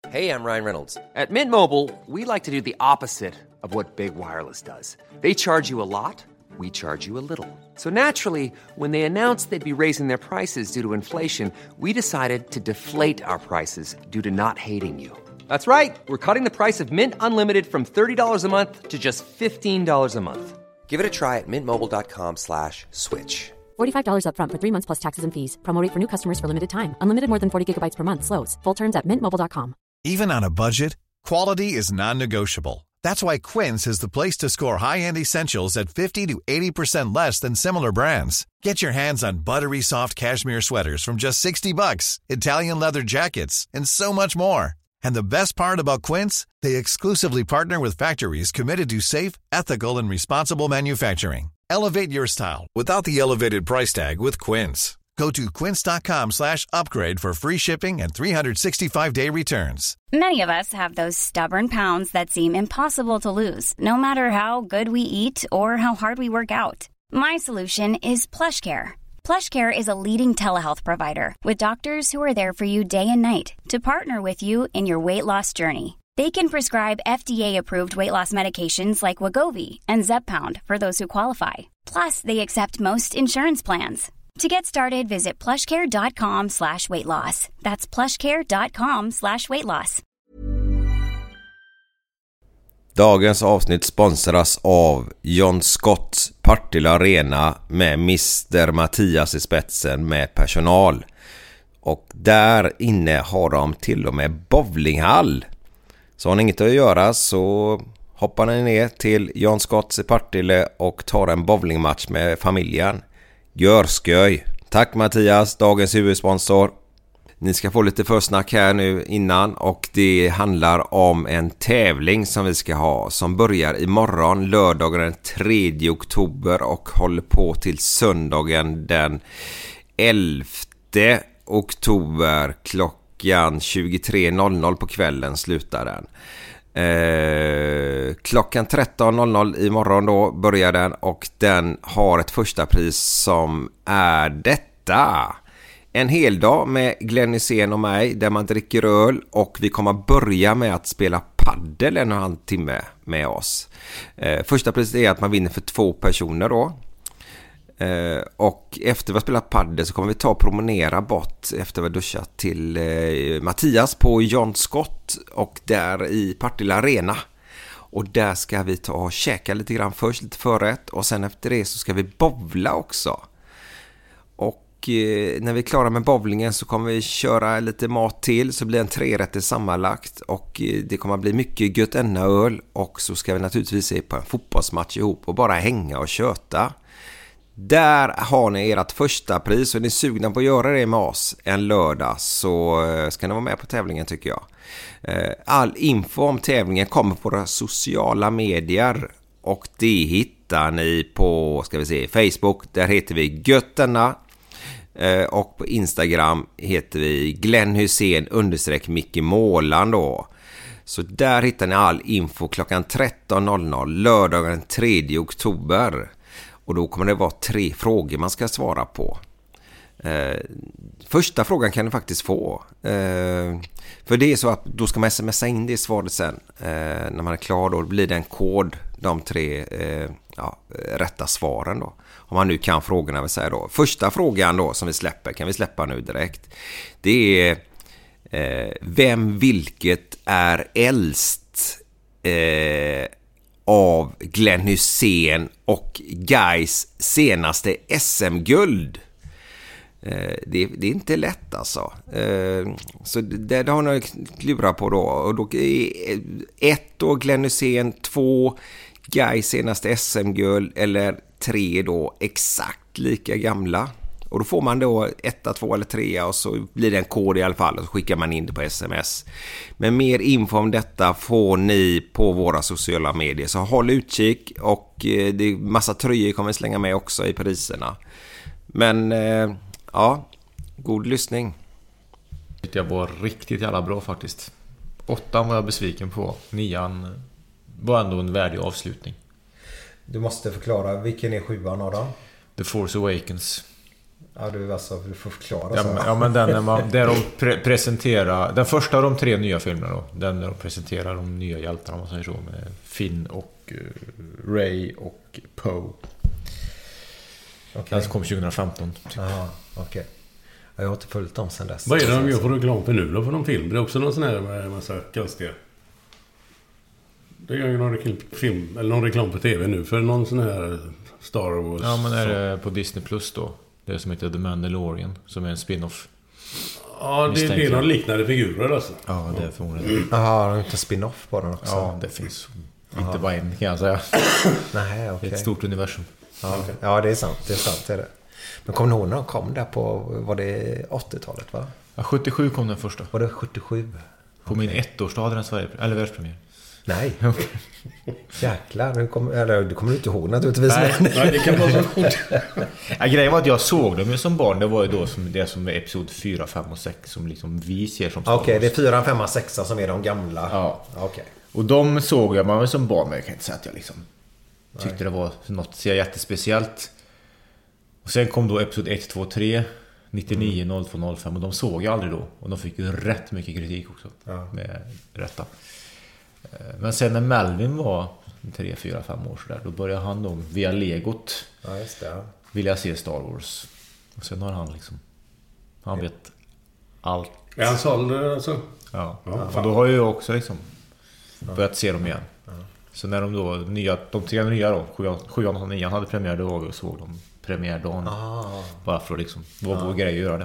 Hey, I'm Ryan Reynolds. At Mint Mobile, we like to do the opposite of what Big Wireless does. They charge you a lot, we charge you a little. So naturally, when they announced they'd be raising their prices due to inflation, we decided to deflate our prices due to not hating you. That's right. We're cutting the price of Mint Unlimited from $30 a month to just $15 a month. Give it a try at mintmobile.com/switch. $45 up front for 3 months plus taxes and fees. Promo rate for new customers for limited time. Unlimited more than 40 gigabytes per month slows. Full terms at mintmobile.com. Even on a budget, quality is non-negotiable. That's why Quince is the place to score high-end essentials at 50 to 80% less than similar brands. Get your hands on buttery soft cashmere sweaters from just $60, Italian leather jackets, and so much more. And the best part about Quince, they exclusively partner with factories committed to safe, ethical, and responsible manufacturing. Elevate your style without the elevated price tag with Quince. Go to quince.com/upgrade for free shipping and 365-day returns. Many of us have those stubborn pounds that seem impossible to lose, no matter how good we eat or how hard we work out. My solution is PlushCare. PlushCare is a leading telehealth provider with doctors who are there for you day and night to partner with you in your weight loss journey. They can prescribe FDA-approved weight loss medications like Wegovy and Zepbound for those who qualify. Plus, they accept most insurance plans. To get started, visit plushcare.com/weightloss. That's plushcare.com/weightloss. Dagens avsnitt sponsras av John Scott Partille Arena med Mr. Mattias i spetsen med personal. Och där inne har de till och med bowlinghall. Så har ni inget att göra så hoppar ni ner till John Scotts i Partille och tar en bowlingmatch med familjen. Gör sköj. Tack Mattias, dagens huvudsponsor. Ni ska få lite försnack här nu innan och det handlar om en tävling som vi ska ha som börjar imorgon lördagen den 3 oktober och håller på till söndagen den 11 oktober klockan 23.00 på kvällen slutar den. Klockan 13.00 imorgon då börjar den och den har ett första pris som är detta. En hel dag med Glenn Hysén och mig där man dricker öl och vi kommer börja med att spela paddel en och en halv timme med oss. Första priset är att man vinner för 2 personer då. Och efter vi har spelat paddel så kommer vi ta och promenera bort efter vi har duschat till Mattias på John Scott och där i Partille Arena. Och där ska vi ta och käka lite grann först, lite förrätt och sen efter det så ska vi bowla också. Och när vi är klara med bowlingen så kommer vi köra lite mat till så blir en 3-rätter sammanlagt och det kommer att bli mycket gött öl och så ska vi naturligtvis se på en fotbollsmatch ihop och bara hänga och köta. Där har ni ert första pris och är ni sugna på att göra det med oss en lördag så ska ni vara med på tävlingen tycker jag. All info om tävlingen kommer på våra sociala medier och det hittar ni på Facebook, där heter vi Götterna och på Instagram heter vi Glenn Hysén _ Målan då. Så där hittar ni all info klockan 13.00 lördagen den 3 oktober. Och då kommer det vara 3 frågor man ska svara på. Första frågan kan du faktiskt få. För det är så att då ska man smsa in det svaret sen. När man är klar då blir det en kod. De 3 rätta svaren då. Om man nu kan frågorna vill säga då. Första frågan då som vi släpper kan vi släppa nu direkt. Det är vilket är äldst av Glenn Hysén och Gais senaste SM-guld. Det är inte lätt alltså. Så det har ni klurat på då. Och då 1 då Glenn Hysén, 2 Gais senaste SM-guld eller 3 då exakt lika gamla. Och då får man då 1, 2 eller 3 och så blir det en kod i alla fall och så skickar man in det på sms. Men mer info om detta får ni på våra sociala medier. Så håll utkik och det är massa tröjor kommer vi slänga med också i priserna. Men god lyssning. Det var riktigt jävla bra faktiskt. 8 var jag besviken på. 9 var ändå en värdig avslutning. Du måste förklara, vilken är 7 av dem? The Force Awakens. Ja, du får förklara så. Ja, men den där de presenterar den första av de 3 nya filmerna då. Den där de presenterar de nya hjältarna, om man säger så, med Finn och Ray och Poe. Den kom 2015 typ. Jaha, okej. Jag har inte följt dem sen dess. Vad är det de gör för reklam för nu då, för de filmer? Det är också någon sån här med massa konstiga. Det gör ju någon film eller någon reklam på tv nu för någon sån här Star Wars. Ja, men är det på Disney Plus då? Det som heter The Mandalorian, som är en spin-off. Ja, det är någon liknande figurer alltså. Ja, det är förmodligen. Jaha, har de inte spin-off på den också? Ja, det finns inte bara en, kan jag säga. Nej, okej. Det är ett stort universum. Ja, det är sant. Det är det. Men kom någon när de kom där på, var det 80-talet va? Ja, 77 kom den första. Var det 77? På min 1-årsdag hade den Sverige, eller världspremiär. Nej. Jäklar, du kommer inte ihåg naturligtvis. Nej, det kan vara så fort. Ja, grejen var att jag såg dem ju som barn. Det var ju då det som är episod 4, 5 och 6 som liksom vi ser som Star Wars. Okej, det är 4, 5 och 6 som är de gamla. Ja. Okej. Och de såg jag man som barn, men jag kan inte säga att jag liksom tyckte det var något så jättespeciellt. Och sen kom då episod 1, 2, 3 99, 02, 05 och de såg jag aldrig då. Och de fick ju rätt mycket kritik också. Ja. Med rätta. Men sen när Melvin var 3, 4, 5 år så där, då började han då via Legot vilja se Star Wars. Och sen har han liksom han vet allt. Är han såld alltså? Ja. Och då har jag också liksom börjat se dem igen. Så när de då de 3 nya då 7 och 9 hade premiär, då var vi och såg dem premiärdagen. Bara för att liksom vad vår grej att göra det.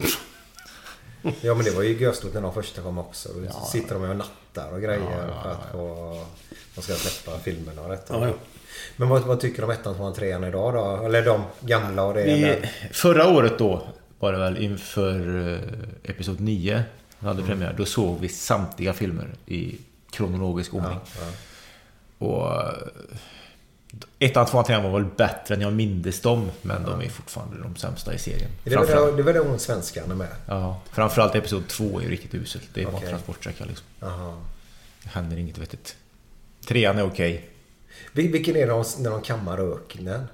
Ja, men det var ju göstort när de första kom också. Sitter de och nattar och grejer för att de ska släppa filmerna och detta. Ja. Men vad tycker du om 1, 2 och 3 idag då? Eller de gamla och det? Förra året då var det väl inför episod 9 hade premiär. Då såg vi samtliga filmer i kronologisk ordning. Och 1, 2 och 3 var väl bättre än jag mindes dem, men de är fortfarande de sämsta i serien. Det är väl hon svenskarna med? Ja, framförallt episod 2 är ju riktigt uselt. Det är bara transportsträcka liksom. Aha. Det händer inget vettigt. 3 är okej. Vilken är det när de kammar öknen?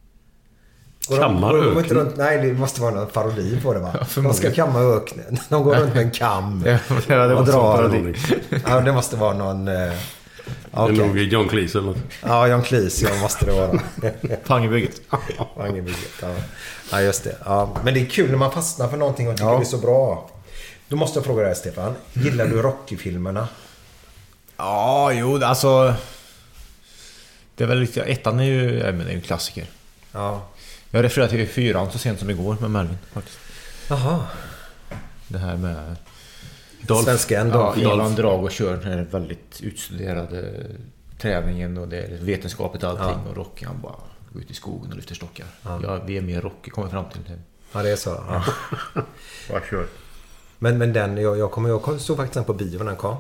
Kammar öknen? Nej, det måste vara någon parodi på det va? De ska kamma öknen. De går runt med en kam och drar. Ja, det måste vara någon... Okay. Det är nog John Cleese eller något. Ja, John Cleese, måste det vara. Pangebygget. Pangebygget, ja, just det. Ja, men det är kul när man fastnar för någonting och tycker det är så bra. Då måste jag fråga dig, Stefan. Gillar du Rocky-filmerna? Ja, jo, alltså... Det är väl lite... 1 är ju en klassiker. Ja. Jag refererade till 4 så sent som igår med Melvin, faktiskt. Jaha. Det här med... Svenskan Ivan Drago kör den här väldigt utstuderade träningen och det är vetenskapligt allting och Rocky han bara går ut i skogen och lyfter stockar. Vi är mer Rocky kommer fram till det. Ja, det är så. Ja. Vad kör. Men den jag såg faktiskt den på bio när den kom.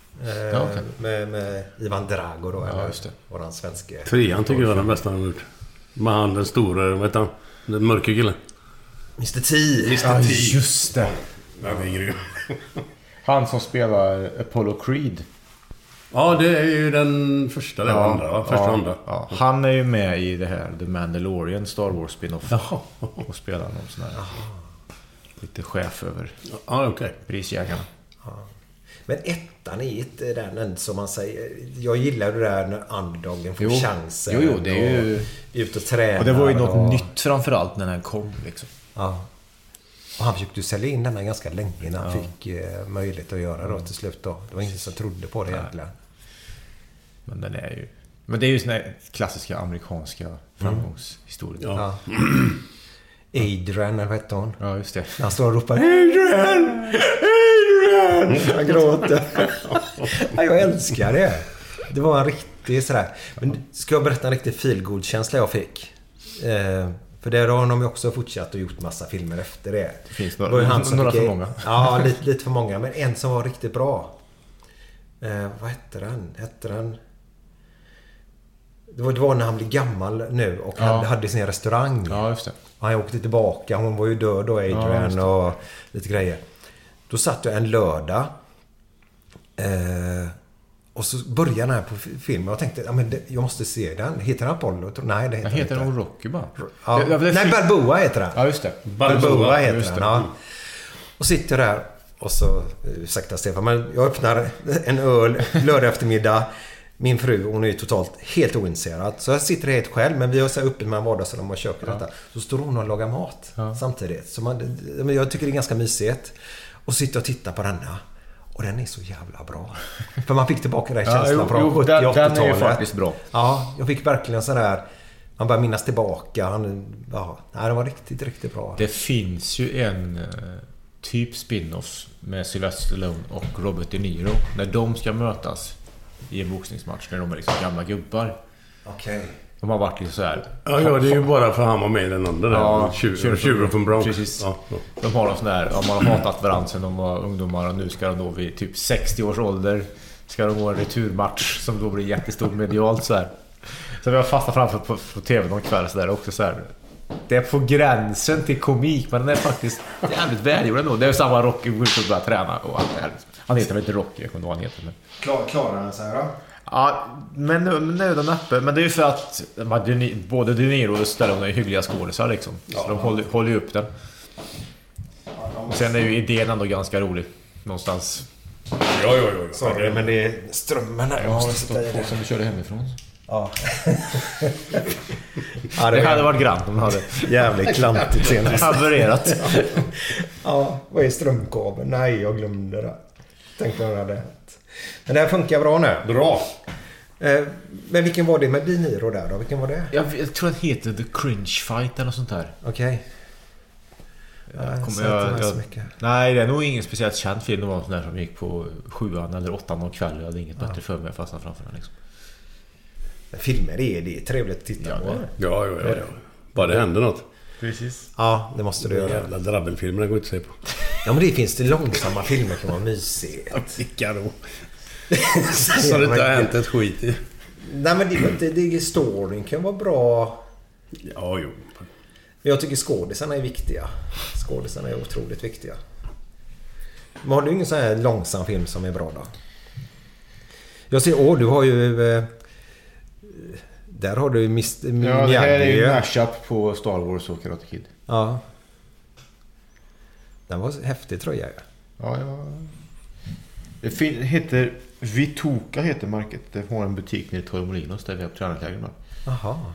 Med Ivan Drago då eller just det. Våran svenske. 3 tycker jag är den bästa han har gjort. Med han den stora, vet han, den mörka killen. Mr. T. Ja, just det. Ja, det är grym. Han som spelar Apollo Creed. Ja, det är ju den första eller andra, va? Andra. Ja. Han är ju med i det här The Mandalorian Star Wars spin-off. Och spelar någon sån här lite chef över prisjägarna. Men 1 är inte den som man säger. Jag gillar det där när underdogen får chansen. Jo, det är ju ut och träna. Och det var ju något nytt framförallt när den kom liksom. Ja. Och han försökte sälja in den ganska länge innan han fick möjlighet att göra det till slut då. Det var ingen som trodde på det egentligen. Men den är ju... Men det är ju såna här klassiska amerikanska framgångshistorier. Ja. Adrian, eller vad heter hon? Ja, just det. Han står och ropar Adrian! Han gråter. Ja, jag älskar det. Det var en riktig sådär. Men ska jag berätta en riktig feelgood-känsla jag fick? För där har de ju också fortsatt och gjort massa filmer efter det. Det finns några för många. Ja, lite för många. Men en som var riktigt bra. Vad hette den? Det var när han blev gammal nu och hade sin restaurang. Ja, just det. Och han åkte tillbaka. Hon var ju död då, Adrian, och lite grejer. Då satt jag en lördag. Och så börjar den här på filmen och jag tänkte, jag måste se den. Heter den Apollo? Nej, det heter den Rocky bara. Ja. Nej, Balboa heter den. Ja, just det. Balboa heter den, ja. Och sitter där och så, ursäkta Stefan, men jag öppnar en öl lördag eftermiddag. Min fru, hon är ju totalt helt ointresserad. Så jag sitter helt själv, men vi har så här uppe med en vardagsrum och köket. Ja. Så står hon och lagar mat samtidigt. Så jag tycker det är ganska mysigt. Och sitter och tittar på denna. Och den är så jävla bra. För man fick tillbaka den känslan från 70-80-talet. Den är ju faktiskt bra. Ja, jag fick verkligen sådär. Man börjar minnas tillbaka. Det var riktigt, riktigt bra. Det finns ju en typ spin-off med Sylvester Stallone och Robert De Niro. När de ska mötas i en boxningsmatch. När de är liksom gamla gubbar. Okej. De har varit lite så här. Ja, det är ju bara för han var med i den andra där. Tjuren från Bronx. Precis. Ja. De har sån där, man har hatat varandra sen de var ungdomar och nu ska de då vid typ 60 års ålder ska de gå en returmatch som då blir jättestor medialt så här. Så vi har fastnat framför på tv någon kväll så där också så här. Det är på gränsen till komik, men den är faktiskt jävligt välgjord ändå. Det är ju samma Rocky Wilson börjar träna och allt det här. Han heter väl inte Rocky, jag kommer inte vad han heter. Men... Klarar han så här då? Ja, men nöden uppe. Men det är ju för att både De Niro och Stallone är hyggliga skådisar liksom. Så de håller ju upp den. Och sen är ju idén ändå ganska rolig. Någonstans. Ja. Sorry, men det är strömmen här. Jag har stått på som du körde hemifrån. Ja. Det hade varit grant om de hade. Jävligt klantigt senast. Havererat. Ja, vad är strömkabeln? Nej, jag glömde det. Tänk på det hade. Men det här funkar bra nu. Bra. Men vilken var det med De Niro där då? Vilken var det? Jag tror att det heter The Cringe Fight eller sånt där. Okej. Nej, det är nog ingen speciellt känd film. Det var en sån där som gick på 7:an eller 8:an av kvällen. Jag hade inget bättre för mig att fastna framför den liksom. Filmer det är trevligt att titta på. Ja. Bara det händer något. Precis. Ja, det måste du göra. Jävla drabbelfilmerna går inte att se på. Ja, men det finns det långsamma filmer som var mysigt. Vilka då? Så det inte har hänt ett skit i. Nej, men det storyn kan vara bra. Ja, jo. Jag tycker skådisarna är viktiga. Skådisarna är otroligt viktiga. Men har du ingen sån här långsam film som är bra då? Jag ser, du har ju... Där har du Mr. Ja, det här är ju en mashup på Star Wars och Karate Kid. Ja. Den var häftig tröja. Ja. Det heter Vituka heter märket. Det har en butik nere i Torremolinos där vi har tränarlägen. Aha.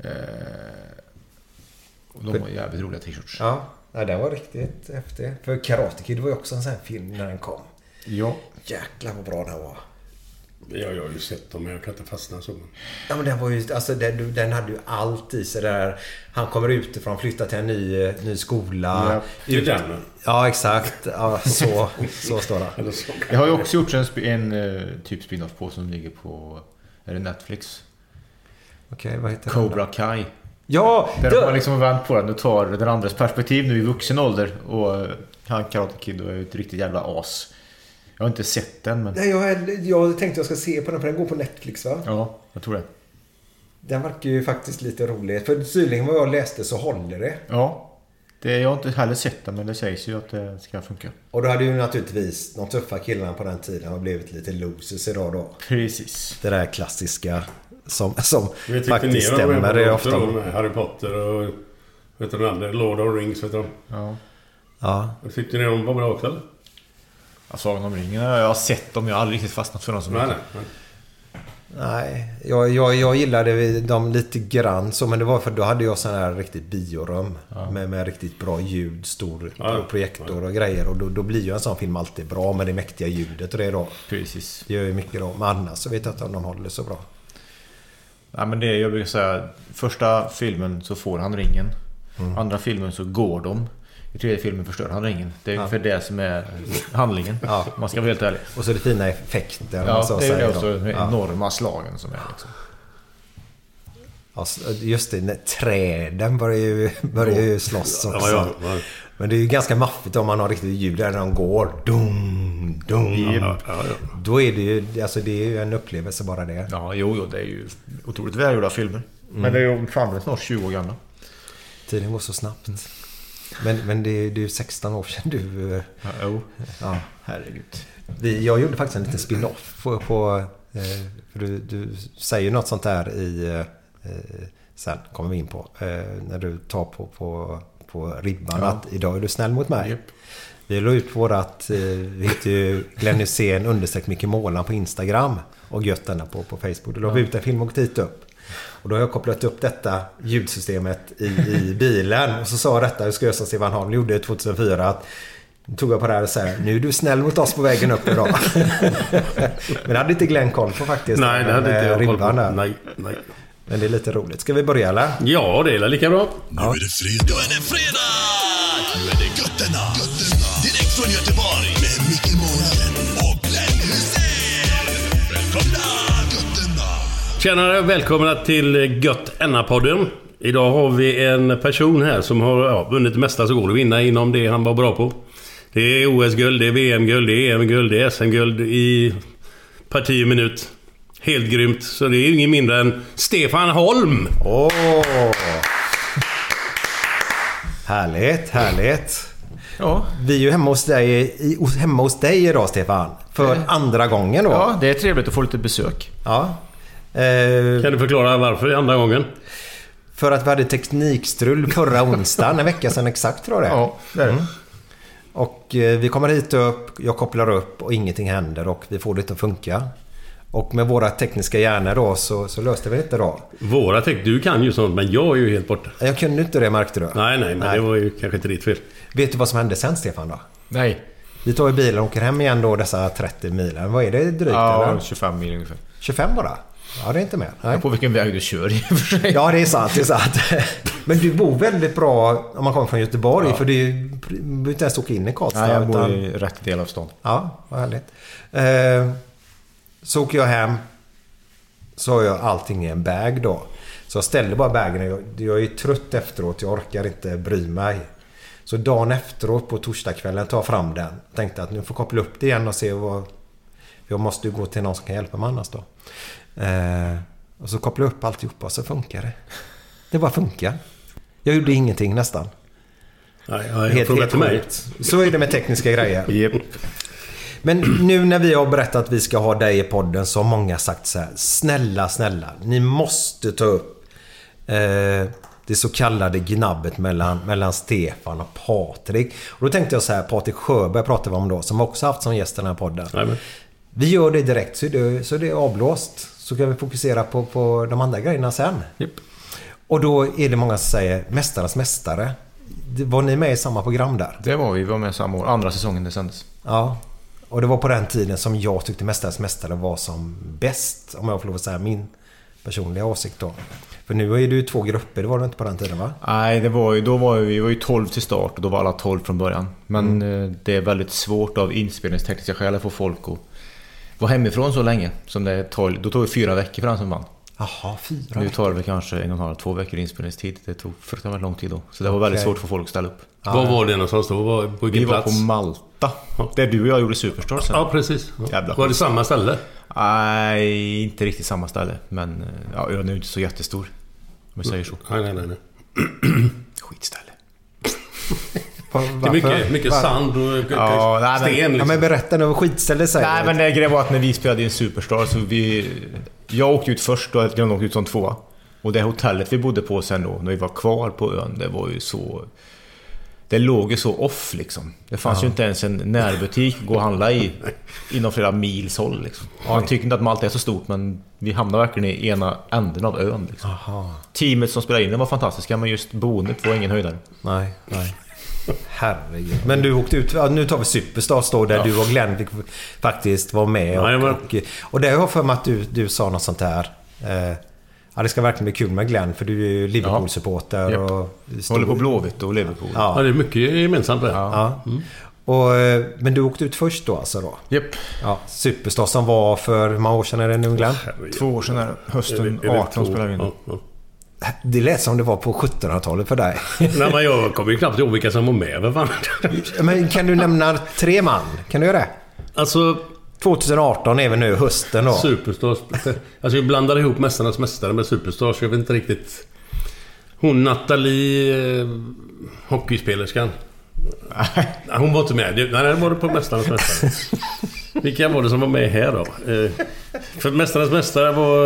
Och de har jävligt roliga t-shirts. Ja, den var riktigt häftig. För Karate Kid var ju också en sån här film när den kom. Ja. Jäklar vad bra den var. Jag har ju sett dem, men jag kan inte fastna så. Ja, men den var ju, alltså den hade ju allt i sig där. Han kommer utifrån, flyttar till en ny skola. Ja, ja, exakt. Ja, så står det. Jag har ju också gjort en typ spin-off på som ligger på Netflix. Okej, vad heter Cobra Kai. Ja, där de har liksom vänt på den. Du tar den andras perspektiv nu i vuxen ålder. Och han Karate Kid är ett riktigt jävla as. Jag har inte sett den, men... Nej, jag tänkte jag ska se på den, för den går på Netflix, va? Ja, jag tror det. Den verkar ju faktiskt lite rolig. För tydligen vad jag läste så håller det. Ja, jag har inte heller sett den, men det sägs ju att det ska funka. Och då hade ju naturligtvis de tuffa killarna på den tiden har blivit lite losers idag då. Precis. Det där klassiska som faktiskt stämmer. Det är ofta Harry Potter och vet du andra, Lord of the Rings, vet du. Ja. Tyckte ni de var bra också, eller? Sagan om ringen, jag har sett dem, jag har aldrig riktigt fastnat för dem som Nej, jag gillade dem lite grann så, men det var för då hade jag sån här riktigt biorum med riktigt bra ljud, stor projektor och grejer, och då blir ju en sån film alltid bra med det mäktiga ljudet och det då. Precis. Det gör ju mycket då, men annars så vet jag inte om de håller så bra. Nej, men det jag brukar säga, första filmen så får han ringen. Andra filmen så går de. I tredje filmen förstör han ringen. Det är för det som är handlingen. Man ska vara helt ärlig. Och så är det fina effekter. Ja, det är det också med enorma slagen som är liksom. Alltså, just det, när träden börjar ju slåss också. Ja. Men det är ju ganska maffigt om man har riktigt ljud där de går. Dum. Då är det ju, alltså det är ju en upplevelse bara det. Ja, jo, det är ju otroligt välgjorda filmer. Men det är ju fan snart 20 år gamla. Tiden går så snabbt. Men det är ju 16 år sedan du... Ja, herregud. Jag gjorde faktiskt en liten spin-off på För du säger något sånt där i... sen kommer vi in på. När du tar på ribban att idag är du snäll mot mig. Yep. Vi la ut vårat... vi heter ju Glenn Hysén _ Micke Målan på Instagram. Och gött denna på Facebook. Då la vi ut en film och dit upp. Och då har jag kopplat upp detta ljudsystemet i bilen. Och så sa detta, hur ska jag som Stefan Holm gjorde 2004 att tog jag på det här och sa, nu är du snäll mot oss på vägen upp idag. Men det hade inte Glenn koll på faktiskt. Nej, det hade inte jag koll på. Nej. Men det är lite roligt. Ska vi börja eller? Ja, det är lika bra. Nu är det fredag. Nu är det götterna. Direkt från Göteborg med Micke Månaden och Glenn Hysén. Välkomna götterna. Tjänare, välkomna till Götterna-podden. Idag har vi en person här som har vunnit det mesta så går det att vinna inom det han var bra på. Det är OS-guld, det är VM-guld, det är EM-guld, det är SM-guld i parti och minut. Helt grymt. Så det är ingen mindre än Stefan Holm. Härligt. Ja. Vi är ju hemma hos dig idag, Stefan. För andra gången då. Ja, det är trevligt att få lite besök. Ja. Kan du förklara varför det är andra gången? För att vi hade teknikstrul förra onsdagen, en vecka sedan exakt tror jag det. Ja, det är det. Och vi kommer hit upp, jag kopplar upp och ingenting händer och vi får det inte att funka. Och med våra tekniska hjärnor då så löste vi det inte då. Du kan ju sånt, men jag är ju helt borta. Jag kunde inte det, märkte du. Nej, men det var ju kanske inte ditt fel. Vet du vad som hände sen, Stefan då? Nej. Vi tar ju bilen och åker hem igen då dessa 30 milen. Vad är det drygt eller? 25 mil ungefär. 25 bara? Ja, det är inte mer. Nej. På vilken väg du kör i och för sig. Ja, det är sant. Men du bor väldigt bra om man kommer från Göteborg. För du behöver inte ens åka in i Karlstad. Nej, jag bor i rätt del av stan. Ja, vad härligt. Så åker jag hem. Så har jag allting i en bag då. Så jag ställer bara bagen. Jag är trött efteråt. Jag orkar inte bry mig. Så dagen efteråt på torsdagskvällen tar jag fram den. Tänkte att nu får koppla upp det igen och se vad... Jag måste ju gå till någon som kan hjälpa mig annars då. Och så kopplar jag upp alltihopa och så funkar det. Det bara funkar. Jag gjorde ingenting nästan. Nej, jag frågar till mig. Så är det med tekniska grejer. Yep. Men nu när vi har berättat att vi ska ha dig i podden så har många sagt så här: snälla, ni måste ta upp det så kallade gnabbet mellan Stefan och Patrik. Och då tänkte jag så här, Patrik Sjöberg pratade vi om då, som också haft som gäst i den här podden. Amen. Vi gör det direkt så det är avblåst. Så kan vi fokusera på de andra grejerna sen. Yep. Och då är det många som säger Mästarnas mästare. Var ni med i samma program där? Det var vi var med samma år. Andra säsongen det sändes. Ja. Och det var på den tiden som jag tyckte Mästarnas mästare var som bäst. Om jag får lov att säga min personliga åsikt då. För nu är det ju 2 grupper. Det var det inte på den tiden, va? Nej, vi var ju 12 till start. Och då var alla 12 från början. Men det är väldigt svårt av inspelningstekniska skäl att få folk att vara hemifrån så länge som det tar. Då tog det 4 veckor för den som vann. Jaha, 4 Nu tar det väl kanske 1,5-2 veckor inspelningstid. Det tog fruktansvärt lång tid då. Så det var väldigt svårt för folk att ställa upp. Var var det någonstans då? Vi var på Malta. Där du och jag gjorde Superstar sen. Ja, precis. Jävla var det samma ställe? Nej, inte riktigt samma ställe. Men ön är ju inte så jättestor. Om vi säger så. Nej. Skitställe. Det är mycket sand och sten liksom. Ja, men berätta nu vad skitställe säger. Nej, men det grejen var att när vi spelade i en Superstar så jag åkte ut först och jag åkte ut som 2. Och det hotellet vi bodde på sen då, när vi var kvar på ön, det var ju så... Det låg ju så off liksom. Det fanns ju inte ens en närbutik att gå och handla i inom flera mils håll liksom. Man tycker inte att Malta är så stort, men vi hamnade verkligen i ena änden av ön liksom. Teamet som spelade in det var fantastiska, men just boendet var ingen höjdare. Nej. Herregud. Men du åkte ut, nu tar vi Superstars då, där du och Glenn fick faktiskt vara med. Och där har jag för mig att du sa något sånt här. Ja, det ska verkligen bli kul med Glenn, för du är ju Liverpool-supporter. Och håller på Blåvitt och Liverpool. Ja, det är mycket gemensamt där. Ja. Men du åkte ut först då alltså då? Japp. Ja, Superstar som var för hur många år sedan är det nu, Glenn? 2 år sedan är hösten 18 spelade vi in. Det lät som det var på 1700-talet för dig. Nej, men jag kommer ju knappt ihåg vilka som var med. Vad fan? Men kan du nämna 3 man? Kan du göra det? Alltså... 2018 är vi nu, hösten då. Superstars. Alltså vi blandar ihop Mästarnas mästare med Superstars. Jag vet inte riktigt. Hon Nathalie, hockeyspelerskan. Hon var inte med. Nej, det var det på Mästarnas mästare. Vilka var det som var med här då? För Mästarnas mästare var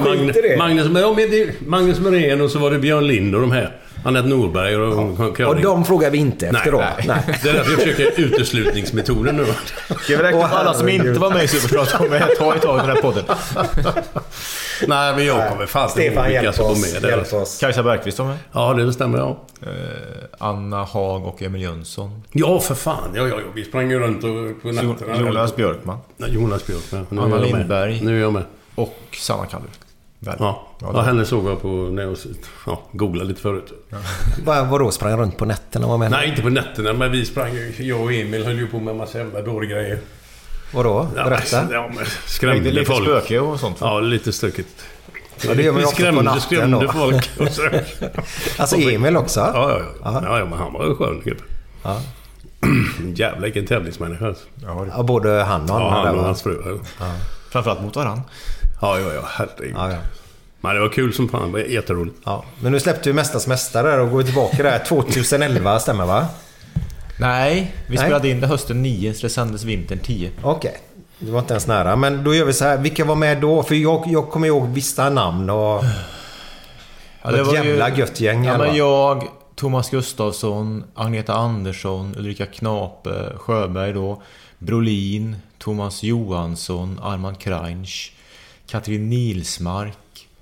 Magnus Morén och så var det Björn Lind och de här. Anette Norberg och de frågar vi inte efter då. Nej. Det är därför jag försöker uteslutningsmetoden nu. Ska vi räkna på alla som inte var med i Superstars kommer jag ta i den här podden. Nej, men jag kommer fast Stefan hjälp oss. Kajsa Bergqvist var med. Ja, det stämmer, ja. Anna Haag och Emil Jönsson. Ja, för fan. Ja, vi sprang ju runt på nätterna. Jonas Björkman. Jonas Björkman. Anna Lindberg. Nu är jag med. Och Sanna Kallur. Ja, henne såg jag på när jag googlade lite förut. Vadå, sprang runt på nätterna? Nej, inte på nätterna, men vi sprang ju. Jag och Emil höll ju på med en massa jävla dåliga grejer. Vadå? Berätta. Ja, men skrämde lite folk. Spöke och sånt. Ja, lite stökigt. Ja, det gör man också på natten skrämde folk. Alltså Emil också? Ja, men han var ju skön. Ja. Jävla vilken tävlingsmänniska. Ja, både han och han och hans fru. Ja. Framförallt mot varann. Ja, herregud. Ja. Men det var kul som fan, det var jätteroligt. Ja, men nu släppte ju Mästars mästare och går tillbaka där 2011, stämmer va? Nej, vi spelade in det hösten 9 så det sändes vintern 10. Okej, det var inte ens nära. Men då gör vi så här, vilka var med då? För jag kommer ihåg vissa namn och det var ett jävla gött gäng. Ja, men jag, Thomas Gustafsson, Agneta Andersson, Ulrika Knape, Sjöberg då, Brolin, Thomas Johansson, Armand Kreinsch, Katrin Nilsmark,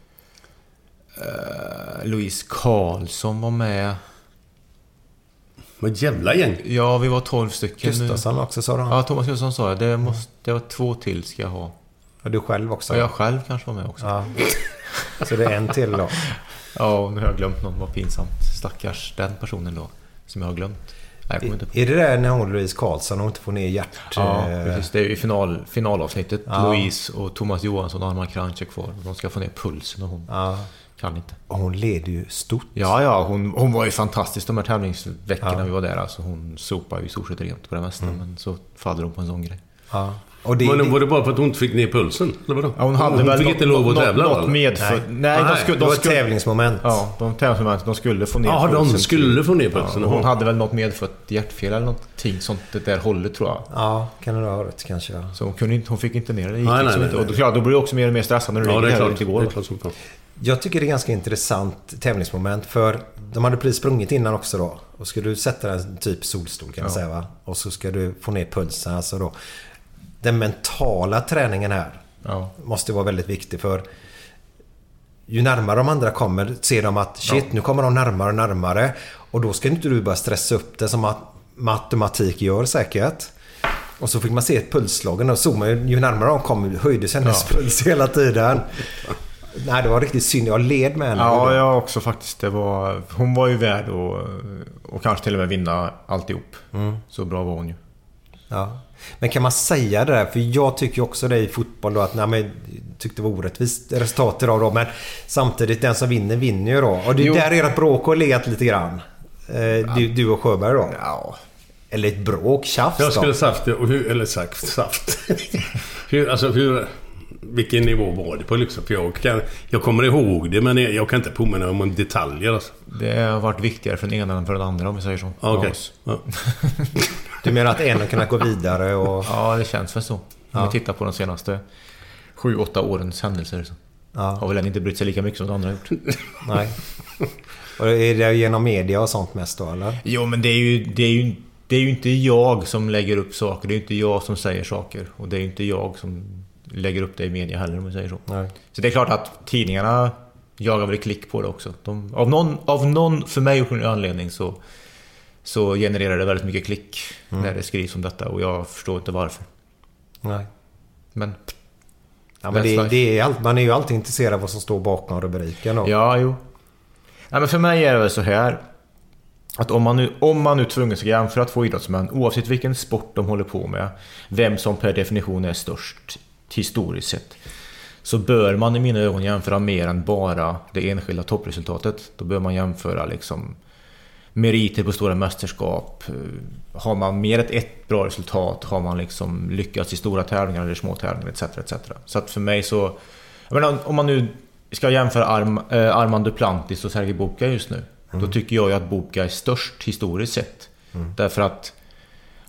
Louise Karlsson var med. Vad jävla gäng. Ja, vi var 12 stycken. Gustafsson också, sa han. Ja, Thomas Gustafsson sa jag. Det var 2 till ska jag ha. Och du själv också? Ja, jag själv kanske var med också. Ja. Så det är en till då? Ja, och nu har jag glömt någon. Vad pinsamt. Stackars den personen då. Som jag har glömt. Nej, jag inte på. Är det där när hon Louise Karlsson och inte får ner hjärt? Ja, precis. Det är ju finalavsnittet. Ja. Louise och Thomas Johansson och Armand Krantz är kvar. De ska få ner pulsen och hon kan inte. Och hon leder ju stort. Ja, hon var ju fantastisk de här tävlingsveckorna vi var där. Alltså, hon sopar ju i stort sett rent på det mesta. Men så faller hon på en sån grej. Ja. Och var det bara för att hon inte fick ner pulsen? Eller vadå? Ja, hon fick inte lov att tävla? Något medfött. Nej, det var ett tävlingsmoment. Ja, de skulle få ner pulsen. Ja, de skulle få ner pulsen. Ja, hon hade väl något medfött hjärtfel eller någonting sånt det där hållet tror jag. Ja, kan det ha varit kanske. Ja. Så hon fick inte ner det. Nej. Och då blir det också mer och mer stressande när det inte går. Jag tycker det är ganska intressant tävlingsmoment för de hade precis sprungit innan också då. Och ska du sätta en typ solstol kan man säga va? Och så ska du få ner pulsen alltså då. Den mentala träningen här måste vara väldigt viktig för ju närmare de andra kommer ser de att shit, nu kommer de närmare och närmare och då ska inte du bara stressa upp det som att matematik gör säkert. Och så fick man se ett pulsslagen och såg man ju närmare de kom höjdes hennes puls hela tiden. Nej, det var riktigt synd. Jag led med henne. Ja, jag också faktiskt. Hon var ju värd och kanske till och med vinna alltihop. Så bra var hon ju. Ja. Men kan man säga det där? För jag tycker också det i fotboll då att tyckte det var orättvist resultat idag då. Men samtidigt den som vinner ju då. Och det där är ett bråk och legat lite grann. Du och Sjöberg då. Ja. Eller ett bråk, tjafs då. Jag skulle sagt eller saft. Vilken nivå var det på liksom? För jag kommer ihåg det, men jag kan inte påminna om detaljer alltså. Det har varit viktigare för den ena än för den andra om vi säger så. Okay. Ja. Du menar att en har kunnat gå vidare och... Ja, det känns väl så. Om vi tittar på de senaste 7-8 årens händelser så har väl än inte brytt sig lika mycket som de andra har gjort. Nej. Och är det genom media och sånt mest då, eller? Jo, men det är ju inte jag som lägger upp saker. Det är inte jag som säger saker. Och det är inte jag som lägger upp det i media heller om man säger så. Nej. Så det är klart att tidningarna jagar väl klick på det också. Av någon för mig och anledning så genererar det väldigt mycket klick när det skrivs om detta. Och jag förstår inte varför. Nej. Men det är allt, man är ju alltid intresserad av vad som står bakom rubriken. Och... Ja, jo. Nej, men för mig är det väl så här att om man nu tvungen ska jämföra två idrottsmän oavsett vilken sport de håller på med, vem som per definition är störst historiskt sett, så bör man i mina ögon jämföra mer än bara det enskilda toppresultatet. Då bör man jämföra liksom meriter på stora mästerskap. Har man mer än ett bra resultat, har man liksom lyckats i stora tävlingar eller små tävlingar etc. Så att för mig så, jag menar, om man nu ska jämföra Armand Duplantis och Sergej Bubka just nu, då tycker jag ju att Bubka är störst historiskt sett. Därför att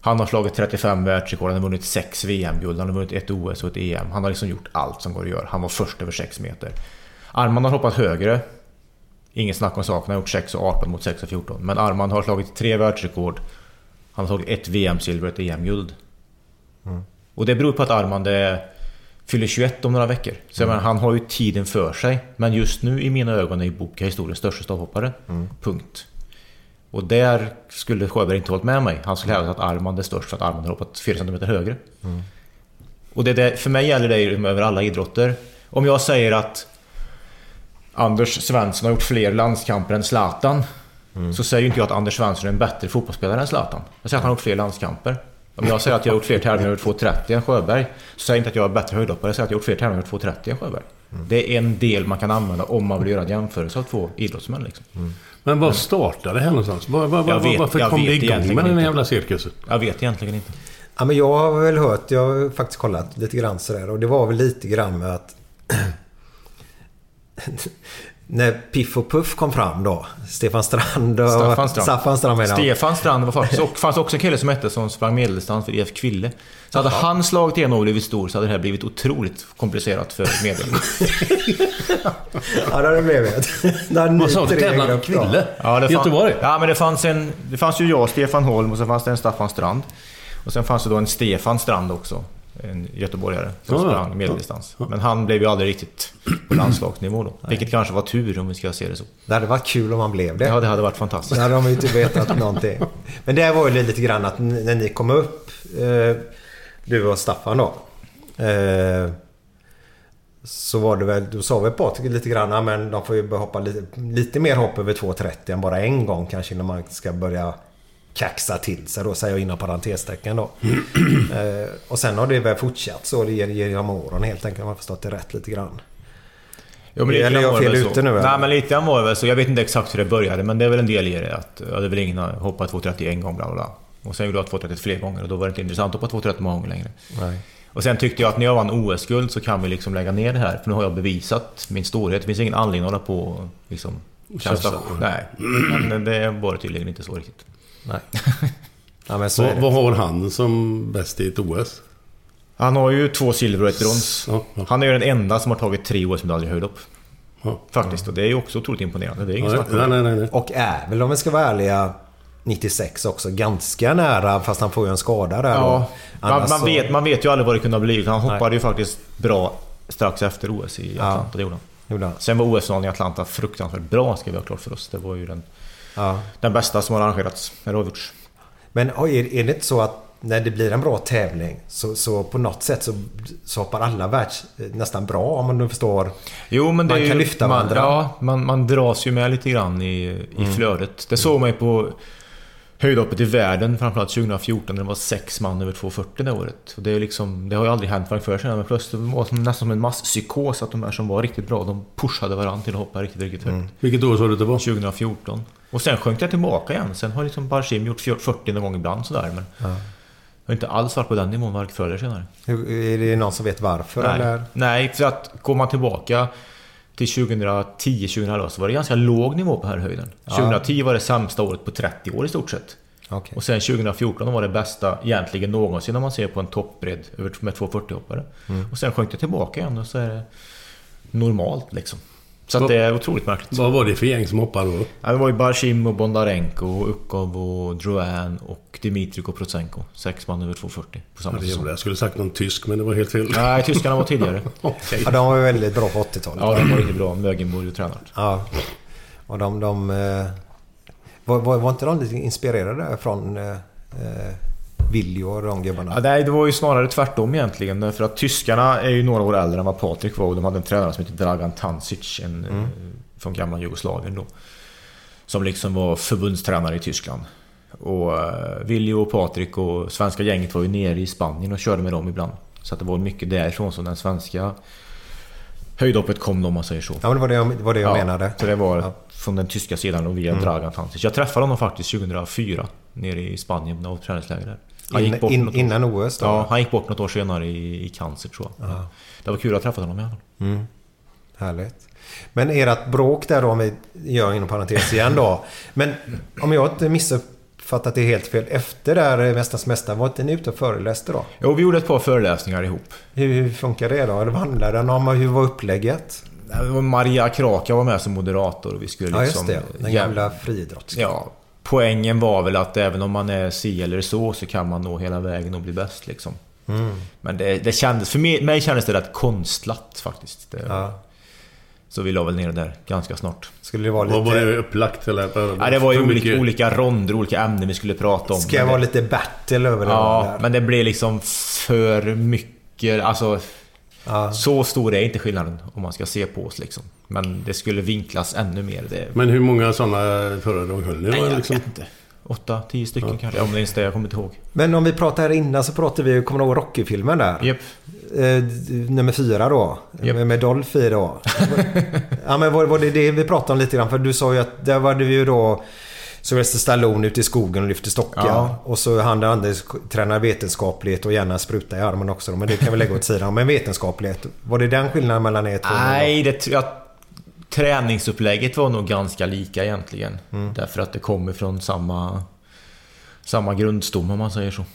Han har slagit 35 världsrekord, han har vunnit 6 VM-guld, han har vunnit ett OS och ett EM. Han har liksom gjort allt som går att göra. Han var först över 6 meter. Armand har hoppat högre. Ingen snack om saken, han har gjort 6,18 mot 6,14. Men Armand har slagit 3 världsrekord. Han har slagit ett VM-silver och ett EM-guld. Och det beror på att Armand fyller 21 om några veckor. Så han har ju tiden för sig. Men just nu i mina ögon är Boka historiens största stavhoppare. Punkt. Och där skulle Sjöberg inte hållit med mig. Han skulle hävda att Armand är störst för att Armand har hoppat 4 cm högre. Och det för mig gäller det över alla idrotter. Om jag säger att Anders Svensson har gjort fler landskamper än Zlatan, så säger inte jag att Anders Svensson är en bättre fotbollsspelare än Zlatan. Jag säger att han har gjort fler landskamper. Om jag säger att jag har gjort fler tävlingar över 2,30 än Sjöberg, så säger jag inte att jag är bättre höjdhoppare. Jag säger att jag har gjort fler tävlingar över 2,30 än Sjöberg. Det är en del man kan använda om man vill göra en jämförelse av 2 idrottsmän liksom. Men vad startade det här någonstans? Varför kom det igång med den jävla cirkusen? Jag vet egentligen inte. Ja, men jag har väl hört, jag har faktiskt kollat lite grann sådär, och det var väl lite grann med att när Piff och Puff kom fram då, Stefan Strand och Staffan Strand. Stefan Strand var faktiskt, och fanns också en kille som hette som sprang medeldistans för IF Kville. Så hade han slagit igenom och blivit stor, så hade det här blivit otroligt komplicerat för medel. Ja, det blev det. Vad sa du, tävlan Kville? Ja, Göteborg? Ja, men det fanns ju jag, Stefan Holm, och så fanns det en Staffan Strand. Och sen fanns det då en Stefan Strand också, en göteborgare som sprang medeldistans. Men han blev ju aldrig riktigt på landslagsnivå då. Vilket kanske var tur, om vi ska se det så. Det hade varit kul om han blev det. Ja, det hade varit fantastiskt. Det hade de ju inte vetat någonting. Men det var ju lite grann att när ni kom upp, du och Staffan då, så var det väl, då sa vi Patrik lite grann, men de får ju hoppa lite mer hopp över 2,30 än bara en gång kanske, innan man ska börja kaxa till sig då, säger jag inom parentestecken då. Och sen har det väl fortsatt så, det genom åren helt enkelt, om jag förstått det rätt lite grann. Jo, men eller jag fel ute nu? Nej, men lite var det väl så. Jag vet inte exakt hur det började, men det är väl en del i det att det är väl ingen har hoppat 2,30 en gång, bla bla bla. Och sen gjorde jag 2,30 fler gånger, och då var det inte intressant att hoppa 2,30 många gånger längre. Nej. Och sen tyckte jag att när jag vann OS-guld så kan vi liksom lägga ner det här, för nu har jag bevisat min storhet. Det finns ingen anledning att hålla på liksom kasta. Nej, men det var det tydligen inte så riktigt. Nej. Ja, men så vad har han som bäst i ett OS? Han har ju 2 silver och 1 brons. Han är ju den enda som har tagit 3 OS-medaljer höjdhopp. Faktiskt, och det är ju också otroligt imponerande. Det är inget snack om det. Nej. Och är väl, om vi ska vara ärliga, 96 också ganska nära, fast han får ju en skada där. Ja, man vet ju aldrig vad det kunde ha blivit. Han hoppade ju faktiskt bra strax efter OS i Atlanta, det gjorde han. Sen var OS-finalen i Atlanta fruktansvärt bra, ska vi ha klart för oss. Det var ju den bästa som har arrangerats. Men är det inte så att när det blir en bra tävling så på något sätt så hoppar alla nästan bra, om man nu förstår? Jo, men man kan lyfta varandra. Ja, man dras ju med lite grann i flödet. Det såg man ju på höjdhoppet i världen, framförallt 2014, när det var 6 man över 2,40 det året. Och det är liksom, det har ju aldrig hänt för sig, men plötsligt var det nästan som en masspsykos att de här som var riktigt bra, de pushade varandra till att hoppa riktigt högt. Vilket år sa du det var? 2014. Och sen sjönk jag tillbaka igen. Sen har liksom Barshim gjort 40 någon gång ibland sådär, men jag har inte alls varit på den nivån varje förr eller senare. Är det någon som vet varför? Nej, eller? Nej, för att komma tillbaka till 2010-2011 så var det ganska låg nivå på här höjden. 2010 var det sämsta året på 30 år i stort sett. Okay. Och sen 2014 var det bästa egentligen någonsin, om man ser på en toppbredd med 240-hoppare. Och sen sjönk det tillbaka igen, och så är det normalt liksom. Så att det är otroligt märkligt. Vad var det för gäng som hoppade då? Ja, det var ju Barshim och Bondarenko, Ukov och Drouin och Dimitri och Prozenko. 6 man över 240 på samma säsong. Jag skulle sagt någon tysk, men det var helt fel. Nej, tyskarna var tidigare. Okay. Ja, de var ju väldigt bra på 80-talet. Ja, de var riktigt bra. Mögenborg och tränat. Ja. Och var inte de lite inspirerade från Viljo och de gubbarna? Ja, nej, det var ju snarare tvärtom egentligen. För att tyskarna är ju några år äldre än vad Patrik var. Och de hade en tränare som heter Dragan Tancic, från gamla Jugoslavien då, som liksom var förbundstränare i Tyskland. Och Viljo och Patrik och svenska gänget var ju nere i Spanien och körde med dem ibland. Så att det var mycket därifrån som den svenska höjdhoppet kom då, om man säger så. Ja, men det var det jag menade. Så det var från den tyska sidan och via Dragan Tancic. Jag träffade honom faktiskt 2004 nere i Spanien när jag var på träningsläger där. Innan OS då? Ja, han gick bort något år senare i cancer, tror jag. Det var kul att träffa honom i alla fall. Härligt. Men ert bråk där då, om vi gör inom parentes igen då. Men om jag inte fattat det helt fel. Efter där Mästarnas mästare, var inte ni ute och föreläste då? Jo, vi gjorde ett par föreläsningar ihop. Hur funkar det då? Vad handlade den om? Hur var upplägget? Maria Kraka var med som moderator och vi skulle just det. Den gamla friidrottskan. Ja, poängen var väl att även om man är si eller så kan man nå hela vägen och bli bäst liksom. Men det kändes, för mig kändes det rätt konstlat faktiskt. Så vi la väl ner det där ganska snart. Skulle det vara lite... Var det upplagt eller? Ja, det var ju olika ronder, olika ämnen vi skulle prata om. Ska det vara lite battle över det? Ja, men det blev liksom för mycket, alltså så stor är inte skillnaden om man ska se på oss liksom. Men det skulle vinklas ännu mer. Men hur många sådana föredrag höll ni? Nej, jag vet inte. 8-10 stycken kanske, om det inte jag kommer inte ihåg. Men om vi pratar här innan så pratar vi, kommer du ihåg Rocky-filmen där? Yep. Nummer 4 då. Yep. Med Dolphy då. Ja, men var det vi pratade om lite grann? För du sa ju att där var det ju då Sylvester Stallone ute i skogen och lyfte stockar. Ja. Och så han där andra tränar vetenskaplighet och gärna spruta i armen också. Men det kan vi lägga åt sidan. Men vetenskaplighet, var det den skillnaden mellan er två? Nej, träningsupplägget var nog ganska lika egentligen. Därför att det kommer från samma grundstomme om man säger så.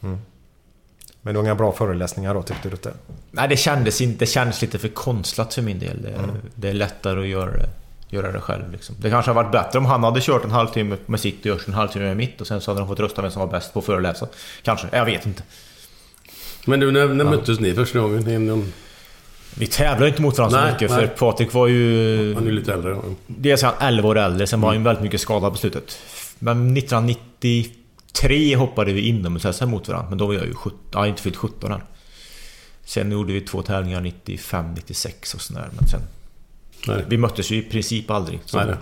Men det var inga bra föreläsningar då, tyckte du inte? Nej, det kändes lite för konstlat för min del. Det är lättare att göra det själv liksom. Det kanske har varit bättre om han hade kört en halvtimme med sitt och görs en halvtimme med mitt och sen så hade de fått rösta vem som var bäst på att föreläsa. Kanske, jag vet inte. Men du, när möttes ni första gången? Vi tävlade inte mot varandra så mycket. För Patrik var ju... Han är lite äldre. Dels är han 11 år äldre. Sen var han väldigt mycket skadad på slutet. Men 1993 hoppade vi inomhus mot varandra. Men då var jag ju inte fyllt 17 här. Sen gjorde vi 2 tävlingar 95-96 och sådär. Men sen... Nej. Vi möttes ju i princip aldrig.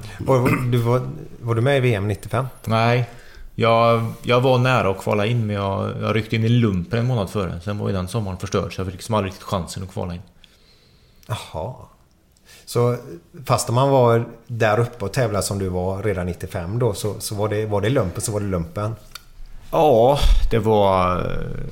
Var du med i VM 95? Nej. Jag var nära att kvala in. Men jag ryckte in i lumpen en månad före. Sen var ju den sommaren förstörd. Så jag fick liksom aldrig riktigt chansen att kvala in. Jaha. Så fast man var där uppe och tävlade som du var redan 95 då, så var det lumpen, så var det lumpen? Ja, det var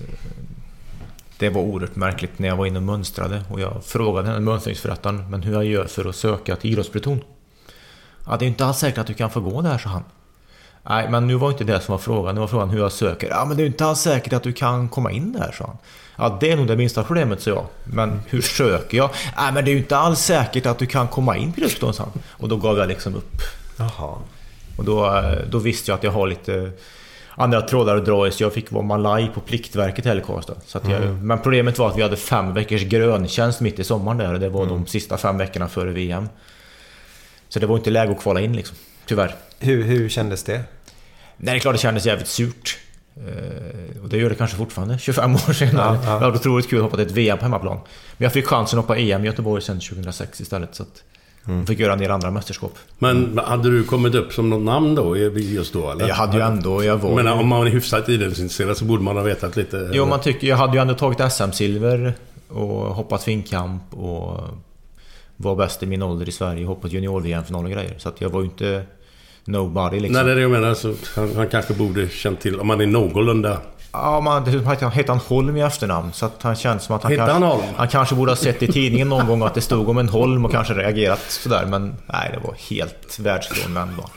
oerhört märkligt när jag var inne och mönstrade. Och jag frågade henne, mönstringsförrättaren, men hur jag gör för att söka till idrottspluton. Ja, det är inte alls säkert att du kan få gå där, så han. Nej, men nu var inte det som var frågan. Det var frågan hur jag söker. Ja, men det är inte alls säkert att du kan komma in där, så han. Ja, det är nog det minsta problemet, så jag. Men hur söker jag? Nej, men det är ju inte alls säkert att du kan komma in på idrottspluton, så han. Och då gav jag liksom upp. Jaha. Och då visste jag att jag har lite andra trådar att dra i, så jag fick vara malaj på Pliktverket i Karlstad. Så att men problemet var att vi hade 5 veckors gröntjänst mitt i sommaren där. Och det var de sista 5 veckorna före VM. Så det var inte läge att kvala in liksom, tyvärr. Hur kändes det? Nej, det är klart det kändes jävligt surt. Och det gör det kanske fortfarande 25 år senare. Jag hade otroligt kul att hoppa till ett VM på hemmaplan. Men jag fick chansen att hoppa EM i Göteborg sen 2006 istället. Så att jag fick göra en del andra mästerskap. Men hade du kommit upp som något namn då just då? Eller? Jag hade ju ändå... Men om man är hyfsat idrottsintresserad så borde man ha vetat lite... Jo, man tycker... Jag hade ju ändå tagit SM-silver och hoppat finkamp och var bäst i min ålder i Sverige. Hoppat junior-VM-final och grejer. Så att jag var ju inte... nobody liksom. Nej, det är det jag menar, så han kanske borde känt till om man är någorlunda. Ja, heter han Holm i efternamn, så att han känns som att han kanske borde ha sett i tidningen någon gång att det stod om en Holm och kanske reagerat sådär, men nej, det var helt världsfrån då.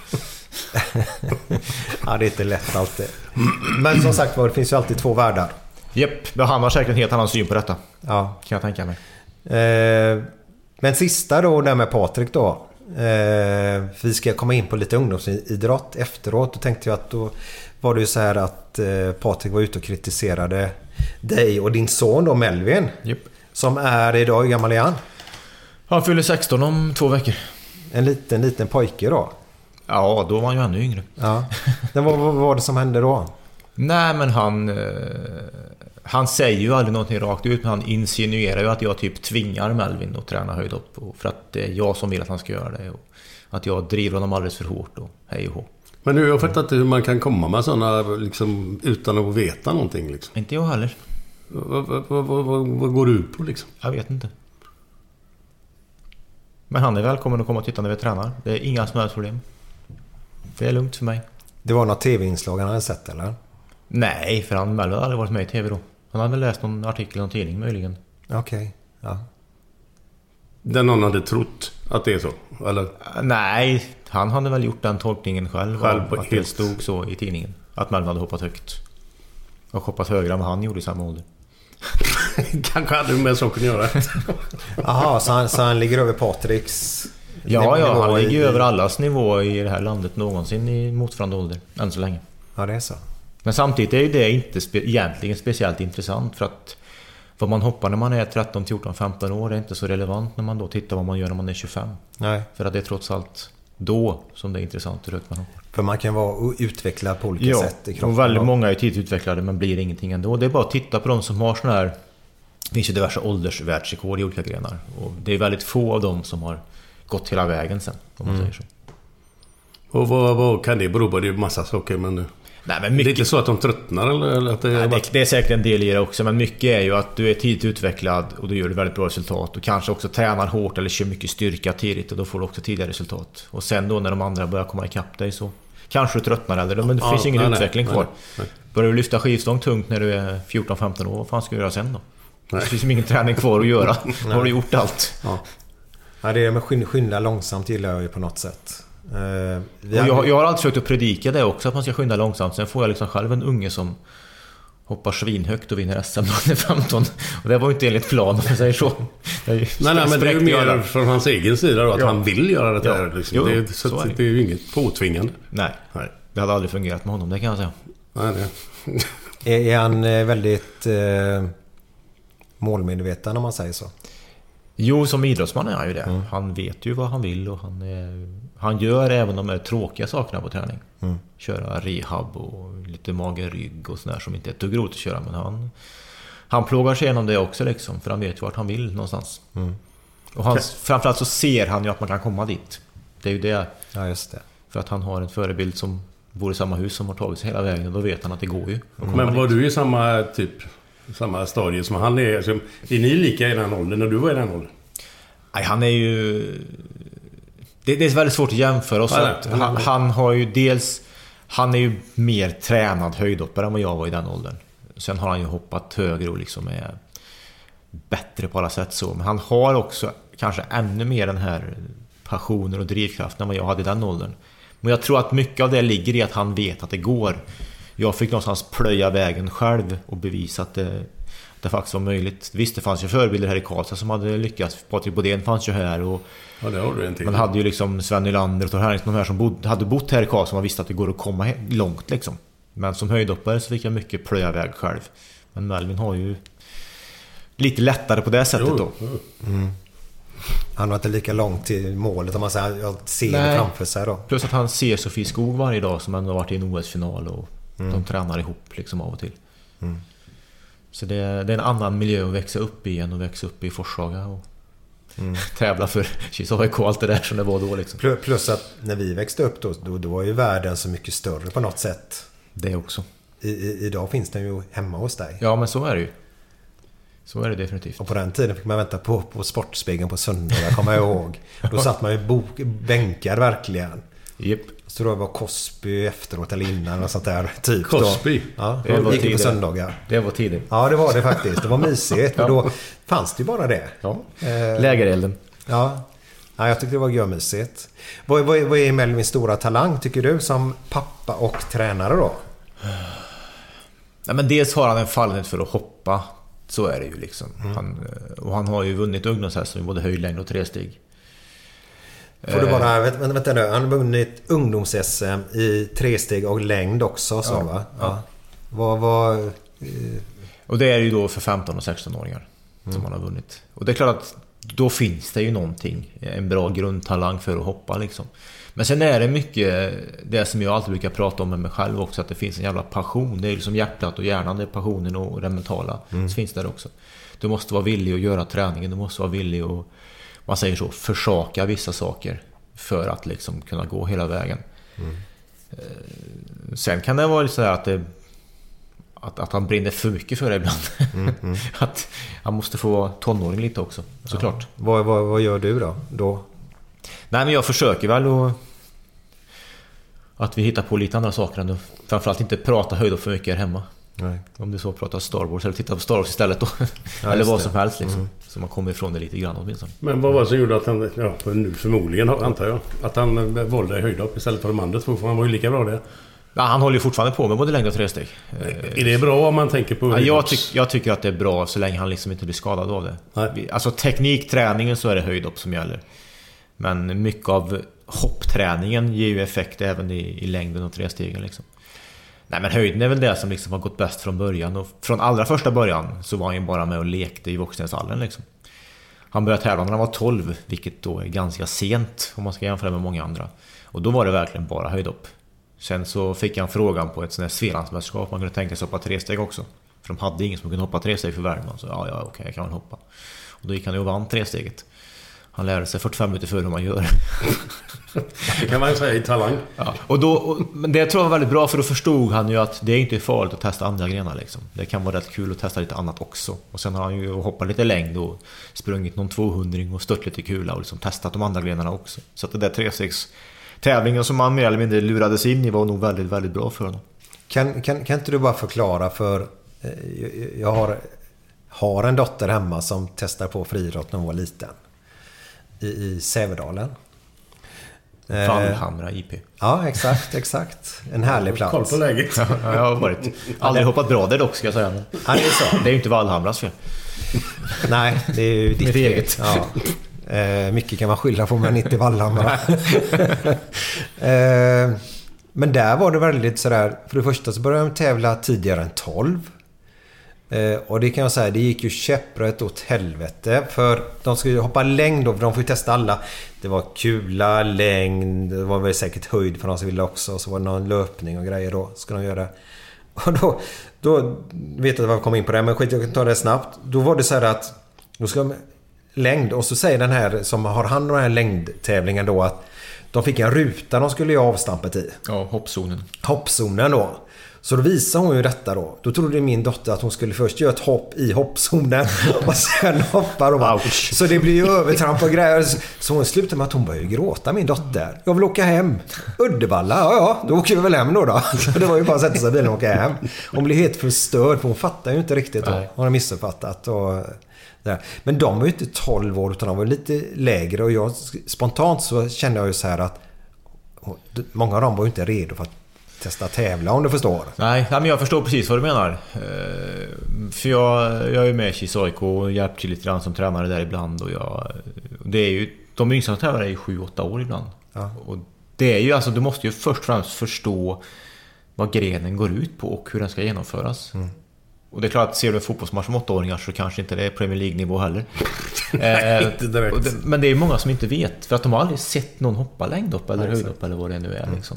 Ja, det är inte lätt alltid. Men som sagt var, det finns ju alltid 2 världar. Japp, han har säkert en helt annan syn på detta. Ja, kan jag tänka mig. Men sista då, där med Patrik då. Vi ska komma in på lite ungdomsidrott efteråt. Då tänkte jag att då var det ju så här att Patrik var ute och kritiserade dig och din son då, Melvin. Yep. Som är idag, hur gammal är han? Han fyller 16 om 2 veckor. En liten pojke då? Ja, då var han ju ännu yngre. Ja. Vad var det som hände då? Nej, men han säger ju aldrig någonting rakt ut, men han insinuerar ju att jag typ tvingar Melvin att träna höjdhopp, för att det är jag som vill att han ska göra det, och att jag driver honom alldeles för hårt och hej och hå. Men hur har jag fattat hur man kan komma med sådana liksom, utan att veta någonting liksom? Inte jag heller. Vad går du ut på liksom? Jag vet inte. Men han är välkommen att komma och titta när vi tränar. Det är inga som helst problem. Det är lugnt för mig. Det var något tv-inslag han hade sett, eller? Nej, för han hade aldrig varit med i tv då. Han hade väl läst någon artikel i någon tidning möjligen. Okej, ja. Den någon hade trott att det är så, eller? Nej, han hade väl gjort den tolkningen själv på att det stod så i tidningen. att Melvin hade hoppat högt. Och hoppat högre än vad han gjorde i samma ålder. Kanske hade du med saker att göra. Jaha, så han ligger över Patriks... Ja, han ligger över allas nivå i det här landet någonsin i motsvarande ålder, än så länge. Ja, det är så. Men samtidigt är ju det inte egentligen speciellt intressant, för att vad man hoppar när man är 13, 14, 15 år är inte så relevant när man då tittar vad man gör när man är 25. Nej. För att det är trots allt då som det är intressant hur högt man hoppar. För man kan vara utvecklad på olika sätt i kroppen. Och väldigt många är tidigt utvecklade men blir ingenting ändå. Det är bara att titta på de som har såna här... Det finns ju diverse åldersvärldsrekord i olika grenar. Och det är väldigt få av dem som har gått hela vägen sen, om man säger så. Och vad kan det bero på? Det är massa saker, men... Nej, men mycket... Det är inte så att de tröttnar eller att det är... Nej, det är säkert en del i det också, men mycket är ju att du är tidigt utvecklad och du gör ett väldigt bra resultat. Du kanske också tränar hårt eller kör mycket styrka tidigt och då får du också tidigare resultat. Och sen då när de andra börjar komma ikapp dig så kanske du tröttnar eller, men det finns ingen utveckling kvar. Nej. Börjar du lyfta skivstång tungt när du är 14-15 år, vad fan ska du göra sen då? Nej. Det finns ingen träning kvar att göra. Har du gjort allt? Ja, det är med skynda långsamt gillar jag ju på något sätt. Jag har alltid försökt att predika det också, att man ska skynda långsamt. Sen får jag liksom själv en unge som hoppar svinhögt och vinner SM när han är 15. Och det var ju inte enligt plan, om jag säger så. Nej, men det är ju mer från hans egen sida då, att han vill göra det här. Liksom. Jo, det är ju inget påtvingande. Nej, det hade aldrig fungerat med honom, det kan jag säga. Nej. Är han väldigt målmedveten om man säger så? Jo, som idrottsman är han ju det. Han vet ju vad han vill och han gör även de här tråkiga sakerna på träning. Köra rehab och lite magerrygg och sådär som inte är ett dugg roligt att köra. Men han plågar sig igenom det också liksom, för han vet ju vart han vill någonstans. Och framförallt så ser han ju att man kan komma dit. Det är ju det. Ja, just det. För att han har en förebild som bor i samma hus som har tagit sig hela vägen och då vet han att det går ju. Men var du i samma stadie som han är? Alltså, är ni lika i den åldern när du var i den åldern? Nej, han är ju... Det är väldigt svårt att jämföra oss. Han har ju dels... Han är ju mer tränad höjdhoppare än vad jag var i den åldern. Sen har han ju hoppat högre och liksom är bättre på alla sätt så. Men han har också kanske ännu mer den här passionen och drivkraften än vad jag hade i den åldern. Men jag tror att mycket av det ligger i att han vet att det går. Jag fick någonstans plöja vägen själv och bevisa att det faktiskt var möjligt. Visst, det fanns ju förebilder här i Karlstad som hade lyckats. Patrik Bodén fanns ju här och det har du en till. Man hade ju liksom Sven Nylander och Tor Herringsson, de här som hade bott här i Karlstad, som man visste att det går att komma långt liksom. Men som höjdhoppare så fick jag mycket plöja väg själv. Men Melvin har ju lite lättare på det sättet då. Han har inte lika långt till målet om man säger, jag ser det framför sig då. Plus att han ser Sofie Skog varje dag som ändå har varit i en OS-final och de tränar ihop liksom av och till. Så det är en annan miljö att växa upp i än att växa upp i Forshaga och tävla för Kis AIK och allt det där som det var då liksom. Plus att när vi växte upp då var ju världen så mycket större på något sätt. Det också. Idag finns den ju hemma hos dig. Ja, men så är det ju. Så är det definitivt. Och på den tiden fick man vänta på Sportspegeln på söndagar, kommer jag ihåg. Då satt man ju bänkar verkligen. Yep. Så då var Cosby efteråt eller innan och sånt där typ. Cosby? Ja, det var gick på söndagar. Det var tidigt. Ja, det var det faktiskt. Det var mysigt. Och då fanns det ju bara det. Ja. Lägerelden. Ja, jag tyckte det var görmysigt. Vad är Melvins stora talang tycker du som pappa och tränare då? Ja, men dels har han en fallenhet för att hoppa. Så är det ju liksom. Han har ju vunnit ungdomshästen i både höjdlängd och tresteg. Får du bara, vänta nu, han har vunnit ungdoms-SM i tresteg och längd också, så va? Ja. Och det är ju då för 15- och 16-åringar som han har vunnit. Och det är klart att då finns det ju någonting, en bra grundtalang för att hoppa liksom. Men sen är det mycket det som jag alltid brukar prata om med mig själv också, att det finns en jävla passion. Det är liksom hjärtat och hjärnan, det är passionen och det mentala. Så finns det också. Du måste vara villig att göra träningen, du måste vara villig att, man säger så, försaka vissa saker för att liksom kunna gå hela vägen. Sen kan det vara så här att han brinner för mycket för det ibland. Att han måste få vara tonåring lite också, såklart. Vad gör du då? Nej, men jag försöker väl att vi hittar på lite andra saker än framförallt inte prata höjd för mycket här hemma. Nej. Om det så pratar Star Wars eller titta på Star Wars istället då. Eller vad som helst liksom. Så man kommer ifrån det lite grann åtminstone. Men vad var det som gjorde att han, nu förmodligen antar jag, att han valde höjdhopp istället för de andra två, för han var ju lika bra det. Ja, han håller ju fortfarande på med både längd och tresteg. Är det bra om man tänker på... Jag tycker att det är bra så länge han liksom inte blir skadad av det. Nej. Alltså teknikträningen så är det höjdhopp som gäller. Men mycket av hoppträningen ger ju effekt även i längden och trestegen liksom. Nej, men höjden är väl det som liksom har gått bäst från början. Och från allra första början så var han ju bara med och lekte i Våxnäshallen liksom. Han började tävla när han var 12, vilket då är ganska sent om man ska jämföra med många andra. Och då var det verkligen bara höjdhopp. Sen så fick han frågan på ett sånt här Svealandsmästerskap. Man kunde tänka sig hoppa tresteg också. För de hade ingen som kunde hoppa tresteg för Värmland. Så okej, jag kan väl hoppa. Och då gick han ju och vann tresteget. Han lärde sig 45 minuter för hur man gör. Det kan man ju säga i talang. Ja. Men det tror jag var väldigt bra, för då förstod han ju att det är inte farligt att testa andra grenar liksom. Det kan vara rätt kul att testa lite annat också. Och sen har han ju hoppat lite längd och sprungit någon 200 och stört lite kula och liksom testat de andra grenarna också. Så att det där trestegs-tävlingen som han mer eller mindre lurades in i var nog väldigt, väldigt bra för honom. Kan inte du bara förklara för... Jag har en dotter hemma som testar på friidrott när hon var liten. I Sävedalen. Vallhamra IP. Ja, exakt. En härlig plats. Koll på läget. Ja, jag har varit. Aldrig hoppat bra där dock, ska jag säga. Ja, det är så. Det är ju inte Vallhamras fel. Nej, det är ju ditt eget. Ja. Mycket kan man skylla på, men inte Vallhamra. Men där var det väldigt sådär. För det första så började de tävla tidigare än 12. Och det kan jag säga, det gick ju käpprätt åt helvete. För de skulle hoppa längd då, för de får ju testa alla. Det var kula, längd, det var väl säkert höjd för de som ville också. Och så var det någon löpning och grejer då, ska de göra. Och då vet jag att jag kom in på det, men skit, jag kan ta det snabbt. Då var det så här att då ska de längd, och så säger den här som har hand om den här längdtävlingen då att de fick en ruta de skulle göra avstampet i. Ja, hoppzonen då. Så då visade hon ju detta då. Då trodde min dotter att hon skulle först göra ett hopp i hoppzonen och sen hoppa då. Så det blir ju övertramp och grejer. Så hon slutade med att hon började gråta, min dotter. Jag vill åka hem. Uddevalla, ja, då åker vi väl hem då. Så det var ju bara att sätta sig i bilen och åka hem. Hon blev helt förstörd, för hon fattar ju inte riktigt då. Hon har missuppfattat och... Men de var ju inte 12 år utan de var lite lägre, och jag spontant så kände jag ju så här att många av dem var ju inte redo för att testa tävla, om du förstår. Nej, men jag förstår precis vad du menar. För jag är ju med i KIS AIK och hjälpt till lite grann som tränare där ibland, och det är ju, de yngsta tävlare är ju 7-8 år ibland. Ja. Och det är ju alltså, du måste ju först och främst förstå vad grenen går ut på och hur den ska genomföras. Mm. Och det är klart att ser du en fotbollsmatch om 8-åringar så kanske inte det är Premier League-nivå heller. Men det är många som inte vet, för att de har aldrig sett någon hoppa längdhopp eller höjdhopp eller vad det nu är liksom.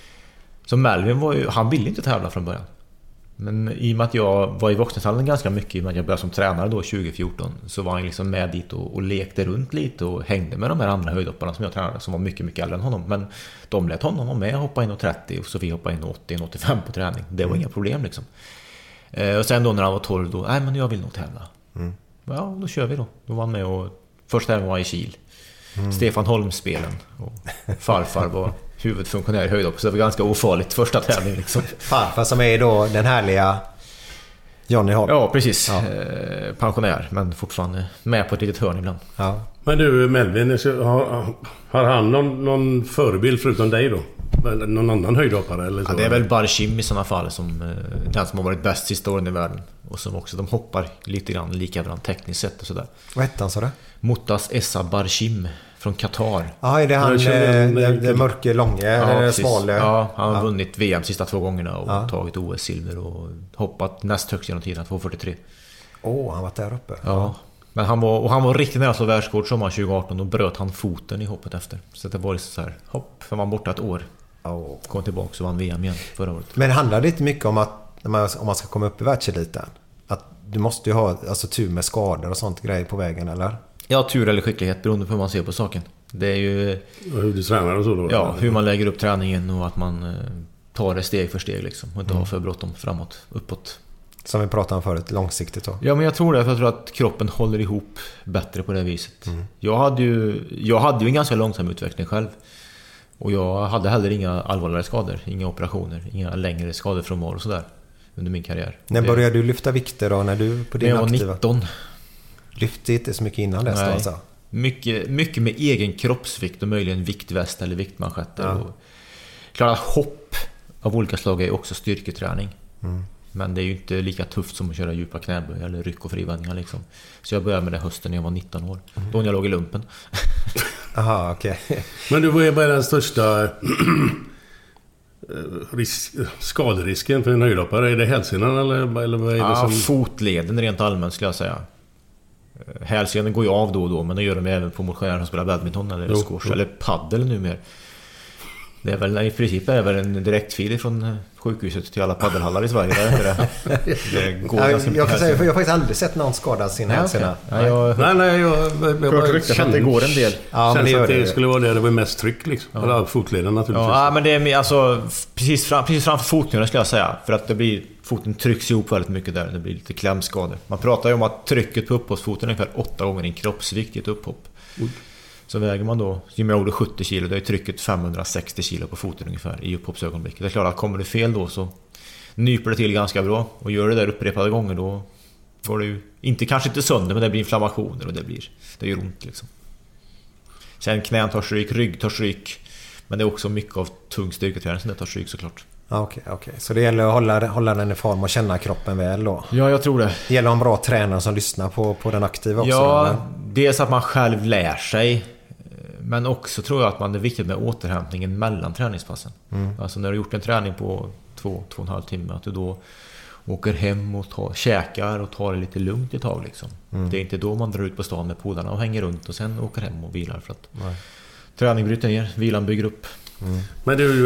Så Melvin han ville inte tävla från början. Men i och med att jag var i Våxnäshallen ganska mycket, i och med att jag började som tränare då 2014, så var han liksom med dit och lekte runt lite och hängde med de här andra höjdhopparna som jag tränade, som var mycket, mycket äldre än honom. Men de lät honom vara med och hoppa in 30 och Sofie hoppa in 80-85 på träning. Det var inga problem liksom. Och sen då när han var 12 då, nej men jag vill nog tävla. Ja, då kör vi då. Då var han med, och första tävlingen var i Kil. Stefan Holm-spelen. Och farfar var huvudfunktionär i höjdhopp, så det var ganska ofarligt första tävling liksom. Farfar som är då den härliga Johnny Holm. Ja, precis. Ja. Pensionär, men fortfarande med på ett litet hörn ibland. Ja. Men du, Melvin, har han någon förebild förutom dig då? Någon annan höjdhoppare eller så? Ja, det är väl Barshim i sådana fall, som den som har varit bäst sista åren i världen, och som också de hoppar lite grann likadant tekniskt sett och sådär. Vad hette han så det? Muttas Essa Barshim från Qatar. Ja, är det han det mörke långe eller smale? Ja, han har vunnit VM sista 2 gångerna och tagit OS-silver och hoppat näst högst genom tiden, 2,43. Han var där uppe. Ja. Men han var riktigt nära så världsrekord sommaren 2018, och bröt han foten i hoppet efter. Så det var så här, för man borta ett år. Kom tillbaka och vann VM igen förra året. Men handlar det inte mycket om att om man ska komma upp i världseliten, att du måste ju ha tur med skador och sånt grejer på vägen, eller? Ja, tur eller skicklighet beroende på hur man ser på saken. Det är ju hur du tränar och så då. Ja, hur man lägger upp träningen och att man tar det steg för steg liksom, och inte har för bråttom framåt, uppåt. Som vi pratade om förut, långsiktigt då. Ja, men jag tror det, för jag tror att kroppen håller ihop bättre på det viset. Jag hade ju en ganska långsam utveckling själv. Och jag hade heller inga allvarligare skador, inga operationer, inga längre skador från år och sådär under min karriär. När började du lyfta vikter då, när du på din jag var aktiva? 19. Lyfte inte så mycket innan dess då alltså? Mycket med egen kroppsvikt och möjligen viktväst eller viktmanschetter. Ja. Och klart att hopp, av olika slag är också styrketräning. Men det är ju inte lika tufft som att köra djupa knäböj eller ryck och frivändningar liksom. Så jag började med det hösten när jag var 19 år. Då när jag låg i lumpen. Aha, okej. Men du, vad är bara den största skaderisken för en höjdhoppare? Är det hälsenan eller vad är det som... Fotleden rent allmänt skulle jag säga. Hälsenan går ju av då och då, men det gör de även på motionärer som spelar badminton eller squash eller paddel numera. Det är väl i princip är väl en direktfil från sjukhuset till alla paddelhallar i Sverige. Det går jag kan säga, för jag har faktiskt aldrig sett någon skada sin hälsena. Nej, jag ryktas att det går en del. Ja, men det skulle vara det var mest tryck liksom. Eller fotleden naturligtvis. Ja, men det är alltså precis framför fotleden skulle jag säga, för att det blir foten trycks ihop väldigt mycket där. Det blir lite klämskador. Man pratar ju om att trycket på upphoppsfoten är ungefär 8 gånger din kroppsvikt i ett upphopp. Så väger man då, som jag gjorde 70 kilo, då är trycket 560 kilo på foten ungefär i upphoppsögonblicket. Det är klart att kommer det fel då så nyper det till ganska bra. Och gör det där upprepade gånger då går det ju, kanske inte sönder, men det blir inflammationer och det gör ont liksom. Sen knän tar stryk, rygg tar stryk. Men det är också mycket av tung styrketräning som det tar stryk såklart. Okej. Så det gäller att hålla den i form och känna kroppen väl då? Ja, jag tror det. Det gäller att ha en bra tränare som lyssnar på den aktiva också? Ja, dels att man själv lär sig. Men också tror jag att det är viktigt med återhämtningen mellan träningspassen. Alltså när du har gjort en träning på 2,5 timmar, att du då åker hem och käkar och tar det lite lugnt ett tag liksom. Det är inte då man drar ut på stan med polarna och hänger runt och sen åker hem och vilar, för att träning bryter ner, vilan bygger upp. Men du,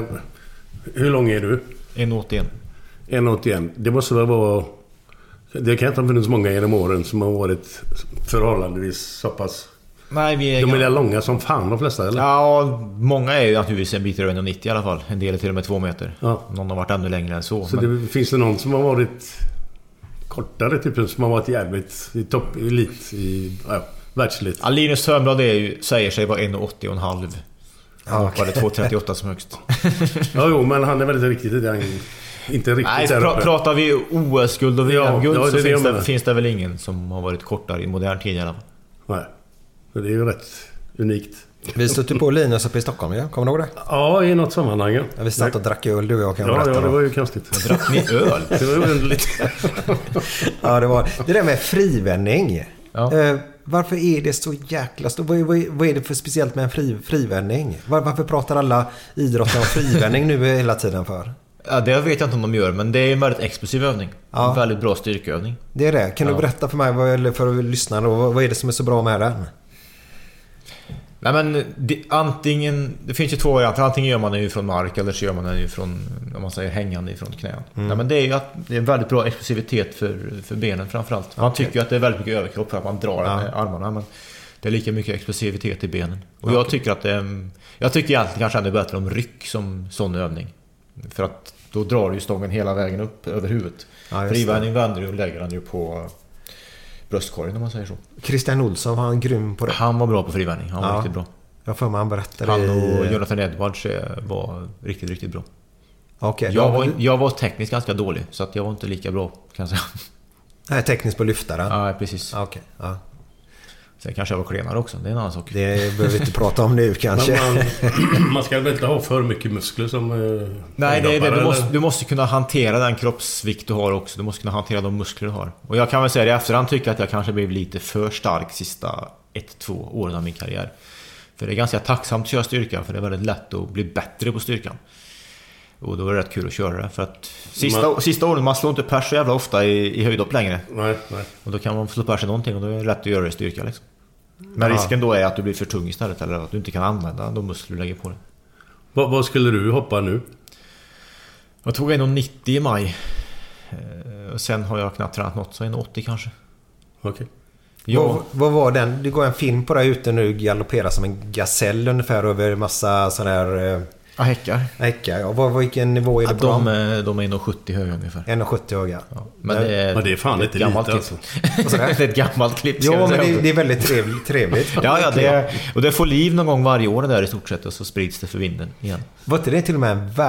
hur lång är du? 1,81. 1,81. Det måste väl vara... Det kan inte ha funnits många genom åren som har varit förhållandevis så pass... Nej, de är långa som fan de flesta, eller? Ja, många är ju naturligtvis en bit över 1,90 i alla fall. En del är till och med 2 meter. Ja. Någon har varit ännu längre än så. Så finns det någon som har varit kortare, typ, som har varit jävligt i topp, elit, världselit? Ja, Linus Törnblad säger sig vara 1,80,5. Han var det 2,38 som högst. Ja, men han är väldigt riktigt inte riktigt. Nej, pratar vi OS-guld och VM-guld så finns det väl ingen som har varit kortare i modern tid i alla fall. Nej. Det är ju rätt unikt. Vi stötte på Linus uppe i Stockholm, ja? Kommer du ihåg det? Ja, i något sammanhang. Ja, vi satt och drack öl, du och jag kan berätta. Ja, det var ju konstigt. Drack ni öl? Det var ju underligt. Ja, det var det där med frivändning. Ja. Varför är det så jäkla stort? Vad är det för speciellt med en frivändning? Varför pratar alla idrottare om frivändning nu hela tiden för? Ja, det vet jag inte om de gör, men det är en väldigt explosiv övning. En väldigt bra styrkeövning. Det är det. Kan du berätta för mig, eller för lyssnarna, vad är det som är så bra med den? Nej, men det finns ju 2 varianter. Antingen gör man det ju från mark eller så gör man det ju från, om man säger, hängande ifrån knän. Nej, men det är ju att det är en väldigt bra explosivitet för benen framförallt. Man tycker ju att det är väldigt mycket överkropp för att man drar med armarna, men det är lika mycket explosivitet i benen. Och jag tycker att jag tycker egentligen kanske det är bättre om ryck som sån övning. För att då drar ju stången hela vägen upp över huvudet. Frivändning vänder ju och lägger han ju på bröstkorgen, om man säger så. Christian Olsson, var han grym på det? Han var bra på frivändning, han var riktigt bra. Jag får man berättade. Han och Jonathan Edwards var riktigt, riktigt bra. Okay, jag var tekniskt ganska dålig, så att jag var inte lika bra, kan jag säga. Nej, tekniskt på lyftaren? Ja, precis. Okay, ja. Sen kanske jag var klenare också, det är en annan sak. Det behöver vi inte prata om nu kanske. Man ska väl inte ha för mycket muskler som... Nej, det är det. Du måste kunna hantera den kroppsvikt du har också. Du måste kunna hantera de muskler du har. Och jag kan väl säga det i efterhand, tycker att jag kanske blev lite för stark sista 1-2 åren av min karriär. För det är ganska tacksamt att köra styrka, för det är väldigt lätt att bli bättre på styrkan. Och då är det rätt kul att köra det. För att sista åren, man slår inte pers så jävla ofta i höjdhopp längre. Nej. Och då kan man slå pers i någonting, och då är det lätt att göra det i styrka liksom. Men risken då är att du blir för tung istället, eller att du inte kan använda de muskler du lägger på det. Vad skulle du hoppa nu? Jag tog 1,90 i maj. Och sen har jag knappt tränat något, så 1,80 kanske. Okej. Vad var den? Det går en film på det ute nu, galopperar som en gasell ungefär över massa sån här... Ja, häckar. Ja, vilken nivå är det på dem? De är 1,70 höga ungefär. 1,70 höga. Ja, men det är fan ett gammalt klipp. Alltså. Det är ett gammalt klipp. Ja, men det är väldigt trevligt. Ja, det får liv någon gång varje år där i stort sett, och så sprids det för vinden igen. Var inte det till och med en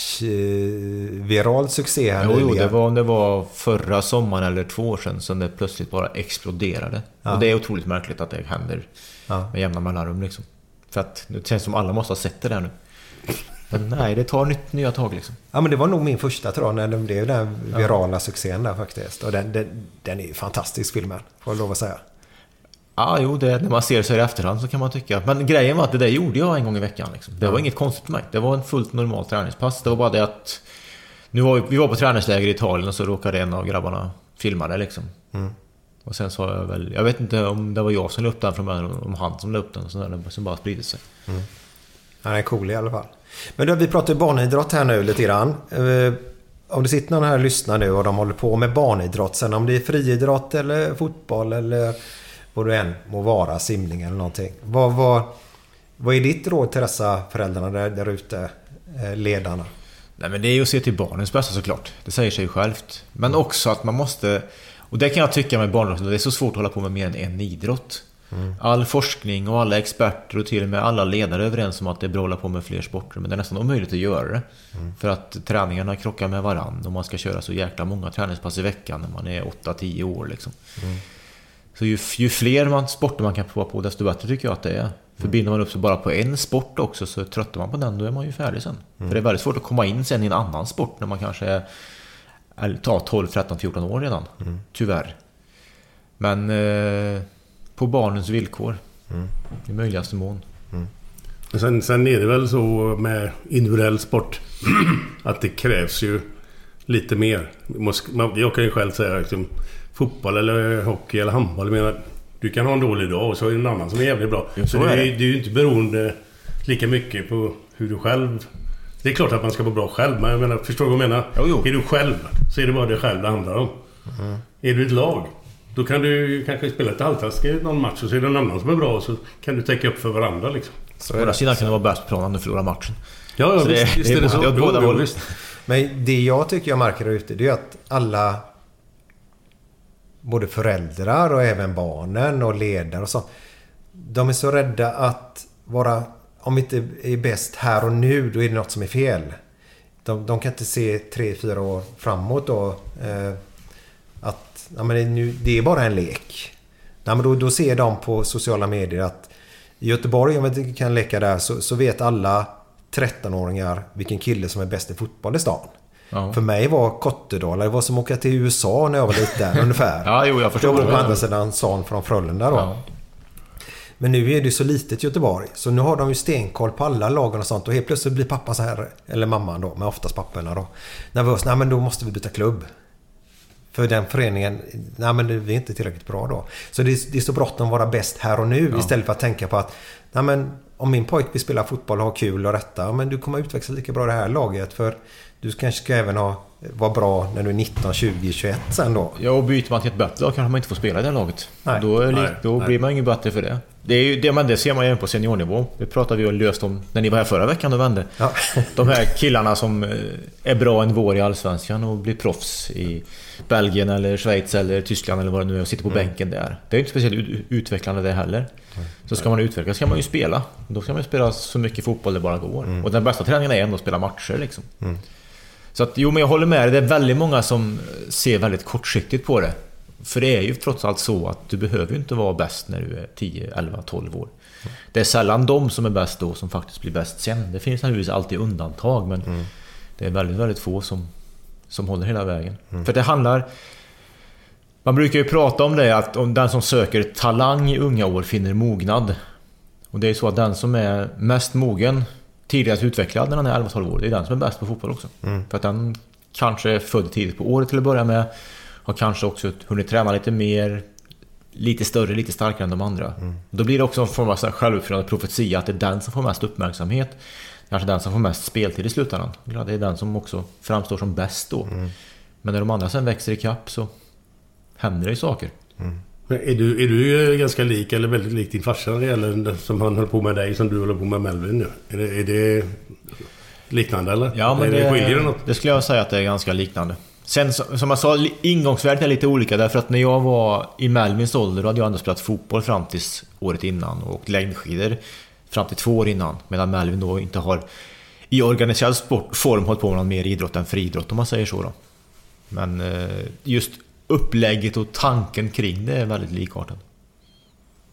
världsviral succé här? Jo, det var förra sommaren eller 2 år sedan som det plötsligt bara exploderade. Ja. Och det är otroligt märkligt att det händer med jämna mellanrum liksom. För att det känns som alla måste ha sett det där nu. Men nej, det tar nya tag liksom. Ja, men det var nog min första tror jag, när det blev den virala succén där faktiskt. Och den är ju fantastisk filmen, får jag lov att säga. Ja, jo, när man ser sig i efterhand så kan man tycka. Men grejen var att det där gjorde jag en gång i veckan liksom. Det var inget konstigt för mig. Det var en fullt normal träningspass. Det var bara det att vi var på träningsläger i Italien och så råkade en av grabbarna filma det liksom. Och sen sa jag väl, jag vet inte om det var jag som la upp den från början, om han som la upp den och sådär, som bara spridit sig. Han är cool i alla fall. Men då, vi pratar ju barnidrott här nu lite grann. Om det sitter någon här och lyssnar nu och de håller på med barnidrott, sen om det är friidrott eller fotboll eller vad det än må vara, simning eller någonting. Vad är ditt råd till dessa föräldrarna där ute, ledarna? Nej, men det är ju att se till barnens bästa såklart. Det säger sig självt. Men också att man måste, och det kan jag tycka med barnidrott, det är så svårt att hålla på med mer än en idrott. All forskning och alla experter och till och med alla ledare är överens om att det är bra att hålla på med fler sporter, men det är nästan omöjligt att göra det. För att träningarna krockar med varandra och man ska köra så jäkla många träningspass i veckan när man är 8-10 år liksom. Så ju fler sporter man kan prova på, desto bättre tycker jag att det är. För binder man upp sig bara på en sport också, så tröttar man på den, då är man ju färdig sen. För det är väldigt svårt att komma in sen i en annan sport när man kanske är 12, 13, 14 år redan. Tyvärr. Men på barnens villkor i möjligaste mån. Sen är det väl så med individuell sport att det krävs ju lite mer. Jag kan ju själv säga liksom, fotboll eller hockey eller handboll, menar, du kan ha en dålig dag och så är det en annan som är jävligt bra. Så det är ju inte beroende lika mycket på hur du själv. Det är klart att man ska vara bra själv, men jag menar, förstår du vad jag menar? Jo. Är du själv så är det bara det själv det handlar om. Är du ett lag, då kan du kanske spela ett halvtask i någon match och så är det någon annan som är bra och så kan du täcka upp för varandra liksom. Så båda sidan kan det vara bäst på planen och förlora matchen. Ja, så visst är det så. Båda håll. Men det jag tycker jag märker ute, det är att alla, både föräldrar och även barnen och ledare och så, de är så rädda att vara, om vi inte är bäst här och nu, då är det något som är fel. De kan inte se 3-4 år framåt då, att ja, men det är bara en lek. Ja, men då ser de på sociala medier att i Göteborg, om vi inte kan leka där, så vet alla 13-åringar vilken kille som är bäst i fotboll i stan. Ja. För mig var Kottedala, det var som att åka till USA när jag var lite där ungefär. Ja, jo, jag förstår. Jag var på andra sidan stan från Frölunda då. Ja. Men nu är det så litet Göteborg, så nu har de ju stenkoll på alla lagen och sånt, och helt plötsligt blir pappa så här, eller mamman då, men oftast papporna då, nervös. Nej, men då måste vi byta klubb. För den föreningen, nej men vi är inte tillräckligt bra då. Så det är så bråttom att vara bäst här och nu, istället för att tänka på att nej men om min pojk vill spela fotboll och ha kul och rätta, men du kommer utveckla lika bra det här laget, för du kanske ska även vara bra när du är 19, 20, 21 sen då. Ja, och byter man till ett bättre lag kanske man inte får spela i det laget. Nej. Då blir man ingen bättre för det. Det är ju det, men det ser man ju även på seniornivå. Det pratade vi och löst om när ni var här förra veckan och vände. Ja. De här killarna som är bra en vår i Allsvenskan och blir proffs i Belgien eller Schweiz eller Tyskland eller vad det nu är och sitter på bänken där. Det är inte speciellt utvecklande det heller. Så ska man utvecklas ska man ju spela. Då ska man ju spela så mycket fotboll det bara går. Och den bästa träningen är ändå att spela matcher liksom. Så att, jo, men jag håller med dig. Det är väldigt många som ser väldigt kortsiktigt på det. För det är ju trots allt så att du behöver ju inte vara bäst när du är 10, 11, 12 år. Det är sällan de som är bäst då som faktiskt blir bäst sen. Det finns naturligtvis alltid undantag, men det är väldigt, väldigt få som håller hela vägen. För det handlar... Man brukar ju prata om det, att om den som söker talang i unga år finner mognad. Och det är så att den som är mest mogen, tidigast utvecklad när han är 11-12 år, det är den som är bäst på fotboll också. För att den kanske är född tidigt på året till att börja med, har kanske också hunnit träna lite mer, lite större, lite starkare än de andra. Då blir det också en form av självuppfyllande profetia att det är den som får mest uppmärksamhet, kanske den som får mest speltid i slutändan. Det är den som också framstår som bäst då. Men när de andra sen växer i kapp så händer det ju saker. Men är du ganska lik eller väldigt lik din farsa när det gäller som han höll på med dig som du håller på med Melvin nu? Är det liknande eller? Ja, men skiljer det något? Det skulle jag säga att det är ganska liknande. Sen som jag sa, ingångsvärdet är lite olika, därför att när jag var i Melvins ålder hade jag ändå spelat fotboll fram till året innan och längdskidor fram till 2 år innan, medan Melvin då inte har i organiserad form hållit på med någon mer idrott än friidrott, om man säger så då. Men just upplägget och tanken kring det är väldigt likartad.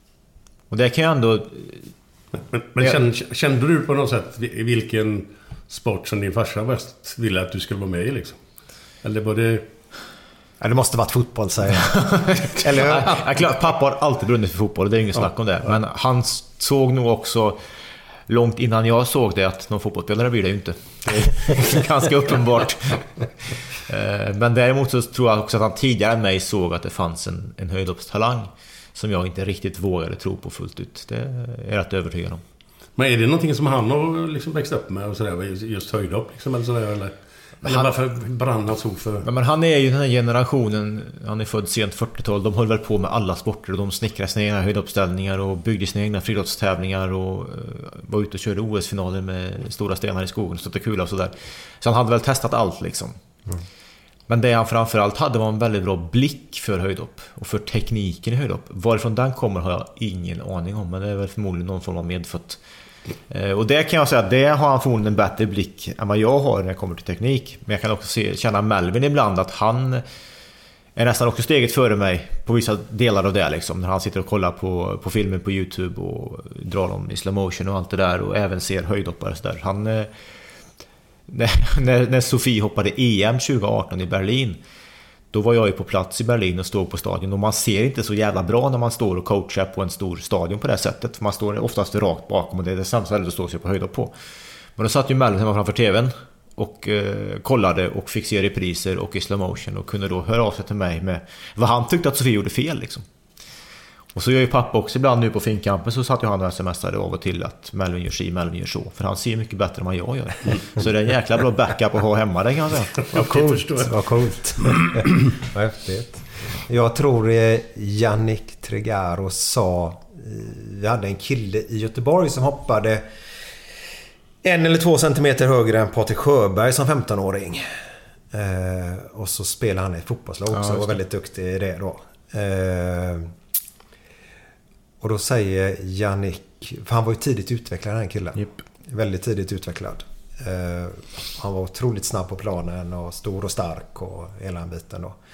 Och det kan jag ändå... Men kände du på något sätt vilken sport som din farsa mest ville att du skulle vara med i liksom? Eller var det... Ja, det måste varit fotboll, säger jag. Eller ja, klart, pappa har alltid brunnit för fotboll, det är inget snack om det. Men han såg nog också långt innan jag såg det att någon fotbollsspelare blir det ju inte. Det är ganska uppenbart. Men däremot så tror jag också att han tidigare än mig såg att det fanns en höjdhoppstalang som jag inte riktigt vågade tro på fullt ut. Det är jag rätt övertygad om. Men är det någonting som han har liksom växt upp med och sådär, just höjdhopp liksom, eller sådär, eller varför brann han så för? Men han är ju den här generationen, han är född sent 40-tal, de höll väl på med alla sporter och de snickrade sina egna höjdhoppsställningar och byggde sina egna friidrottstävlingar och var ute och körde OS-finaler med stora stenar i skogen och stötte kula och sådär. Så han hade väl testat allt liksom. Men det han framförallt hade var en väldigt bra blick för höjdhopp och för tekniken i höjdhopp. Varifrån den kommer har jag ingen aning om, men det är väl förmodligen någon form av medfött. Och det kan jag säga att det har han förmodligen en bättre blick än vad jag har när det kommer till teknik. Men jag kan också känna Melvin ibland att han är nästan också steget före mig på vissa delar av det liksom. När han sitter och kollar på filmen på YouTube och drar dem i slow motion och allt det där och även ser höjdhoppare så där. Han när Sofie hoppade EM 2018 i Berlin, då var jag ju på plats i Berlin och stod på stadion och man ser inte så jävla bra när man står och coachar på en stor stadion på det sättet, för man står oftast rakt bakom och det är det sämsta att stå sig på höjdhopp på. Men då satt ju Melvin hemma framför tvn och kollade och fick se repriser och i slow motion och kunde då höra av sig till mig med vad han tyckte att Sofie gjorde fel liksom. Och så gör ju pappa också ibland nu på finkampen, så satt ju han och smsade av och till att Melvin gör si, Melvin gör så. För han ser mycket bättre än vad jag gör. Så det är en jäkla bra backup att ha hemma, det kan jag säga. Vad coolt. Vad häftigt. Jag tror Yannick Tregaro sa, vi hade en kille i Göteborg som hoppade 1 eller 2 centimeter högre än Patrik Sjöberg som 15-åring. Och så spelade han i ett fotbollslag också och var väldigt duktig i det då. Och då säger Yannick, för han var ju tidigt utvecklad, den här killen. Yep. Väldigt tidigt utvecklad. Han var otroligt snabb på planen och stor och stark och hela den biten då.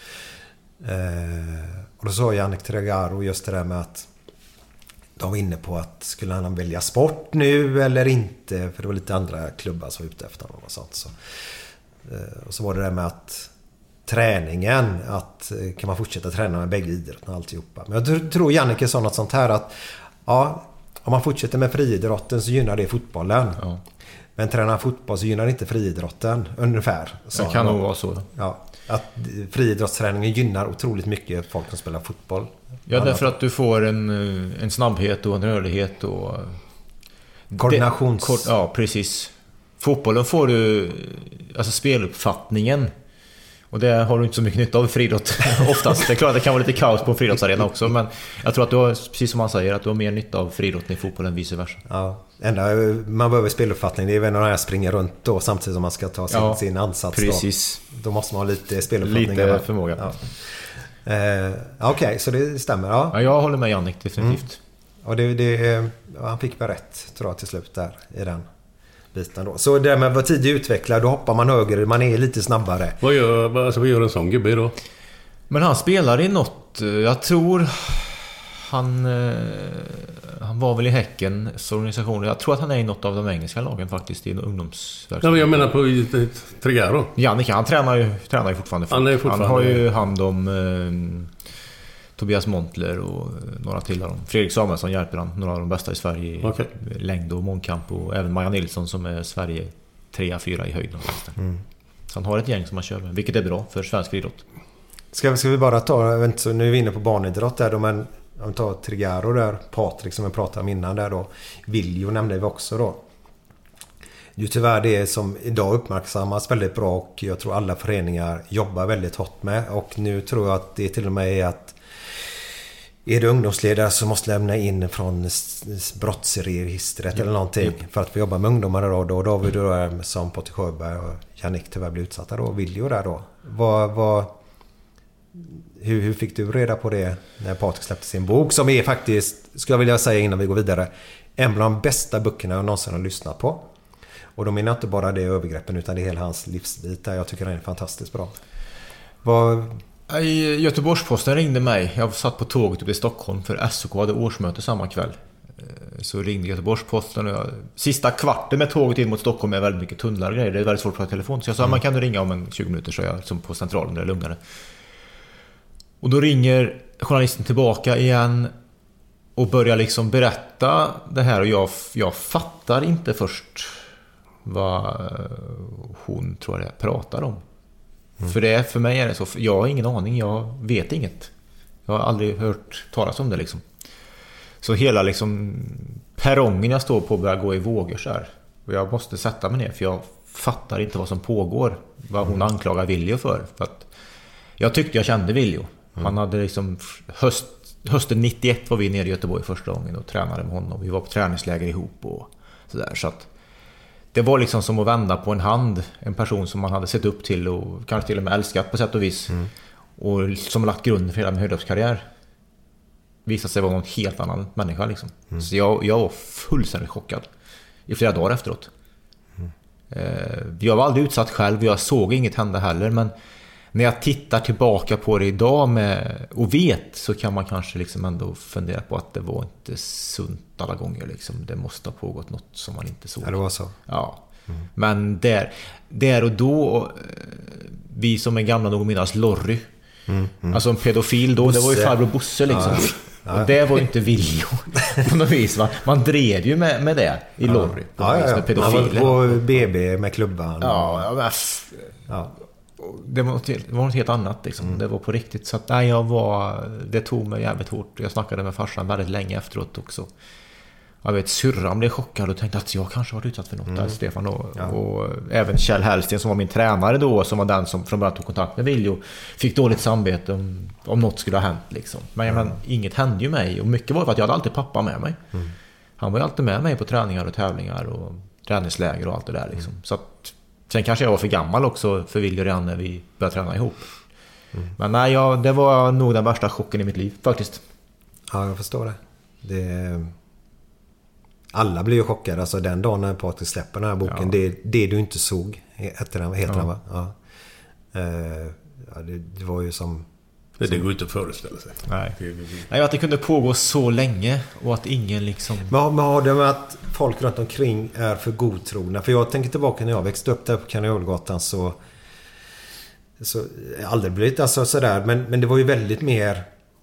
Och då sa Yannick Tregaro just det där med att de var inne på att skulle han välja sport nu eller inte, för det var lite andra klubbar som var ute efter honom och sånt. Så, och så var det där med att träningen, att kan man fortsätta träna med bägge idrotterna och alltihopa. Men jag tror Jannike sa något sånt här att ja, om man fortsätter med friidrotten så gynnar det fotbollen. Ja. Men tränar fotboll så gynnar det inte friidrotten ungefär. Det kan nog vara så. Ja, att friidrottsträningen gynnar otroligt mycket folk som spelar fotboll. Ja, därför att du får en snabbhet och en rörlighet och koordinations... Ja, precis. Fotbollen får du alltså speluppfattningen. Och det har du inte så mycket nytta av i friidrott oftast. Det är klart att det kan vara lite kaos på en friidrottsarena också, men jag tror att du har, precis som man säger, att du har mer nytta av friidrotten i fotboll än vice versa. Ja, enda man behöver speluppfattning, det är väl när jag springer runt då samtidigt som man ska ta sin ansats. Precis. Då måste man ha lite speluppfattning. Lite förmåga. Ja. Okej, så det stämmer. Ja, jag håller med Jannik, definitivt. Och han fick väl rätt, tror jag, till slut där i den biten då. Så det med att vara tidigt utvecklad, då hoppar man högre, man är lite snabbare. Vad gör en sån gubbe då? Men han spelar i något, jag tror han var väl i Häckens organisation. Jag tror att han är i något av de engelska lagen faktiskt, i ungdomsverksamhet. Ja, men jag menar på Tregaro. Jannik, han tränar ju fortfarande. Han har ju hand om Tobias Montler och några till av dem. Fredrik Samuelsson hjälper han, några av de bästa i Sverige i längd och mångkamp, och även Maja Nilsson som är Sverige 3-4 i höjd. Så han har ett gäng som han kör med, vilket är bra för svensk idrott. Ska vi bara ta, nu är vi inne på barnidrott där då, men om vi tar Tregaro där, Patrik som vi pratade om innan där då, Viljo nämnde vi också då. Det är ju tyvärr det som idag uppmärksammas väldigt bra, och jag tror alla föreningar jobbar väldigt hårt med, och nu tror jag att det till och med är att är du ungdomsledare så måste lämna in från brottsregistret eller någonting för att få jobba med ungdomar då har vi då som Patrik Sjöberg och Jannik tyvärr blir utsatta då, Viljo där då. Hur fick du reda på det när Patrik släppte sin bok, som är faktiskt, ska jag vilja säga innan vi går vidare, en av de bästa böckerna jag någonsin har lyssnat på. Och de menar inte bara det övergreppen, utan det är hela hans livsbit där. Jag tycker den är fantastiskt bra. Göteborgs-Posten ringde mig. Jag satt på tåget upp i Stockholm för SOK hade årsmöte samma kväll. så ringde Göteborgs-Posten och sista kvarten med tåget in mot Stockholm är väldigt mycket tunnlar och grejer. Det är väldigt svårt att ha telefon. Så jag sa, man kan du ringa om 20 minuter, så jag som på centralen där det är lugnare. Och då ringer journalisten tillbaka igen och börjar liksom berätta det här, och jag fattar inte först vad hon tror jag pratar om. För det, för mig är det så, jag har ingen aning, jag vet inget. Jag har aldrig hört talas om det liksom. Så hela liksom perrongen jag står på börjar gå i vågor så här. Och jag måste sätta mig ner, för jag fattar inte vad som pågår. Vad hon anklagar Viljo för att jag tyckte jag kände Viljo. Han hade liksom hösten 91 var vi nere i Göteborg första gången och tränade med honom. Vi var på träningsläger ihop och sådär. Så att det var liksom som att vända på en hand. En person som man hade sett upp till och kanske till och med älskat på sätt och vis. Och som lagt grunden för hela min höjdhoppskarriär. Visade sig vara någon helt annan människa liksom. Så jag var fullständigt chockad i flera dagar efteråt. Jag var aldrig utsatt själv, jag såg inget hända heller, men när jag tittar tillbaka på det idag och vet, så kan man kanske liksom ändå fundera på att det var inte sunt alla gånger liksom. Det måste ha pågått något som man inte såg. Ja, det var så. Ja. Men där och då, vi som är gamla nog minnas Lorry, alltså en pedofil då, Bosse. Det var ju farbror Bosse liksom. Och det var ju inte Viljo på något vis, va? Man drev ju med det i Lorry. Med pedofiler. Han var på BB med klubban. Det var något helt annat liksom. Det var på riktigt. Så att, nej, det tog mig jävligt hårt. Jag snackade med farsan väldigt länge efteråt också. Jag vet, syrran blev chockad och tänkte att jag kanske var utsatt för något där, Stefan och även Kjell Hellsten som var min tränare då, som var den som från början tog kontakt med Viljo, fick dåligt samvete om något skulle ha hänt liksom. Men inget hände ju mig, och mycket var för att jag hade alltid pappa med mig. Han var ju alltid med mig på träningar och tävlingar och träningsläger och allt det där liksom. Så att sen kanske jag var för gammal också för Viljo redan när vi började träna ihop. Men nej, det var nog den värsta chocken i mitt liv faktiskt. Ja, jag förstår det. Alla blir ju chockade, alltså den dagen när Patrik släpper den här boken. Det du inte såg heter den, va? Ja. Det var ju som... Det går inte att föreställa sig. Nej, att det kunde pågå så länge och att ingen liksom... Men har det med att folk runt omkring är för godtrogna? För jag tänker tillbaka när jag växte upp där på Kanolgatan, så aldrig blivit alltså sådär, men det var ju väldigt mer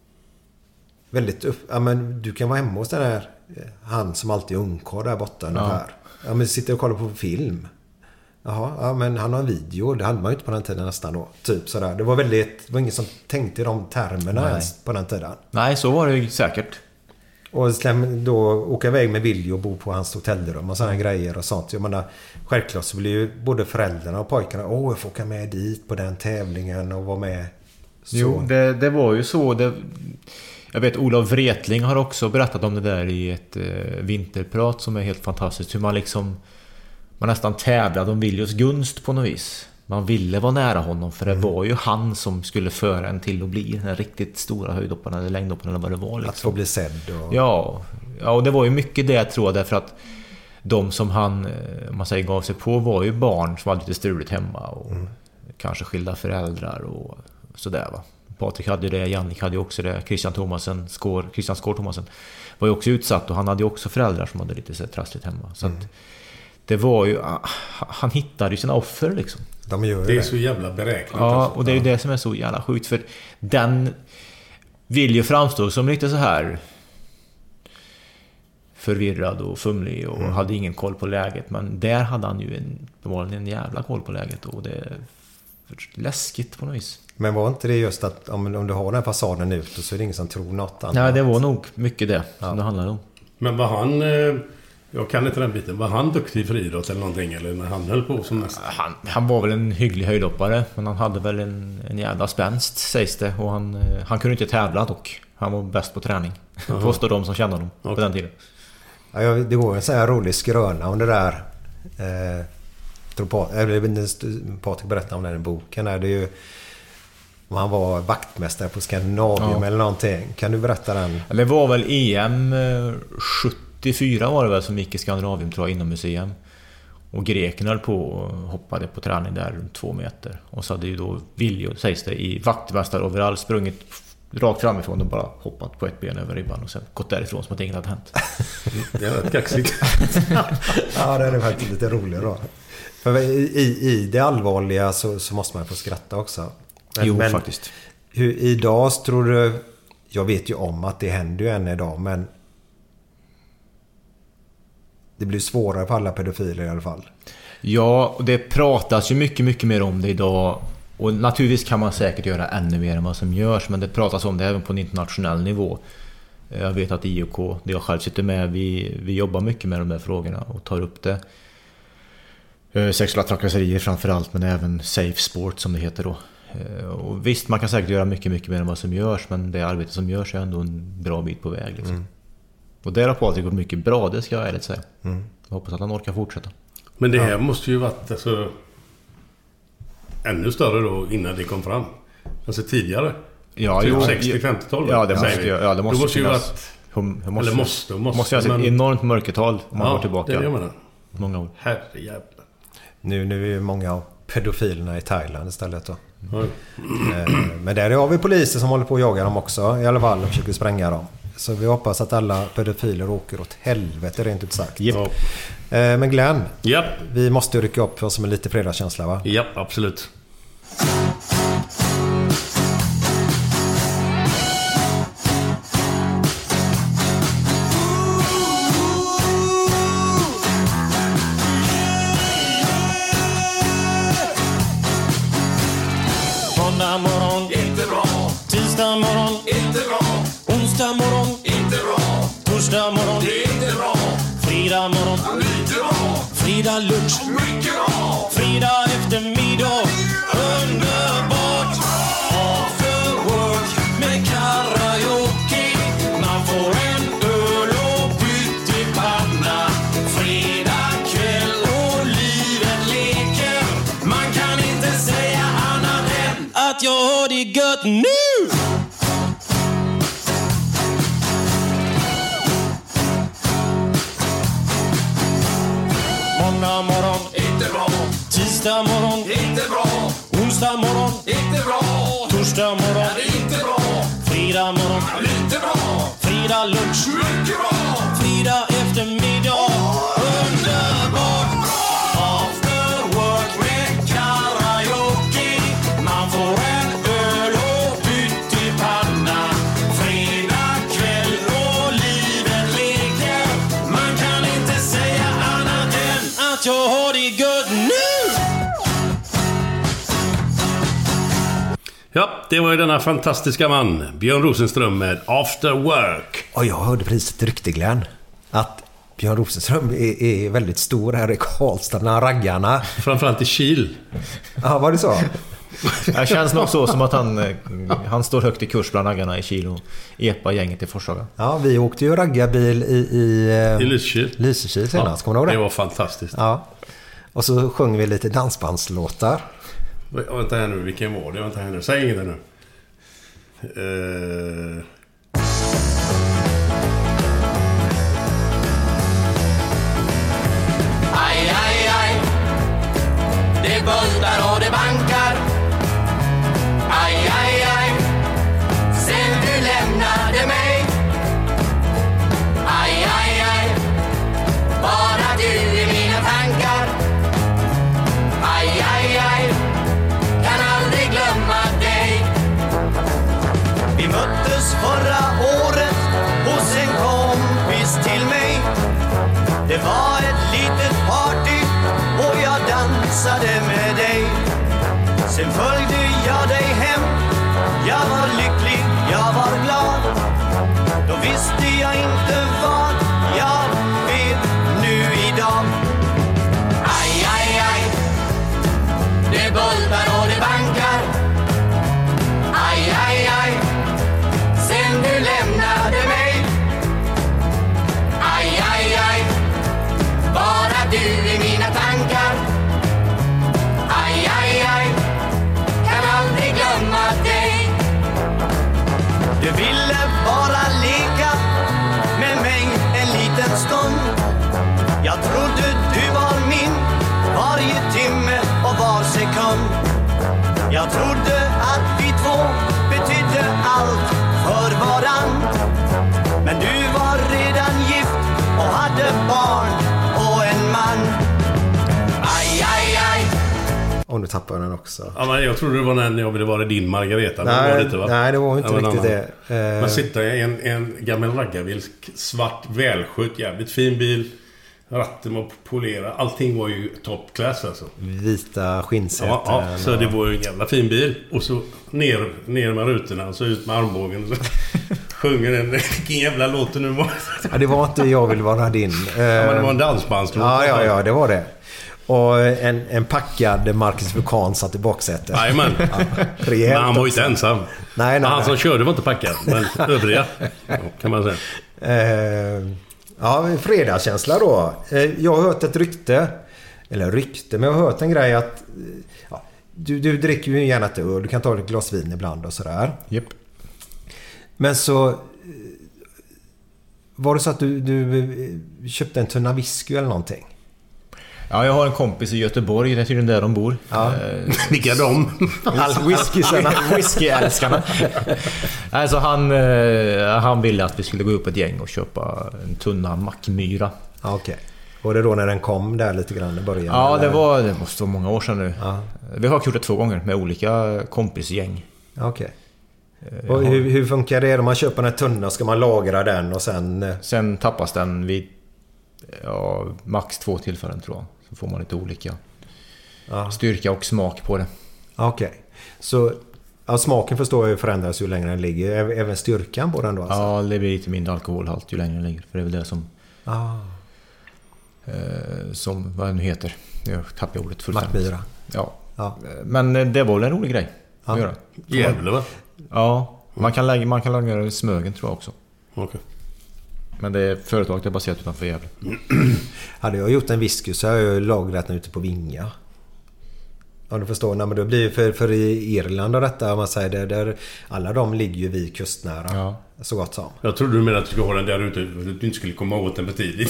men du kan vara hemma hos den här han som alltid är ungkarl där borta ungefär. Ja, men sitter och kollar på film. Jaha, ja, men han har en video. Det hade man ju inte på den tiden nästan då. Typ sådär. Det var ingen som tänkte i de termerna ens på den tiden. Nej, så var det ju säkert. Och då åka iväg med Viljo och bo på hans hotellrum och sådana grejer och sånt. Jag menar, självklart så blir ju både föräldrarna och pojkarna, jag får åka med dit på den tävlingen och vara med. Så. Jo, det var ju så. Jag vet, Olof Wretling har också berättat om det där i ett vinterprat som är helt fantastiskt. Hur man nästan tävlade om Viljos gunst på något vis. Man ville vara nära honom, för det var ju han som skulle föra en till att bli den riktigt stora höjdhopparen eller längdhopparen eller vad det var. Liksom. Att få bli sedd. Ja, och det var ju mycket det, jag tror, därför att de som han, man säger, gav sig på var ju barn som hade lite struligt hemma och kanske skilda föräldrar och sådär, va. Patrik hade det, Jannik hade också det, Christian Skår Thomasen var ju också utsatt, och han hade ju också föräldrar som hade lite så trassligt hemma. Så att det var ju, han hittade ju sina offer liksom. Det är så jävla beräknat. Ja, och det är ju det som är så jävla sjukt, för den vill ju framstå som lite så här förvirrad och fumlig och hade ingen koll på läget, men där hade han ju en jävla koll på läget, och det är läskigt på något vis. Men var inte det just att om du har den fasaden ut, så är det ingen som tror något annat? Nej, det var nog mycket det som det handlade om. Men var han, jag kan inte den biten, var han duktig för idrott eller någonting, eller när han höll på som mest? Han var väl en hygglig höjdhoppare, men han hade väl en jävla spänst, sägs det, och han kunde inte tävla dock. Han var bäst på träning. Påstår de som kände honom på den tiden. Ja, det går en sån här rolig skröna om det där. Patrik berättade om den i boken. Det är ju om han var vaktmästare på Skandinavium eller någonting. Kan du berätta den? Det var väl EM 74 var det väl som gick i Skandinavium, tror jag, inom museum. Och greken höll på och hoppade på träning där runt 2 meter. Och så hade ju då Viljo, sägs det, i vaktmästaroverall sprungit rakt framifrån och bara hoppat på ett ben över ribban och sen gått därifrån som att inget hade hänt. Det är rätt kaxigt. Ja, det är faktiskt lite roligare då. För i det allvarliga så måste man få skratta också. Men faktiskt. Idag tror du... Jag vet ju om att det händer ju än idag, men det blir svårare för alla pedofiler i alla fall. Ja, och det pratas ju mycket, mycket mer om det idag. Och naturligtvis kan man säkert göra ännu mer än vad som görs, men det pratas om det även på en internationell nivå. Jag vet att IOK, där jag själv sitter med, vi jobbar mycket med de där frågorna och tar upp det. Sexuella trakasserier framförallt, men även safe sport som det heter då. Och visst, man kan säkert göra mycket, mycket mer än vad som görs, men det arbete som görs är ändå en bra bit på väg liksom. Och där har Patrik gått mycket bra, det ska jag ärligt säga. Jag hoppas att han orkar fortfortsätta. Men det här måste ju varit alltså, ännu större då innan det kom fram. Alltså tidigare. Ja, typ jo, 60-50-tal. Ja, det måste ju varit... Eller måste men... ett enormt mörkertal om man går tillbaka. Det gör man. Många år. Herrejävlar. Nu är många av pedofilerna i Thailand istället då. Men där har vi poliser som håller på att jaga dem också. I alla fall och försöker spränga dem. Så vi hoppas att alla pedofiler åker åt helvete, rent ut sagt. Ja. Men Glenn, Japp. Vi måste rycka upp för oss med lite fredagskänsla, va? Ja, absolut. Måndag morgon, inte bra. Tisdag morgon, inte bra. Onsdag morgon, inte bra. Torsdag morgon, det är inte bra. Fredag morgon, lite bra. Fredag lunch, mycket bra. Fredag eftermiddag, underbart. After work med karaoke. Man får en öl och pyttipanna. Fredag kväll och livet leker. Man kan inte säga annat än att jag har det gött nu. Måndag morgon, inte bra. Tisdag morgon, inte bra. Onsdag morgon, inte bra. Torsdag morgon, inte bra. Fredag morgon, lite bra. Fredag lunch, mycket bra. Fredag eftermiddag, underbart. After work med karaoke. Man får en öl och pyttipanna. Fredag kväll och livet leker. Man kan inte säga annat än att jag har det gött nu. Ja, det var ju denna fantastiska man, Björn Rosenström med After Work. Och jag hörde precis ett rykte, Glenn, att Björn Rosenström är väldigt stor här i Karlstad när raggarna. Framförallt i Kil. Ja, var det så? Det känns nog så som att han står högt i kurs bland raggarna i Kil och EPA-gänget i Forshaga. Ja, vi åkte ju raggarbil i Lysekil senast, kommer du ihåg det? Det var fantastiskt. Ja. Och så sjöng vi lite dansbandslåtar. Vänta här nu, vilken var det? Vänta här nu, säg inget nu. Aj, aj, aj. Det bultar och det bankar. Aj, aj, aj. Sen du lämnade mig. Aj, aj, aj. Bara du i mina tankar. Aj, aj, aj. Kan aldrig glömma dig. Vi möttes förra året hos en kompis till mig. Det var ett litet party och jag dansade med dig. Sen följde jag dig hem. Jag var lycklig, jag var glad. Då visste jag inte vad jag vet nu idag. Aj, aj, aj. Det bultar och det bankar. Aj, aj, aj. Sen du lämnade mig. Aj, aj, aj. Bara du i mina tankar. Aj, aj, aj. Kan aldrig glömma dig. Du ville bara leka med mig en liten stund. Jag trodde du var min varje timme och var sekund. Jag trodde att vi två betydde allt Om du tappar den också. Ja, men jag trodde det var när jag ville vara din Margareta. Nej, var det inte, va? Nej, det var inte riktigt det. Man sitter i en gammal raggarvilsk, svart, välskött, jävligt fin bil. Ratten var polera. Allting var ju toppklass alltså. Vita skinnsäten. Ja, så det var ju en jävla fin bil. Och så ner med rutorna och så ut med armbågen. Och så sjunger den. Vilken jävla låt det nu var. Ja, det var inte Jag vill vara din. Ja, men det var en dansbandslåt. Ja, det var det. Och en packad Marcus Vulkan satt i baksätet. Jajamän. Men han var ju inte ensam. Nej. Han som körde var inte packad. Men övriga, kan man säga. Ja, fredagskänsla då. Jag har hört ett rykte. Eller rykte, men jag har hört en grej att... Ja, du dricker ju gärna ett öl. Du kan ta ett glas vin ibland och sådär. Japp. Men så... Var det så att du köpte en tunna whisky eller någonting? Ja, jag har en kompis i Göteborg. Det är tydligen där de bor. Ja. Vilka är de? Whiskyälskarna. Alltså han ville att vi skulle gå upp ett gäng och köpa en tunna Mackmyra. Ja, okej. Och det då när den kom där lite grann i början? Ja, det måste vara många år sedan nu. Ja. Vi har gjort det 2 gånger med olika kompisgäng. Okej. Och hur funkar det? Om man köper en tunna, ska man lagra den och sen... Sen tappas den vid max 2 tillfällen tror jag. Så får man lite olika styrka och smak på det. Okej. Så smaken förstår jag förändras ju längre den ligger. Även styrkan på den då? Alltså. Ja, det blir lite mindre alkoholhalt ju längre den ligger. För det är väl det som... som vad det nu heter. Jag tappar ordet fullständigt. Mackmyra. Ja. Men det var väl en rolig grej att göra. Jävlar, va? Ja, man kan lägga Smögen tror jag också. Okej. Men det är företaget är baserat utanför Gävle. Hade jag gjort en whisky så har jag lagrat den ute på Vinga. Ja, du förstår. Nej, men det blir för i Irland och detta, om man säger där alla de ligger ju vid kustnära. Ja. Så gott som. Jag trodde du menade att du skulle ha den där ute, att du inte skulle komma åt den för tidigt.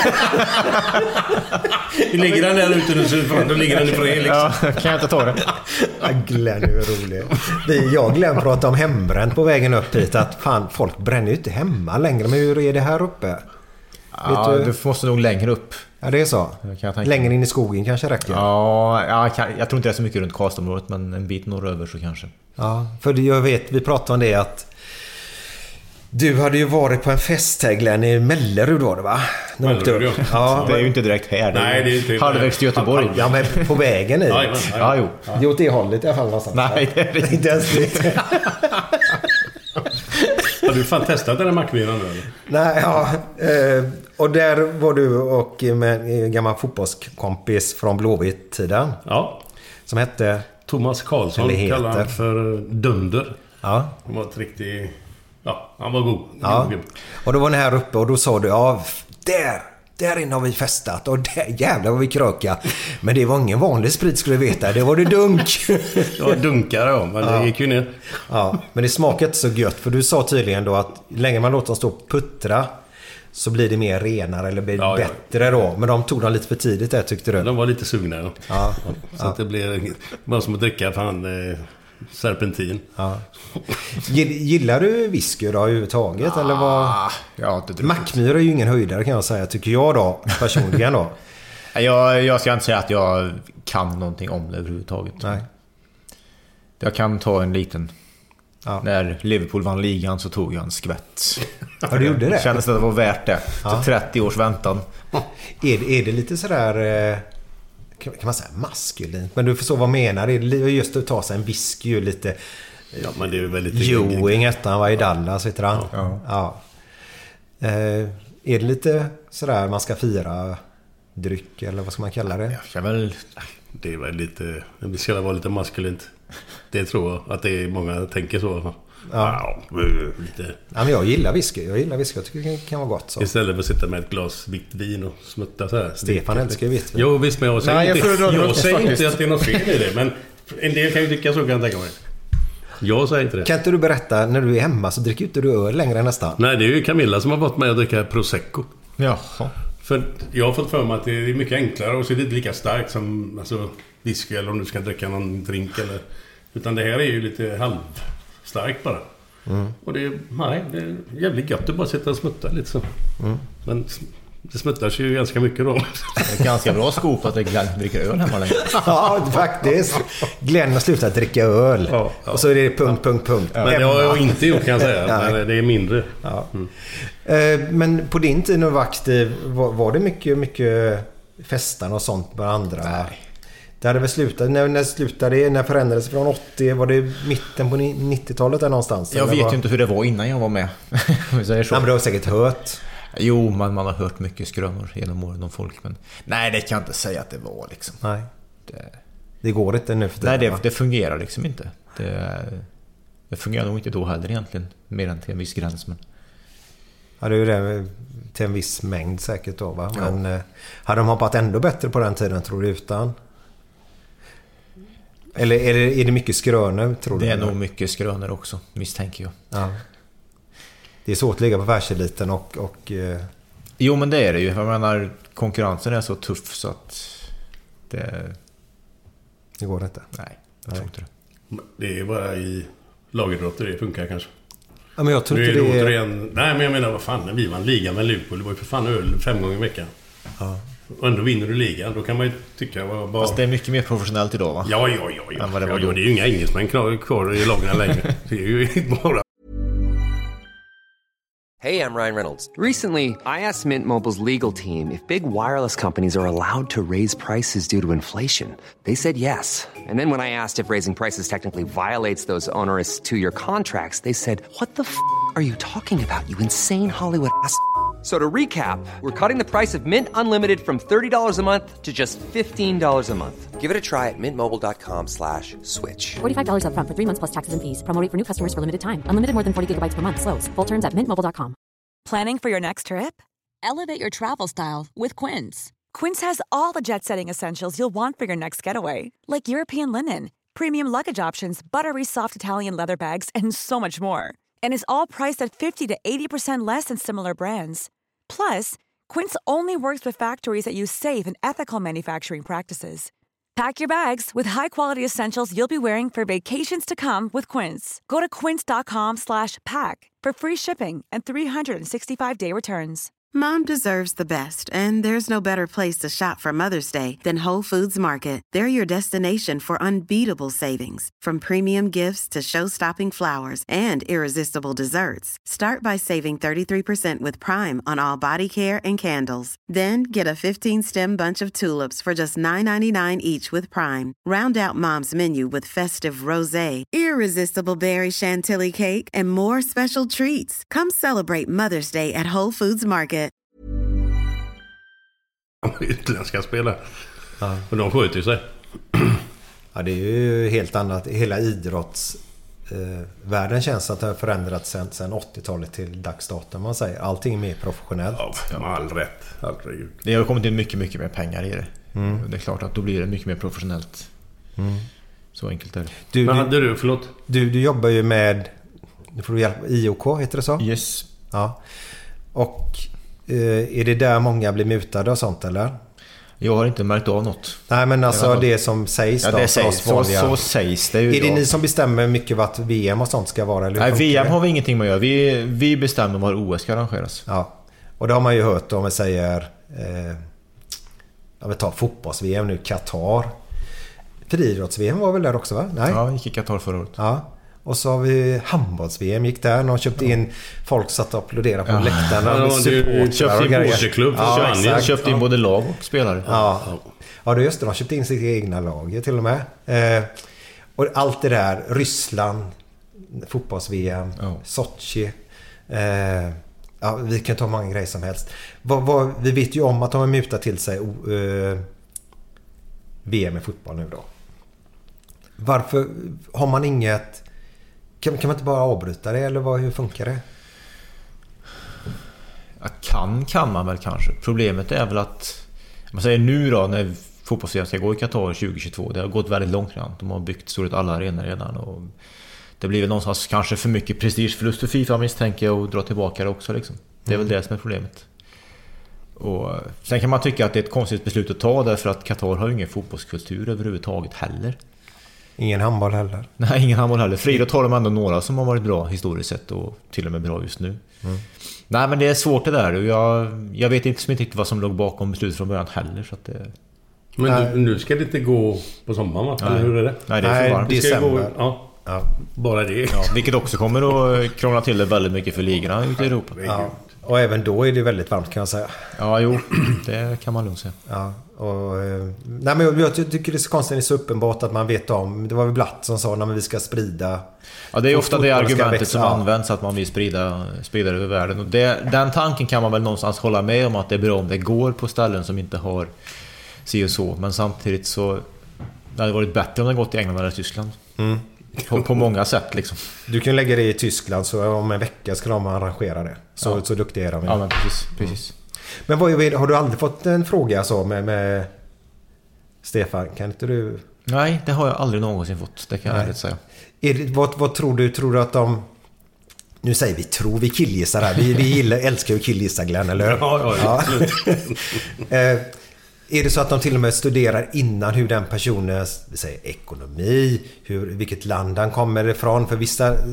Ligger den där ute nu, då ligger den i fred liksom. Ja, kan jag inte ta det? Glenn är rolig. Jag och Glenn pratade om hembränt på vägen upp hit. Att fan, folk bränner ju inte hemma längre. Men hur är det här uppe? Ja, du måste nog längre upp. Ja, det är så. Längre in i skogen kanske räcker. Ja, jag tror inte det är så mycket runt Karlstadområdet, men en bit norröver så kanske. Ja, för jag vet, vi pratade om det att du hade ju varit på en fest här, Glenn, i Mellerud var det, va? Mellerud, ja. Det är ju inte direkt här. Nej, det är inte halvvägs till Göteborg. Ja, men på vägen i. Ja, jo. Det är åt det hållet i alla fall någonstans. Nej, det är inte ens det. Har du fan testat den här Mackmyran nu, eller? Nej, och där var du och med en gammal fotbollskompis från Blåvitt-tiden. Ja. Som hette... Thomas Karlsson kallade han för Dunder. Ja. Han var ett riktigt... Ja, han var god. Ja. Och då var ni här uppe och då sa du, där inne har vi festat och där jävlar vad vi kröka. Men det var ingen vanlig sprit skulle du veta, det var det dunk. Det var dunkare, men det gick ju ner. Ja, men det smakade inte så gött, för du sa tydligen då att länge man låter dem stå och puttra så blir det mer renare eller blir bättre då. Men de tog dem lite för tidigt där, tyckte du? De var lite sugna. Ja. Så att det blev bara som att dricka serpentin. Ja. Gillar du whisky då överhuvudtaget? Eller vad? Ja, Mackmyra är ju ingen höjdare kan jag säga, tycker jag då, personligen då. Jag ska inte säga att jag kan någonting om det överhuvudtaget. Nej. Jag kan ta en liten. Ja. När Liverpool vann ligan så tog jag en skvätt. Ja, du gjorde det? Kändes att det var värt det. Så 30 års väntan. Är det lite sådär... Kan man säga maskulint? Men du förstår vad jag menar. Det är just att ta sig en whisky lite... Ja, men det är väldigt... Ewing hette han, var i Dallas, vet du. Ja. Är det lite sådär man ska fira dryck, eller vad ska man kalla det? Det är väl lite... Det ska vara lite maskulint. Det tror jag att det är många tänker så. Ja. Lite. Ja, men jag gillar whisky. Jag tycker det kan vara gott så. Istället för att sitta med ett glas vitt vin och smutta så här. Stefan älskar ju vitt vin. Jo, visst, men jag säger inte att det är något fel i det. Men en del kan ju tycka så, kan jag tänka mig. Jag säger inte det. Kan inte du berätta, när du är hemma så dricker inte du öl längre nästan? Nej, det är ju Camilla som har varit med att dricka Prosecco. Ja. För jag har fått för mig att det är mycket enklare och så är det inte lika starkt som whisky, eller om du ska dricka någon drink eller... Utan det här är ju lite halvstarkt bara. Och det är jävligt gött att bara sitta och smutta lite så. Men Det smuttas ju ganska mycket då. Det är ganska bra skop att Glenn dricker öl hemma längre. Ja, faktiskt. Glenn har slutat dricka öl. Ja. Och så är det punkt. Ja, men det har jag inte gjort, kan jag säga. Men det är mindre. Ja. Men på din tid när du var aktiv, var det mycket festan och sånt med andra? Nej. Det hade väl slutat. När slutade det? När förändrades från 80? Var det mitten på 90-talet där någonstans? Jag vet ju inte hur det var innan jag var med. Nej, men du har säkert hört. Jo, man har hört mycket skrönor genom åren om folk. Men nej, det kan jag inte säga att det var liksom. Nej. Det går inte nu för nej, det fungerar liksom inte. Det fungerar nog inte då heller egentligen. Mer än till en viss gräns. Men... Ja, det är ju det till en viss mängd säkert då, va? Men hade de hoppat ändå bättre på den tiden, tror du, utan? Eller är det mycket skrönor, tror du? Det är nog mycket skrönor också, misstänker jag. Ja. Det är svårt att ligga på världseliten och... Jo, men det är det ju. Jag menar, konkurrensen är så tuff så att det går inte. Nej, jag tror inte det. Det är bara i lagidrotter det funkar kanske. Ja, men jag tror inte det är... Nej, men jag menar, vad fan, vi vann ligan med Liverpool. Det var ju för fan öl 5 gånger i veckan. Ja. Och ändå vinner du ligan. Då kan man ju tycka... Bara... Fast det är mycket mer professionellt idag, va? Ja. Vad det var då. Det är ju inga engelsmän kvar i lagen längre. Det är ju bara... Hey, I'm Ryan Reynolds. Recently, I asked Mint Mobile's legal team if big wireless companies are allowed to raise prices due to inflation. They said yes. And then when I asked if raising prices technically violates those onerous 2-year contracts, they said, "What the f*** are you talking about, you insane Hollywood ass?" So to recap, we're cutting the price of Mint Unlimited from $30 a month to just $15 a month. Give it a try at mintmobile.com/switch. $45 up front for 3 months plus taxes and fees. Promo rate for new customers for limited time. Unlimited more than 40 gigabytes per month. Slows full terms at mintmobile.com. Planning for your next trip? Elevate your travel style with Quince. Quince has all the jet-setting essentials you'll want for your next getaway, like European linen, premium luggage options, buttery soft Italian leather bags, and so much more. And is all priced at 50 to 80% less than similar brands. Plus, Quince only works with factories that use safe and ethical manufacturing practices. Pack your bags with high-quality essentials you'll be wearing for vacations to come with Quince. Go to quince.com/pack for free shipping and 365-day returns. Mom deserves the best, and there's no better place to shop for Mother's Day than Whole Foods Market. They're your destination for unbeatable savings, from premium gifts to show-stopping flowers and irresistible desserts. Start by saving 33% with Prime on all body care and candles. Then get a 15-stem bunch of tulips for just $9.99 each with Prime. Round out Mom's menu with festive rosé, irresistible berry chantilly cake, and more special treats. Come celebrate Mother's Day at Whole Foods Market. Utländska spelare. Ja. Och de sköter ju sig. Ja, det är ju helt annat. Hela idrottsvärlden känns att det har förändrats sen 80-talet till dagsdatum, man säger. Allting är mer professionellt. Ja, all rätt. Herregud. Det har kommit in mycket mer pengar i det. Det är klart att då blir det mycket mer professionellt. Så enkelt är det. Men hade du, förlåt? Du jobbar ju med, nu får du hjälp, IOK, heter det så? Yes. Ja. Och är det där många blir mutade och sånt, eller? Jag har inte märkt av något. Nej, men alltså det som sägs då, det sägs, så sägs det ju. Är det ni som bestämmer mycket vad VM och sånt ska vara? Eller nej, VM har vi ingenting med att göra. Vi bestämmer var OS ska arrangeras. Ja, och det har man ju hört om vi säger jag vill ta fotbolls-VM nu, Qatar. Friidrotts-VM var väl där också, va? Nej. Ja, gick i Qatar förra året. Ja. Och så har vi handbolls-VM, gick där. De köpte in folk satt och applåderade på läktarna. Köpte in borseklubb. Köpte in både lag och spelare. Ja, det är just det. De köpte in sitt egna lag till och med. Och allt det där, Ryssland, fotbolls-VM, Sochi. Ja, vi kan ta många grejer som helst. Vi vet ju om att de har mutat till sig VM i fotboll nu då. Varför har man inget... Kan man inte bara avbryta det, eller hur funkar det? Ja, kan man väl kanske. Problemet är väl att man säger nu då, när fotbolls-VM ska gå i Qatar 2022, det har gått väldigt långt redan. De har byggt stort alla arenor redan, och det blir väl någonstans kanske för mycket prestigeförlust för FIFA, misstänker jag, och dra tillbaka det också liksom. Det är väl det som är problemet. Och sen kan man tycka att det är ett konstigt beslut att ta, därför att Qatar har ju ingen fotbollskultur överhuvudtaget heller. Ingen handboll heller. Nej, ingen handboll heller. Friidrott har de ändå några som har varit bra historiskt sett, och till och med bra just nu. Nej, men det är svårt det där. Jag vet inte riktigt vad som låg bakom beslutet från början heller. Så att det... Men nu ska det inte gå på sommaren, va? Eller hur är det? Nej, det är för varmt. Det ska gå, Ja. bara det. Ja, vilket också kommer att krångla till det väldigt mycket för ligorna ute i Europa. Ja. Och även då är det väldigt varmt, kan jag säga. Ja, jo. Det kan man lugnt säga. Ja. Och, nej, men jag tycker det är så konstigt, det är så uppenbart att man vet om. Det var väl Blatt som sa när vi ska sprida. Ja, det är ofta det argumentet som används, att man vill sprida det över världen. Och den tanken kan man väl någonstans hålla med om, att det är bra om det går på ställen som inte har si och så. Men samtidigt så det hade varit bättre om det gått i England eller Tyskland. På många sätt liksom. Du kan lägga det i Tyskland, så om en vecka ska de arrangera det. Så duktiga är de. Ja, men precis. Men har du aldrig fått en fråga så med Stefan? Kan inte du... Nej, det har jag aldrig någonsin fått. Det kan jag ärligt säga. Vad tror du? Tror du att de... Nu säger vi killgissar här. Vi älskar ju killgissa, Glenn, eller? Ja. Är det så att de till och med studerar innan hur den personen säger ekonomi, vilket land han kommer ifrån? För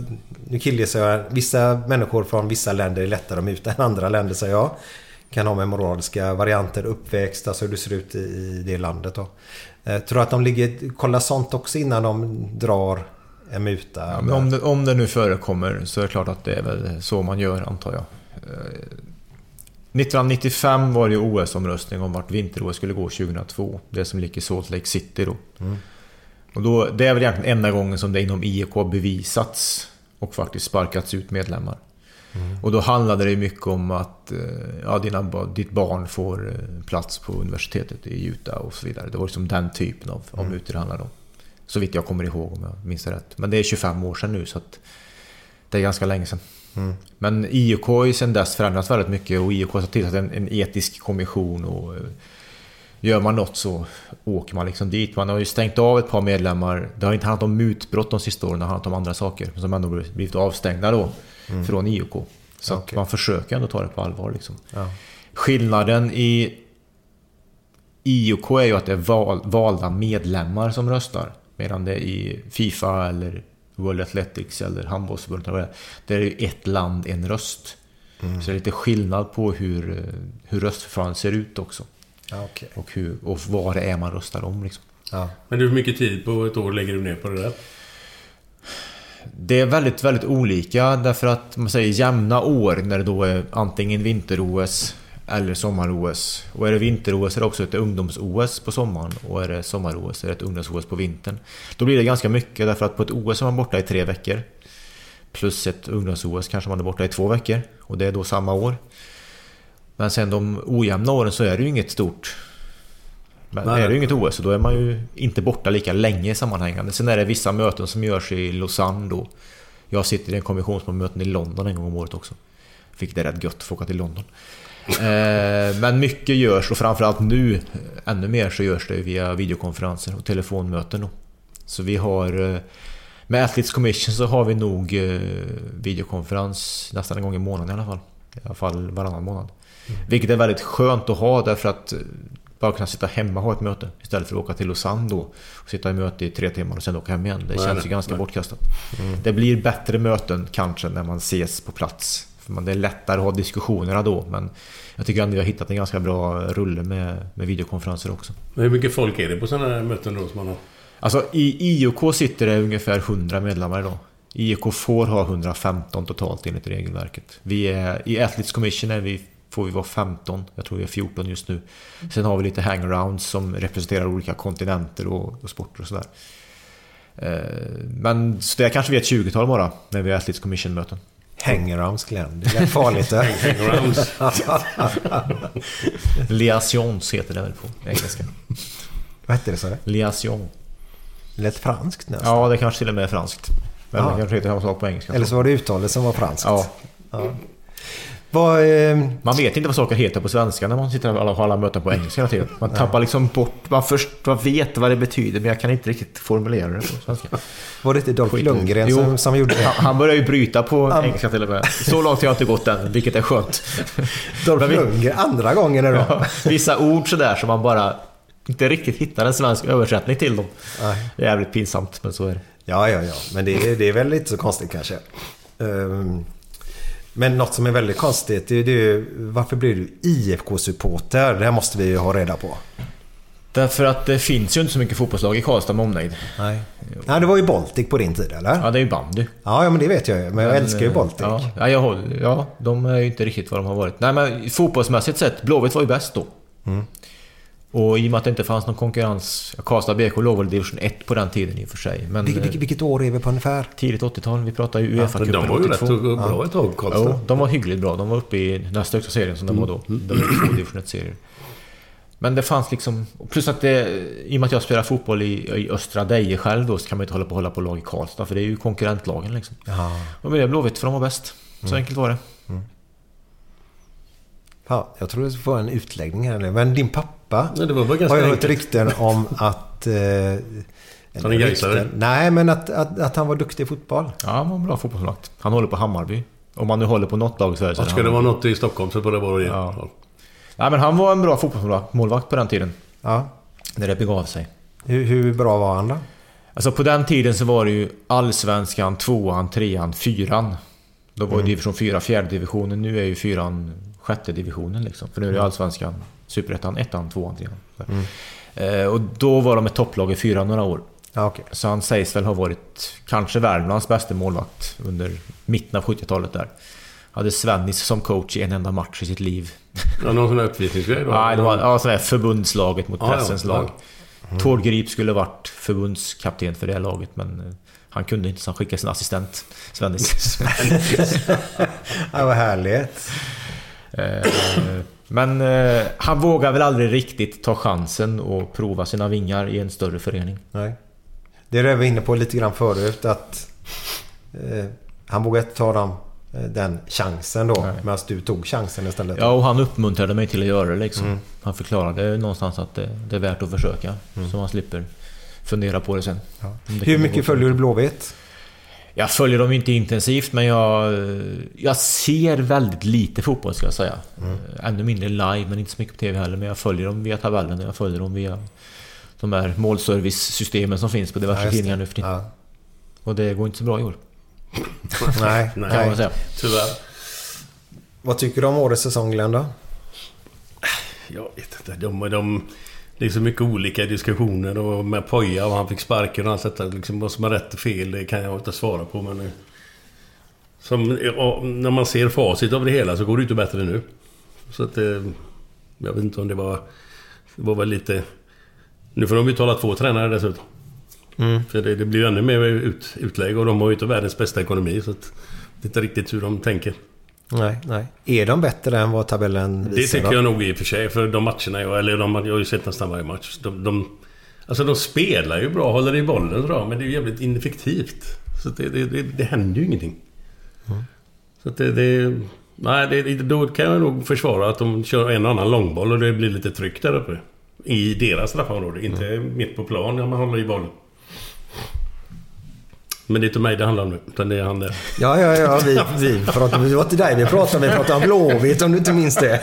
vissa människor från vissa länder är lättare att muta än andra länder, säger jag. Kan ha med moraliska varianter, uppväxt, alltså hur det ser ut i det landet då. Tror att de kollar sånt också innan de drar en muta? Ja, men om det nu förekommer så är det klart att det är väl så man gör, antar jag. 1995 var det OS-omröstning om vart vinter-OS skulle gå 2002. Det som ligger i Salt Lake City då. Och då, det är väl egentligen enda gången som det inom IOK bevisats och faktiskt sparkats ut medlemmar. Och då handlade det mycket om att ditt barn får plats på universitetet i Utah och så vidare. Det var liksom den typen av mutor det handlade om. Så vitt jag kommer ihåg, om jag minns det rätt. Men det är 25 år sedan nu, så att det är ganska länge sedan. Men IOK har ju sedan dess förändrats väldigt mycket, och IOK har tillsatt en etisk kommission, och gör man något så åker man liksom dit. Man har ju stängt av ett par medlemmar. Det har inte handlat om mutbrott de sista åren, det har handlat om andra saker som ändå blivit avstängda då från IOK. Så att man försöker ändå ta det på allvar liksom. Skillnaden i IOK är ju att det är valda medlemmar som röstar, medan det i FIFA eller World Athletics eller handbollsförbundet, det är ju ett land, en röst. Så det är lite skillnad på hur röstförfarandet ser ut också. Och vad det är man röstar om liksom. Men hur mycket tid på ett år lägger du ner på det där? Det är väldigt, väldigt olika, därför att man säger jämna år när det då är antingen vinter-OS eller sommar-OS. Och är det vinter-OS är det också ett ungdoms-OS på sommaren, och är det sommar-OS är det ett ungdoms-OS på vintern. Då blir det ganska mycket, därför att på ett OS är man borta i 3 veckor. Plus ett ungdoms-OS kanske man är borta i 2 veckor, och det är då samma år. Men sen de ojämna åren så är det ju inget stort. Men är det ju inget OS, så då är man ju inte borta lika länge i sammanhängande. Sen är det vissa möten som görs i Lausanne då. Jag sitter i en kommissionsmöten i London en gång om året också. Fick det rätt gött att få åka till London. Men mycket görs, och framförallt nu ännu mer så görs det via videokonferenser och telefonmöten då. Så vi har med Athletes Commission så har vi nog videokonferens nästan en gång i månaden i alla fall varannan månad. Vilket är väldigt skönt att ha, därför att bara kunna sitta hemma och ha ett möte istället för att åka till Lausanne då och sitta i möte i 3 timmar och sen åka hem igen. Det känns ju ganska bortkastat. Det blir bättre möten kanske när man ses på plats, för det är lättare att ha diskussionerna då, men jag tycker ändå jag har hittat en ganska bra rulle med videokonferenser också. Men hur mycket folk är det på sådana här möten då som man har? Alltså i IOK sitter det ungefär 100 medlemmar idag. IOK får ha 115 totalt enligt regelverket. I Athletes Commission får vi vara 15. Jag tror vi är 14 just nu. Sen har vi lite hangarounds som representerar olika kontinenter och sporter och sådär. Men så det är kanske vi är ett 20-tal bara när vi har Athletes Commission-möten. Hangarounds, Glenn. Det är farligt. Hangarounds. Liaisons heter det väl på engelska. Vad heter det, så? Liaison. Lät franskt nästan. Ja, det kanske till och med är franskt. Men det kanske heter samma sak på engelska. Eller så var det uttalet som var franskt. Ja. Man vet inte vad saker heter på svenska när man sitter och alla möten på engelska hela tiden. Man tappar liksom bort, man vet vad det betyder, men jag kan inte riktigt formulera det på svenska. Var det inte Dolph Lundgren som gjorde det? Han började ju bryta på engelska till och med. Så långt har jag inte gått än, vilket är skönt. Dolph Lundgren, andra gången är det då. Vissa ord sådär som man bara inte riktigt hittar en svensk översättning till dem. Det är jävligt pinsamt, men så är det. Ja. Men det är väl lite så konstigt kanske. Men något som är väldigt konstigt, det är ju, varför blir du IFK-supporter? Det här måste vi ju ha reda på. Därför att det finns ju inte så mycket fotbollslag i Karlstad med omnejd. Nej, det var ju Baltic på din tid, eller? Ja, det är ju bandy. Ja, men det vet jag ju. Men jag älskar ju Baltic. Ja, de är ju inte riktigt vad de har varit. Nej, men fotbollsmässigt sett, Blåvitt var ju bäst då. Och i och med att det inte fanns någon konkurrens, Karlstad BK låg väl division 1 på den tiden i och för sig. Men vilket år är vi på ungefär? Tidigt 80-tal, vi pratar ju UEFA-cupen 82. De var ju rätt bra ett tag, Karlstad. Ja, de var hyggligt bra, de var uppe i nästa högsta serien som de var då. De var 2 division 1-serier. Men det fanns liksom, plus att det, i och med att jag spelar fotboll i Östra Deje själv då, så kan man inte hålla på lag i Karlstad, för det är ju konkurrentlagen liksom. Och det är Blåvitt för de var bäst. Så enkelt var det. Ja, jag tror det var en utläggning här nu. Men din pappa det var ganska har jag hört rykten om att han är gaisare. Nej, men att han var duktig i fotboll. Ja, han var en bra fotbollsmålvakt. Han håller på Hammarby. Om man nu håller på något lag i Sverige så ska det vara något i Stockholm så borde det vara det. Ja. Nej, men han var en bra fotbollsmålvakt på den tiden. Ja. När det begav sig. Hur bra var han då? Alltså på den tiden så var det ju Allsvenskan, 2an, 3an, 4an. Då var division 4, 4:e divisionen. Nu är ju 4an 6:e divisionen liksom. För nu är det Allsvenskan, Superettan, 1an, 2an, 3an. Och då var de ett topplag i 4 några år. Okay. Så han sägs väl ha varit kanske Värmlands bästa målvakt under mitten av 70-talet där. Hade Svennis som coach i en enda match i sitt liv. Ja, någon sån här uppvisningsgrej då? Nej, det var sån här förbundslaget mot pressens lag. Tord Grip skulle varit förbundskapten för det här laget, men han kunde inte, så han skickade sin assistent Svennis. Det var härligt. Men han vågar väl aldrig riktigt ta chansen och prova sina vingar i en större förening. Nej. Det är det vi var inne på lite grann förut, att han vågade ta den chansen då, medan du tog chansen istället. Ja, och han uppmuntrade mig till att göra det liksom. Han förklarade någonstans att det är värt att försöka, så man slipper fundera på det sen. Ja. Hur mycket följer du Blåvitt? Jag följer dem inte intensivt, men jag ser väldigt lite fotboll, ska jag säga. Ännu mindre live, men inte så mycket på tv heller. Men jag följer dem via tabellen, jag följer dem via de här målservice-systemen som finns på diverse tidningar nu för tiden. Ja. Och det går inte så bra i år. Nej, kan man säga. Tyvärr. Vad tycker du om årets säsong, Glenn då? Jag vet inte. Det är så mycket olika diskussioner och med Poja och han fick sparken och allt detta. Liksom, vad som är rätt och fel, det kan jag inte svara på. Men när man ser facit av det hela så går det inte bättre nu. Så att jag vet inte om det var väl lite... Nu får de ju tala 2 tränare dessutom. För det blir ännu mer utlägg och de har ju inte världens bästa ekonomi, så att det är inte riktigt hur de tänker. Nej. Är de bättre än vad tabellen visar? Det tycker jag nog i och för sig, för de matcherna jag har ju sett nästan varje match. De spelar ju bra, håller i bollen bra, men det är ju jävligt ineffektivt. Så det händer ju ingenting. Så att då kan jag nog försvara att de kör en och annan långboll och det blir lite tryck där uppe. I deras straffområde, inte mitt på plan när man håller i bollen. Men det är inte mig det handlar om nu, utan det är han där. Ja, vi pratar om, det var inte dig vi pratar om Blåvitt, om du inte minns det.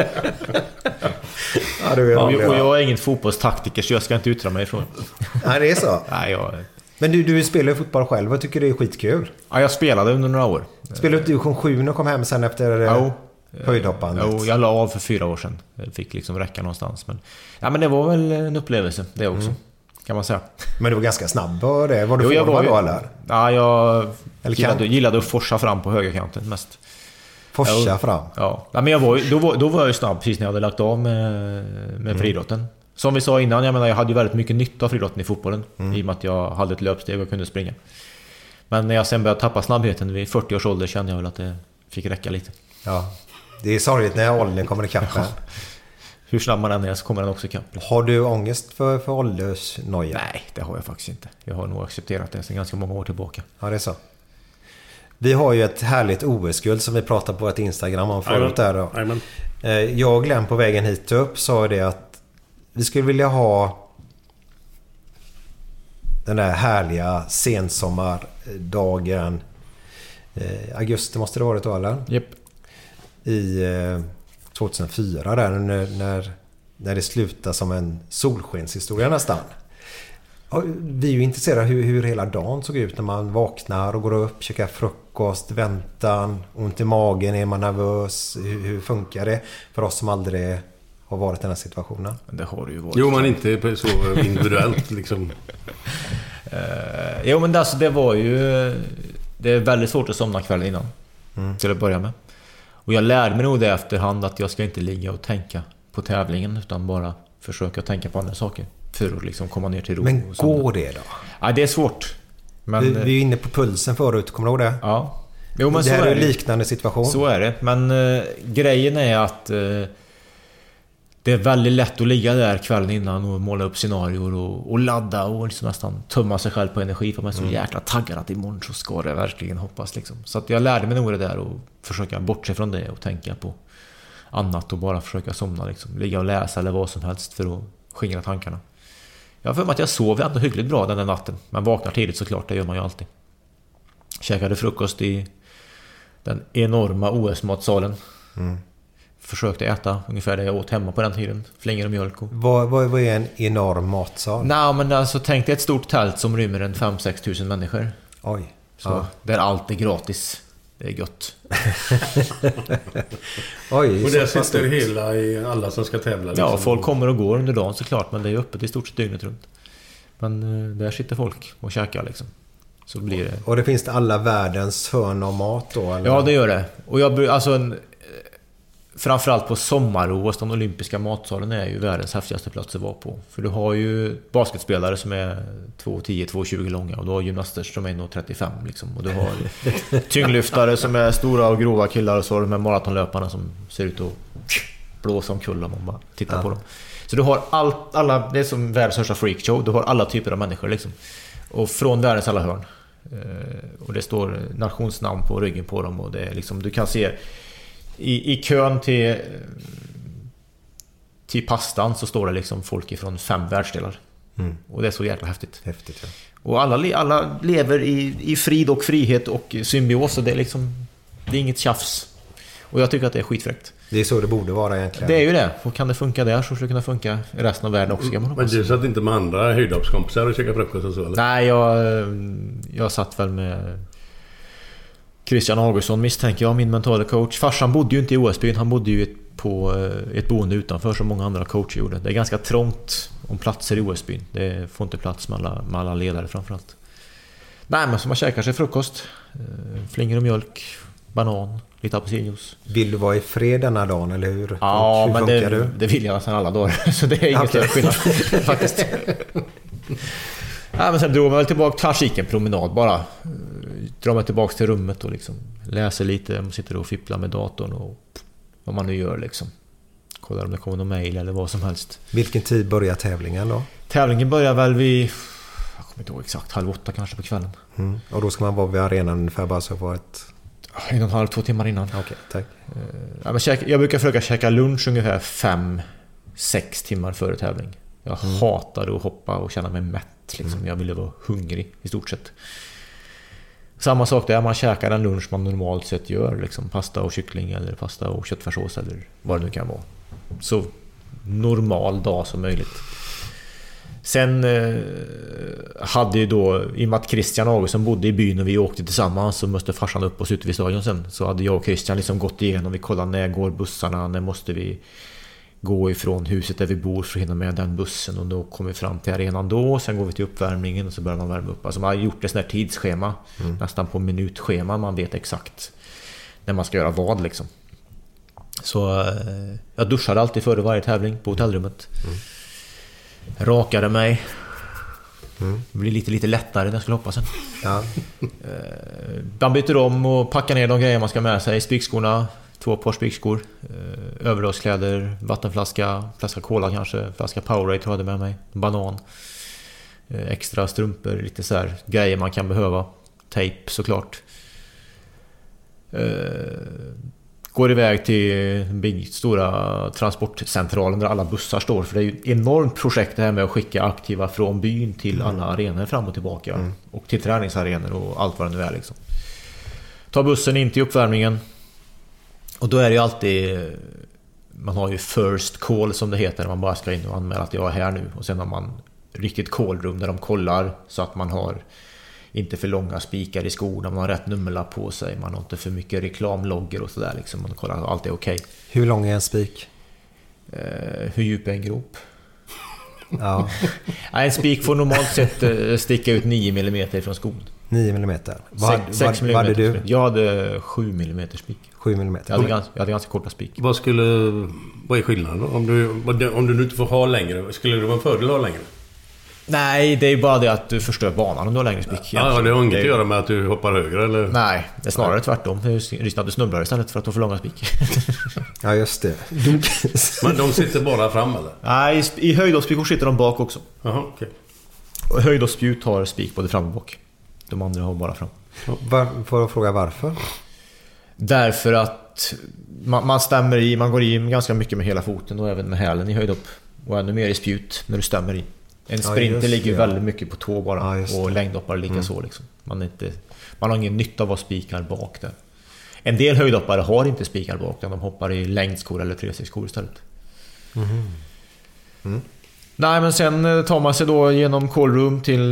Och jag är ingen fotbollstaktiker, så jag ska inte yttra mig ifrån. Nej, det är så. Nej, Men du spelar ju fotboll själv, och tycker det är skitkul. Ja, jag spelade under några år. Spelade du division 7 och kom hem sen efter höjdhoppandet? Jo, jag la av för 4 år sedan. Det fick liksom räcka någonstans. Men det var väl en upplevelse, det också. Kan man säga. Men du var ganska snabb på det. Var du forward då, eller? Ja, jag gillade att forsa fram på högerkanten mest. Forsa fram? Ja. Men då var jag snabb precis när jag hade lagt av med friidrotten. Som vi sa innan, jag hade ju väldigt mycket nytta av friidrotten i fotbollen. I och med att jag hade ett löpsteg och kunde springa. Men när jag sen började tappa snabbheten vid 40 års ålder kände jag väl att det fick räcka lite. Ja, det är sorgligt när åldern kommer ikapp. Hur snabb man än är så kommer den också ikapp. Har du ångest för åldersnoja? Nej, det har jag faktiskt inte. Jag har nog accepterat det sedan ganska många år tillbaka. Ja, det är så. Vi har ju ett härligt OS-guld som vi pratade på ett Instagram om förut där då. Jag och Glenn på vägen hit upp sa det att vi skulle vilja ha den där härliga sensommardagen. Augusti måste det vara då, eller? Japp. I 2004 där när det slutar som en solskenshistoria nästan. Vi är ju intresserade av hur hela dagen såg ut när man vaknar och går upp, käkar frukost, väntan, ont i magen, är man nervös? Hur funkar det för oss som aldrig har varit i den här situationen? Det har det ju varit. Jo, man inte så individuellt liksom. Jo, men alltså, det var ju... Det är väldigt svårt att somna kvällen innan. Till att börja med. Och jag lärde mig nog det efterhand att jag ska inte ligga och tänka på tävlingen utan bara försöka tänka på andra saker för att liksom komma ner till ro. Men går det då? Ja, det är svårt. Men vi är inne på pulsen förut, kommer du ihåg det? Ja. Jo, men det här är en liknande situation. Så är det. Men grejen är att det är väldigt lätt att ligga där kvällen innan och måla upp scenarier och ladda och liksom nästan tömma sig själv på energi för man är så jäkla taggad att imorgon så ska det verkligen hoppas liksom. Så att jag lärde mig nog det där och försöka bortse från det och tänka på annat och bara försöka somna liksom. Ligga och läsa eller vad som helst för att skingra tankarna. Jag har för mig att jag sov ändå hyggligt bra den där natten. Man vaknar tidigt såklart, det gör man ju alltid. Käkade frukost i den enorma OS-matsalen. Försökte äta ungefär det jag åt hemma på den tiden. Flingor och mjölk. Vad är en enorm matsal? Nej, men alltså tänk dig ett stort tält som rymmer en 5-6 tusen människor. Oj. Så där allt är gratis. Det är gött. Oj, och där sitter hela i alla som ska tävla. Liksom. Ja, folk kommer och går under dagen såklart. Men det är öppet i stort sett dygnet runt. Men där sitter folk och käkar liksom. Så blir det... Och det finns det alla världens hörn av mat då? Eller? Ja, det gör det. Och jag alltså framförallt på sommar-OS, den olympiska matsalen är ju världens häftigaste plats att vara på. För du har ju basketspelare som är 2,10, 2,20 långa och du har gymnaster som är 1,35 liksom. Och du har tyngdlyftare som är stora och grova killar och så har du med maratonlöparna som ser ut att blåsa omkull om man bara tittar på dem. Så du har alla, det är som världens största freakshow, du har alla typer av människor liksom. Och från världens alla hörn. Och det står nationsnamn på ryggen på dem och det är liksom, du kan se i kön till pastan så står det liksom folk ifrån 5 världsdelar. Och det är så jäkla häftigt. Häftigt, ja. Och alla lever i frid och frihet och symbios och det är liksom, det är inget tjafs. Och jag tycker att det är skitfräckt. Det är så det borde vara egentligen. Det är ju det. Och kan det funka där så skulle det kunna funka i resten av världen också. Men du satt inte med andra höjdhoppskompisar och käkade frukost och så? Eller? Nej, jag satt väl med Christian Augustsson misstänker jag, min mentala coach. Farsan bodde ju inte i OS-byn, han bodde ju på ett boende utanför som många andra coacher gjorde. Det är ganska trångt om platser i OS-byn. Det får inte plats med alla ledare framförallt. Nej, men så man käkar sig frukost. Flingor och mjölk, banan, lite apelsinjuice. Vill du vara i fred denna dagen, eller hur? Ja, hur men det vill jag nästan alla dagar. Så det är inget större skillnad faktiskt. Ja, men sen drog jag väl tillbaka, kanske gick en promenad bara. Drar mig tillbaka till rummet och liksom läser lite, sitter och fipplar med datorn och vad man nu gör liksom. Kollar om det kommer någon mejl eller vad som helst. Vilken tid börjar tävlingen då? Tävlingen börjar väl vid, jag kommer inte ihåg exakt, 7:30 kanske på kvällen. Och då ska man vara vid arenan ungefär bara så för ett... 1,5-2 timmar innan. Okej, tack. Ja, men jag brukar försöka käka lunch ungefär 5-6 timmar före tävling. Jag hatade att hoppa och känna mig mätt liksom. Jag ville vara hungrig i stort sett. Samma sak där, man käkar en lunch man normalt sett gör liksom, pasta och kyckling eller pasta och köttfärssås eller vad det nu kan vara. Så normal dag som möjligt. Sen hade ju då, i och med att Christian Augustsson bodde i byn och vi åkte tillsammans, så måste farsan upp oss ute vid stadion sen. Så hade jag och Christian liksom gått igenom, vi kollade när går bussarna, när måste vi gå ifrån huset där vi bor för att hinna med den bussen, och då kommer vi fram till arenan då, sen går vi till uppvärmningen och så börjar man värma upp. Alltså man har gjort ett sånt här tidsschema, nästan på minutschema, man vet exakt när man ska göra vad liksom. Så jag duschade alltid före varje tävling på hotellrummet. Rakade mig. Det blir lite lättare när jag skulle hoppa sen. Ja. Man byter om och packar ner de grejer man ska med sig. Spikskorna, 2 par spikskor, överdragskläder, vattenflaska, flaska cola kanske, flaska Powerade hade med mig, banan, extra strumpor, lite så här grejer man kan behöva, tejp såklart. Går iväg till stora transportcentralen där alla bussar står, för det är ju ett enormt projekt det här med att skicka aktiva från byn till alla arenor fram och tillbaka och till träningsarenor och allt vad det nu är liksom. Ta bussen in till uppvärmningen. Och då är det ju alltid, man har ju first call som det heter, man bara ska in och anmäla att jag är här nu, och sen har man riktigt callroom där de kollar så att man har inte för långa spikar i skorna, man har rätt nummerlapp på sig, man har inte för mycket reklamlogger och sådär liksom. Man kollar att allt är okej. Hur lång är en spik? Hur djup är en grop? Ja. En spik får normalt sett sticka ut 9 mm från skon. 9 mm. 6 mm. Vad hade du? Jag hade 7 mm spik. 7 mm. Jag hade ganska korta spik. Vad är skillnaden då? Om du inte får ha längre, skulle det vara en fördel att ha längre? Nej, det är bara det att du förstör banan om du har längre spik. Ja, det har inget att göra med att du hoppar högre eller? Nej, det är snarare tvärtom. Det är risken att du snubblar istället för att du får långa spik. Ja, just det. Men de sitter bara fram eller? Nej, i höjdhoppsspikor sitter de bak också. Jaha, okej. Och höjdhoppsspjut har spik både fram och bak. De andra har bara fram. Får jag fråga varför? Därför att man stämmer i, man går i ganska mycket med hela foten och även med hälen i höjdhopp. Och ännu mer i spjut när du stämmer i. En sprinter ligger väldigt mycket på tå bara, och längdhoppare lika så liksom. Man har ingen nytta av att spikar bak där. En del höjdhoppare har inte spikar bak, de hoppar i längdskor eller 3-6-skor istället. Nej, men sen tar man sig då genom callroom till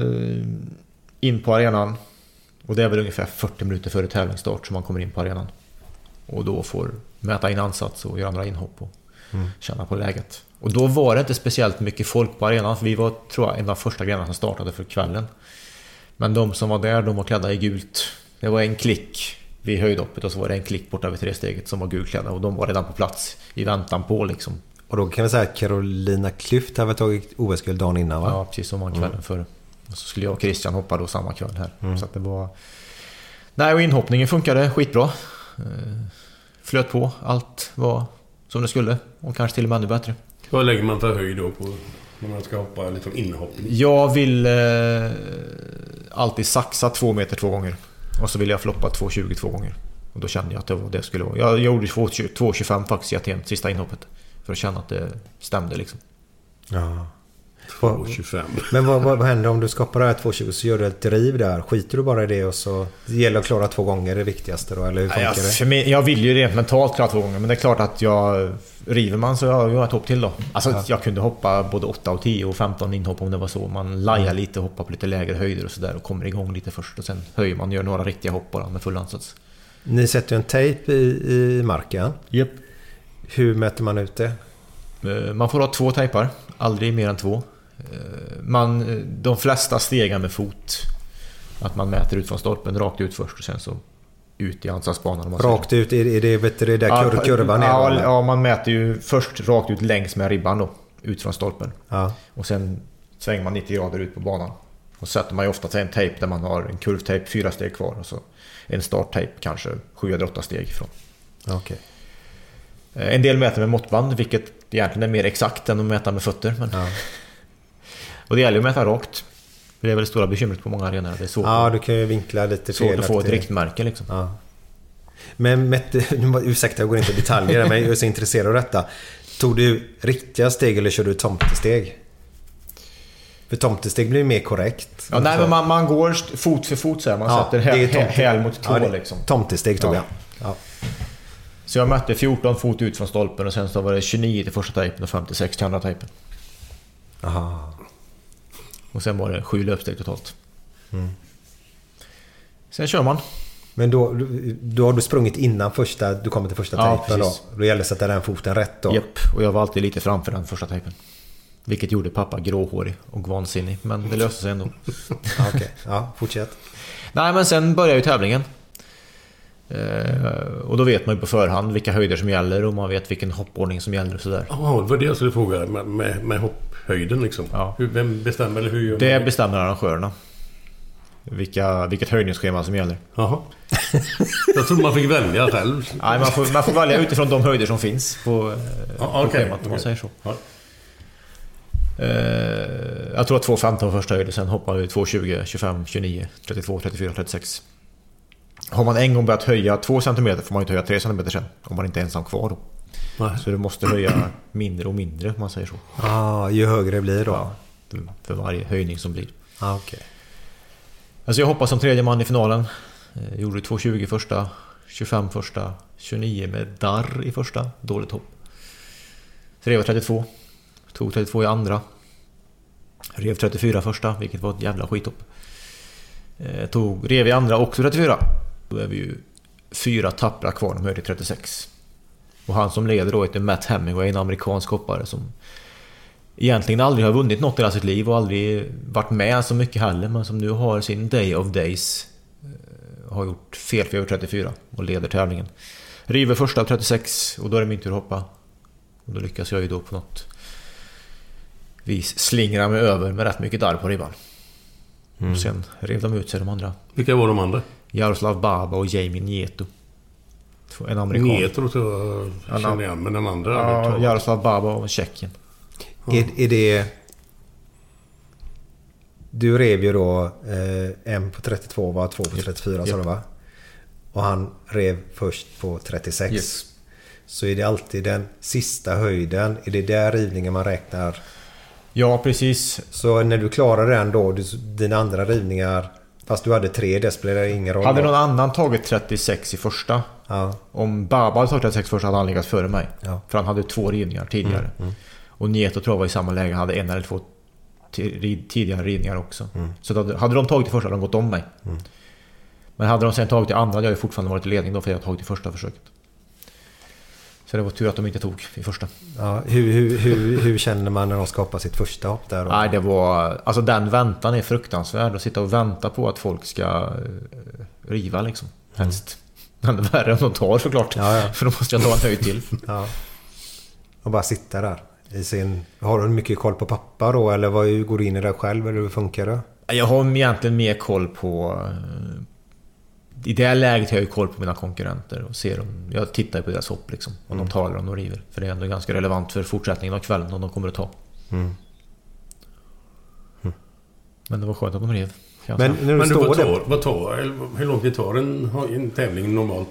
in på arenan. Och det är väl ungefär 40 minuter före tävlingsstart som man kommer in på arenan. Och då får mäta in ansats och göra andra inhopp och känna på läget. Och då var det inte speciellt mycket folk på arenan, för vi var, tror jag, en av första grenarna som startade för kvällen. Men de som var där, de var klädda i gult. Det var en klick vid höjdhoppet och så var det en klick borta vid 3-steget som var gulklädda, och de var redan på plats i väntan på liksom. Och då kan vi säga att Carolina Klüft har väl tagit OS-guld dagen innan, va? Ja, precis, som var kvällen före. Och så skulle jag och Christian hoppa då samma kväll här. Så att det var... Nej, och inhoppningen funkade skitbra. Flöt på, allt var som det skulle. Och kanske till och med ännu bättre. Vad lägger man för höjd då på när man ska hoppa liksom inhoppning? Jag vill alltid saxa 2 meter 2 gånger. Och så vill jag floppa 2,20 2 gånger. Och då kände jag att det var det skulle vara. Jag gjorde 2,25 faktiskt i Aten, sista inhoppet. För att känna att det stämde liksom. Ja. 2,25. Men vad händer om du skapar det här 2,20 så gör du ett driv där? Skiter du bara i det och så det gäller att klara 2 gånger det viktigaste då? Eller hur funkar det? För mig, jag vill ju rent mentalt klara 2 gånger. Men det är klart att river man så har jag ett hopp till då. Alltså jag kunde hoppa både 8 och 10 och 15 inhopp om det var så. Man lajar lite, hoppar på lite lägre höjder och sådär och kommer igång lite först. Och sen höjer man, gör några riktiga hopp bara med full ansats. Ni sätter ju en tejp i marken. Japp. Hur mäter man ut det? Man får ha 2 tejpar, aldrig mer än 2. De flesta stegar med fot. Att man mäter ut från stolpen rakt ut först och sen så ut i ansatsbanan. Rakt ut, är det där kurvan är? Ja, man mäter ju först rakt ut längs med ribban då, ut från stolpen. Ja. Och sen svänger man 90 grader ut på banan. Och sätter man ju ofta en tejp där man har en kurvtejp 4 steg kvar och så en starttejp kanske 7 eller 8 steg ifrån. Okej. En del mäter med måttband, vilket egentligen är mer exakt än att mäta med fötter. Men... Ja. Och det gäller att mäta rakt. Det är väl det stora bekymret på många arenor. Det är svårt du kan ju vinkla lite fel. Svårt att få ett riktmärke liksom. Ja. Men ursäkta, jag går inte i detaljer, men jag är så intresserad av detta. Tog du riktiga steg eller körde du tomtesteg? För tomtesteg blir mer korrekt. Ja, nej, men man går fot för fot så här. Man sätter häl mot tå liksom. Tomtesteg tog jag. Ja. Så jag mätte 14 fot ut från stolpen och sen så var det 29 till första tejpen och 56 till andra tejpen. Aha. Och sen var det 7 löpsteg totalt. Sen kör man. Men då har du sprungit innan du kommer till första tejpen då? Då gäller det att sätta den foten rätt då? Japp, och jag var alltid lite framför den första tejpen. Vilket gjorde pappa gråhårig och vansinnig. Men det löste sig ändå. Okej, ja, fortsätt. Nej, men sen börjar ju tävlingen. Och då vet man ju på förhand vilka höjder som gäller och man vet vilken hoppordning som gäller och sådär. Ja, det var det jag skulle fråga med hopphöjden liksom. Ja. Vem bestämmer eller hur gör man det? Bestämmer arrangörerna. Vilket höjningsschema som gäller. Jaha. Jag tror man fick välja själv. Nej, man får välja utifrån de höjder som finns på schemat om man säger så. Ja. Jag tror att 2,15 första höjden, sen hoppar vi 2,20, 25, 29, 32, 34, 36. Har man en gång börjat höja 2 cm får man inte höja 3 cm sen, om man inte är ensam kvar då. Nej. Så du måste höja mindre och mindre, om man säger så. Ju högre det blir då. Ja, för varje höjning som blir. Okej. Alltså jag hoppade som tredje man i finalen. Gjorde 2,20 första, 25 första, 29 med darr i första, dåligt hopp. 3,32. Tog 32 i andra. Rev 34 första, vilket var ett jävla skithopp. Rev i andra också 34. Då är vi ju 4 tappra kvar, de höjde 36. Och han som leder då heter Matt Hemingway, en amerikansk hoppare som egentligen aldrig har vunnit något i hela sitt liv och aldrig varit med så mycket heller, men som nu har sin day of days, har gjort fel för 34 och leder tävlingen. River första av 36 och då är det min tur att hoppa. Och då lyckas jag ju då på något vis slingra mig över med rätt mycket darr på ribban. Och sen rev de ut sig de andra. Vilka var de andra? Jaroslav Baba och Jamie Nieto. En amerikan. Nieto tror jag känner igen, men den andra... Ja, Jaroslav Baba och Tjeckien. Är det... Du rev ju då en på 32 var 2 på 34 sa du va? Och han rev först på 36. Yes. Så är det alltid den sista höjden. Är det där rivningen man räknar? Ja, precis. Så när du klarar den då, dina andra rivningar, fast du hade 3, det spelar ingen roll. Hade någon annan tagit 36 i första? Ja. Om Baba hade tagit 36 första hade han legat före mig. Ja. För han hade 2 rivningar tidigare. Och Nieto tror jag var i samma läge. Han hade 1 eller 2 tidigare rivningar också. Så då, hade de tagit det första hade de gått om mig. Men hade de sen tagit det andra hade jag ju fortfarande varit i ledning då, för jag tagit det första försöket. Så det var tur att de inte tog i första. Ja, hur känner man när de skapar sitt första hopp där? Nej, det var... Alltså den väntan är fruktansvärd. Att sitta och vänta på att folk ska riva liksom. Helst. Men det är värre om de tar såklart. Ja. För då måste jag ta en höjd till. Ja. Och bara sitta där. Har du mycket koll på pappa då? Eller vad går du in i det själv? Eller hur funkar det? Jag har egentligen mer koll på... I det här läget har jag ju koll på mina konkurrenter och ser om, jag tittar på deras hopp liksom, om de talar om de river, för det är ändå ganska relevant för fortsättningen av kvällen om de kommer att ta. Men det var skönt att de rev. Men hur långt det tar en tävling normalt?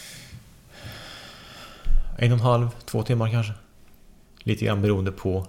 1,5-2 timmar kanske. Lite grann beroende på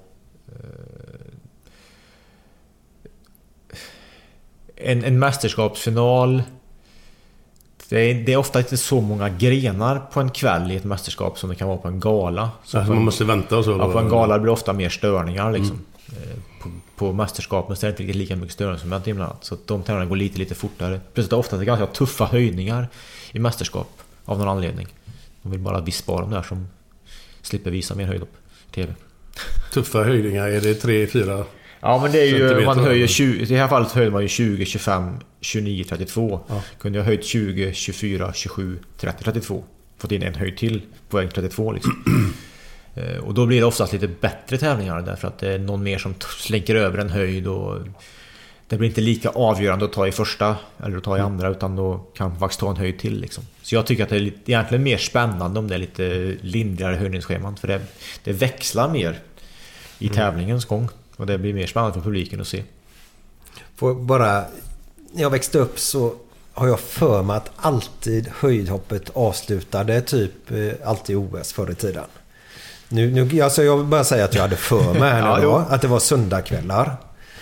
en mästerskapsfinal. Det är ofta inte så många grenar på en kväll i ett mästerskap som det kan vara på en gala. Så alltså man måste vänta och så. Ja, på en gala blir det ofta mer störningar liksom. På mästerskapen så är det inte riktigt lika mycket störningar som jag timlar. Så att de tävlingarna går lite fortare. Plus att det ofta är ganska tuffa höjningar i mästerskap av någon anledning. De vill bara vispa dem där som slipper visa mer höjd upp TV. Tuffa höjningar, är det 3-4? Ja, men det är ju, man höjer 20, i det här fallet höjer man ju 20, 25, 29, 32. Ja. Kunde jag höjt 20, 24, 27, 30, 32. Fått in en höjd till på väg 32 liksom. Och då blir det oftast lite bättre tävlingar därför att det är någon mer som slänger över en höjd och det blir inte lika avgörande att ta i första eller att ta i andra, utan då kan man faktiskt ta en höjd till liksom. Så jag tycker att det är egentligen mer spännande om det är lite lindrigare höjningsscheman, för det växlar mer i tävlingens gång. Och det blir mer spännande för publiken att se. När jag växte upp så har jag för mig att alltid höjdhoppet avslutade typ alltid OS förr i tiden. Alltså jag vill bara säga att jag hade för mig att det var söndagkvällar.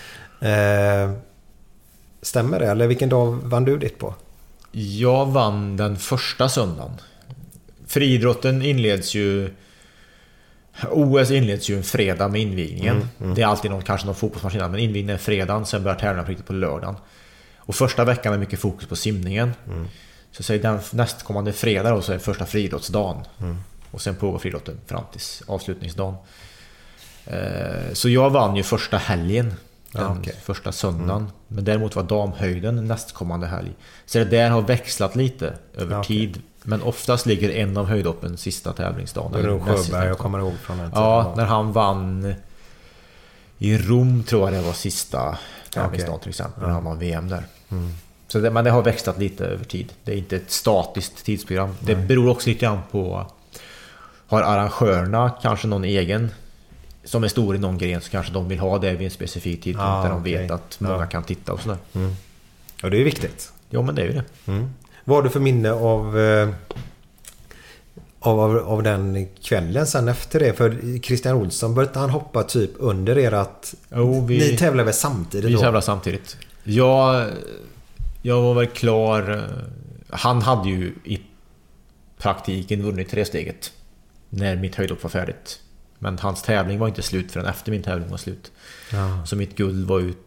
Stämmer det? Eller vilken dag vann du ditt på? Jag vann den första söndagen. Friidrotten inleds ju... OS inleds ju en fredag med invigningen. Det är alltid kanske någon fotbollsmaskin, men invigningen är fredagen, sen börjar tävlingarna riktigt på lördagen. Och första veckan är mycket fokus på simningen. Så säg den nästkommande fredag då, så är första friidrottsdagen. Och sen pågår friidrotten fram till avslutningsdagen. Så jag vann ju första helgen, första söndagen. Men däremot var damhöjden nästkommande helg. Så det där har växlat lite över tid. Men oftast ligger en av höjdhoppen sista tävlingsdagen. Det är nog Sjöberg, jag kommer ihåg från den tiden. Ja, när han vann i Rom tror jag det var sista tävlingsdagen till exempel. När han var VM där. Så men det har växlat lite över tid. Det är inte ett statiskt tidsprogram. Det beror också lite grann på, har arrangörerna kanske någon egen som är stor i någon gren, så kanske de vill ha det vid en specifik tidpunkt där de vet att många kan titta och sådär. Och det är viktigt. Ja, men det är ju det. Vad har du för minne av den kvällen sen efter det? För Christian Olsson började han hoppa typ under er att... ni tävlar väl samtidigt då? Vi tävlar samtidigt. Jag var väl klar. Han hade ju i praktiken vunnit 3-steget när mitt höjdhopp var färdigt. Men hans tävling var inte slut förrän efter min tävling var slut. Ja. Så mitt guld var ju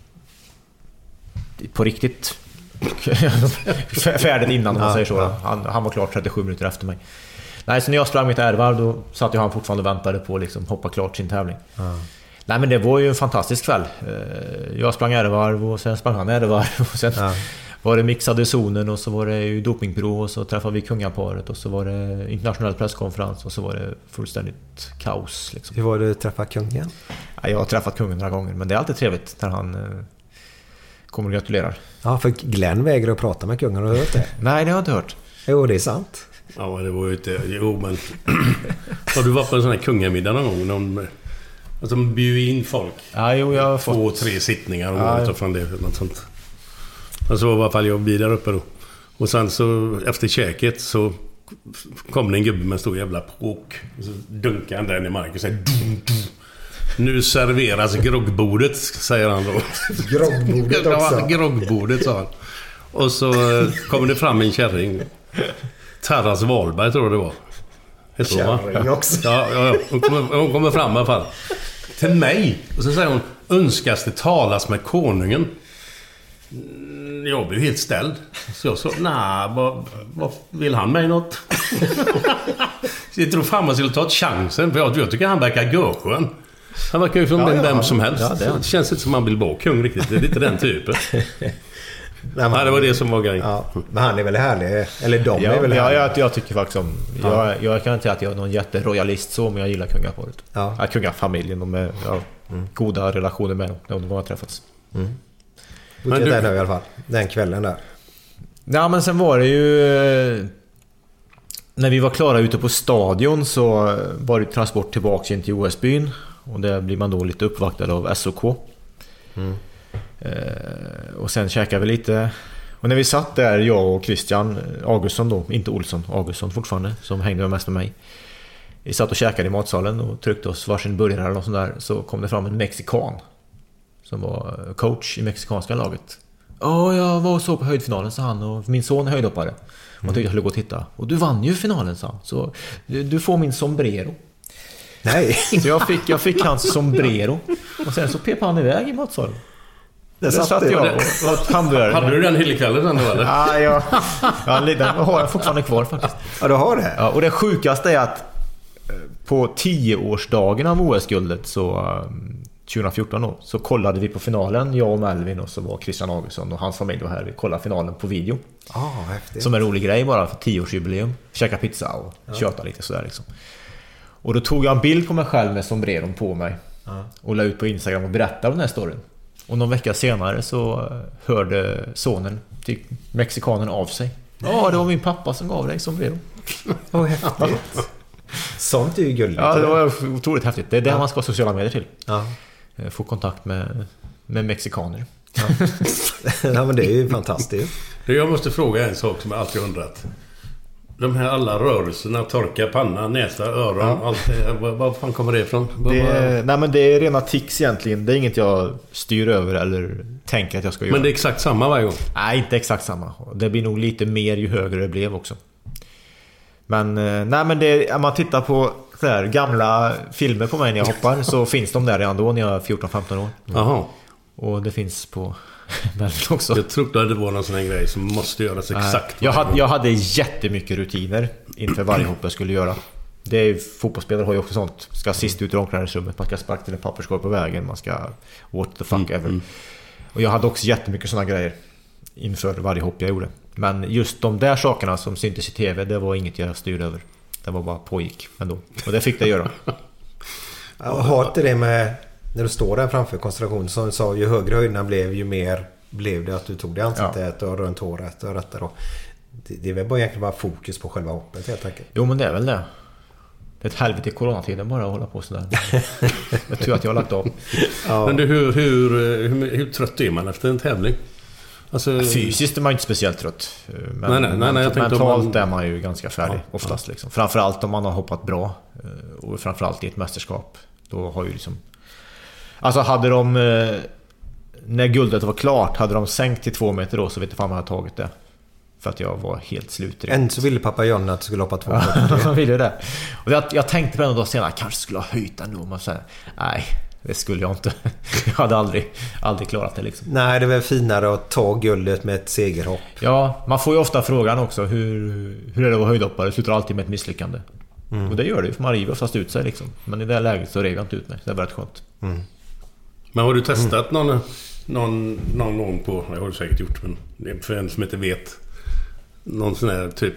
på riktigt färdigt innan, om man säger så. Han var klar 37 minuter efter mig. Nej, så när jag sprang mitt R-varv, då satt jag han fortfarande och väntade på liksom hoppa klart sin tävling. Nej, men det var ju en fantastisk kväll. Jag sprang R-varv och sen sprang han R-varv och sen var det mixade zonen och så var det ju dopingprov och så träffade vi kungaparet och så var det internationell presskonferens och så var det fullständigt kaos liksom. Hur var det att träffa kungen? Ja, jag har träffat kungen några gånger, men det är alltid trevligt när han kommer och gratulerar. Ja, för Glenn vägrar att prata med kungen, har du hört det? Nej, det har jag inte hört. Jo, det är sant. Ja, det var ju inte... Jo, men... Har du varit på en sån här kungamiddag någon gång? Alltså, de bjuder in folk. Ja, jo, jag har fått 2-3 sittningar och från det, något sånt. Och så var i alla fall jag vid där uppe då. Och sen så, efter käket så kom det en gubbe med en stor jävla pråk. Och så dunkade han där i marken och säger... Nu serveras groggbordet, säger han då. Groggbordet också? Groggbordet, sa han. Och så kommer det fram en kärring. Terras Wahlberg tror jag det var. Kärring också. Ja. Hon kommer fram i alla fall. Till mig. Och så säger hon, önskas det talas med konungen? Jag blev helt ställd. Så jag sa, vad vill han mig något? Så jag tror fan man skulle ta chansen. För jag tycker han verkar görskön. Han verkar ju från vem som helst. Ja, det känns inte som man vill vara kung riktigt. Det är inte den typen. Nej, det var det som var grejen. Ja, men han är väl härlig. Eller de är väl härlig. Ja, jag tycker faktiskt om... Jag kan inte säga att jag är någon jätteroyalist så, men jag gillar kungaparet. Ja, kungafamiljen. De är goda relationer med dem när de har träffats. Men du... där i alla fall. Den kvällen där. Ja, men sen var det ju... När vi var klara ute på stadion så var det transport tillbaka in till OS-byn. Och där blir man då lite uppvaktad av SOK. Och sen käkade vi lite. Och när vi satt där, jag och Christian Augustsson då, inte Olsson, Augustsson fortfarande, som hängde mest med mig. Vi satt och käkade i matsalen och tryckte oss varsin burgare eller något sånt där. Så kom det fram en mexikan som var coach i mexikanska laget. Jag var och så på höjdfinalen, sa han, och min son är höjdhoppare. Man tyckte jag skulle gå och titta. Och du vann ju finalen, sa han. Så du får min sombrero. Nej. Så jag fick hans sombrero. Och sen så pep han iväg i matsalen. Där satt jag och hamburgare. Hade du den hela kvällen ändå, eller? Den har jag fortfarande kvar faktiskt. Ja, du har det? Ja, och det sjukaste är att på 10-årsdagen av OS-guldet så 2014 då, så kollade vi på finalen, jag och Melvin, och så var Christian Augustsson och hans familj var här. Vi kollade finalen på video. Häftigt. Som en rolig grej bara för 10-årsjubileum. Käka pizza och köta lite sådär liksom. Och då tog jag en bild på mig själv med sombreron på mig och la ut på Instagram och berättade om den här storyn. Och någon vecka senare så hörde sonen till mexikanen av sig. Det var min pappa som gav dig sombrero. Häftigt. Sånt är ju gulligt. Ja, det var otroligt häftigt. Det är det man ska ha sociala medier till. Få kontakt med mexikaner. Ja, men det är ju fantastiskt. Jag måste fråga en sak som jag alltid undrat. De här alla rörelserna, torka panna, näsa, öron, allt det, vad fan kommer det ifrån? Nej, men det är rena tics egentligen. Det är inget jag styr över eller tänker att jag ska göra. Men det är exakt samma varje gång? Nej, inte exakt samma. Det blir nog lite mer ju högre det blev också. Men det, om man tittar på så här, gamla filmer på mig när jag hoppar så finns de där redan då när jag är 14-15 år. Jaha. Och det finns på Melvin också. Jag trodde att det var någon sån här grej som måste göras exakt. Jag hade jättemycket rutiner inför varje hopp jag skulle göra. Det är, fotbollsspelare har ju också sånt. Ska sist ut i omklädningsrummet, man ska sparka till en papperskorg på vägen, man ska what the fuck ever. Och jag hade också jättemycket såna grejer inför varje hopp jag gjorde. Men just de där sakerna som syntes i tv, det var inget jag styrde över. Det var bara pågick ändå. Och det fick det göra. Har inte det med när du står där framför koncentrationen, som du sa, ju högre höjderna blev, ju mer blev det att du tog det ansiktet och runt håret och detta då. Det är väl bara egentligen bara fokus på själva hoppet helt enkelt. Jo, men det är väl det. Det är ett helvete i coronatiden bara att hålla på sådär. Jag tror att jag har lagt av. Men du, hur trött är man efter en tävling? Alltså... Fysiskt är man inte speciellt trött. Men nej, jag mentalt är man ju ganska färdig oftast liksom. Framförallt om man har hoppat bra. Och framförallt i ett mästerskap. Då har ju liksom... Alltså hade de... När guldet var klart, hade de sänkt till 2 meter då, så vet jag fan man hade tagit det. För att jag var helt slut. Än så ville pappa John att du skulle hoppa 240. Han ville det. Och jag tänkte på en dag senare, kanske skulle ha höjt den då. Men så här, nej, det skulle jag inte. Jag hade aldrig klarat det liksom. Nej, det är väl finare att ta guldet med ett segerhopp. Ja, man får ju ofta frågan också, hur är det att vara höjdhoppare? Det slutar alltid med ett misslyckande. Och det gör det ju, för man river oftast ut sig liksom. Men i det här läget så rev jag inte ut mig. Det var rätt skönt. Men har du testat någon gång på, jag har du säkert gjort, men det är för en som inte vet, någon sån här typ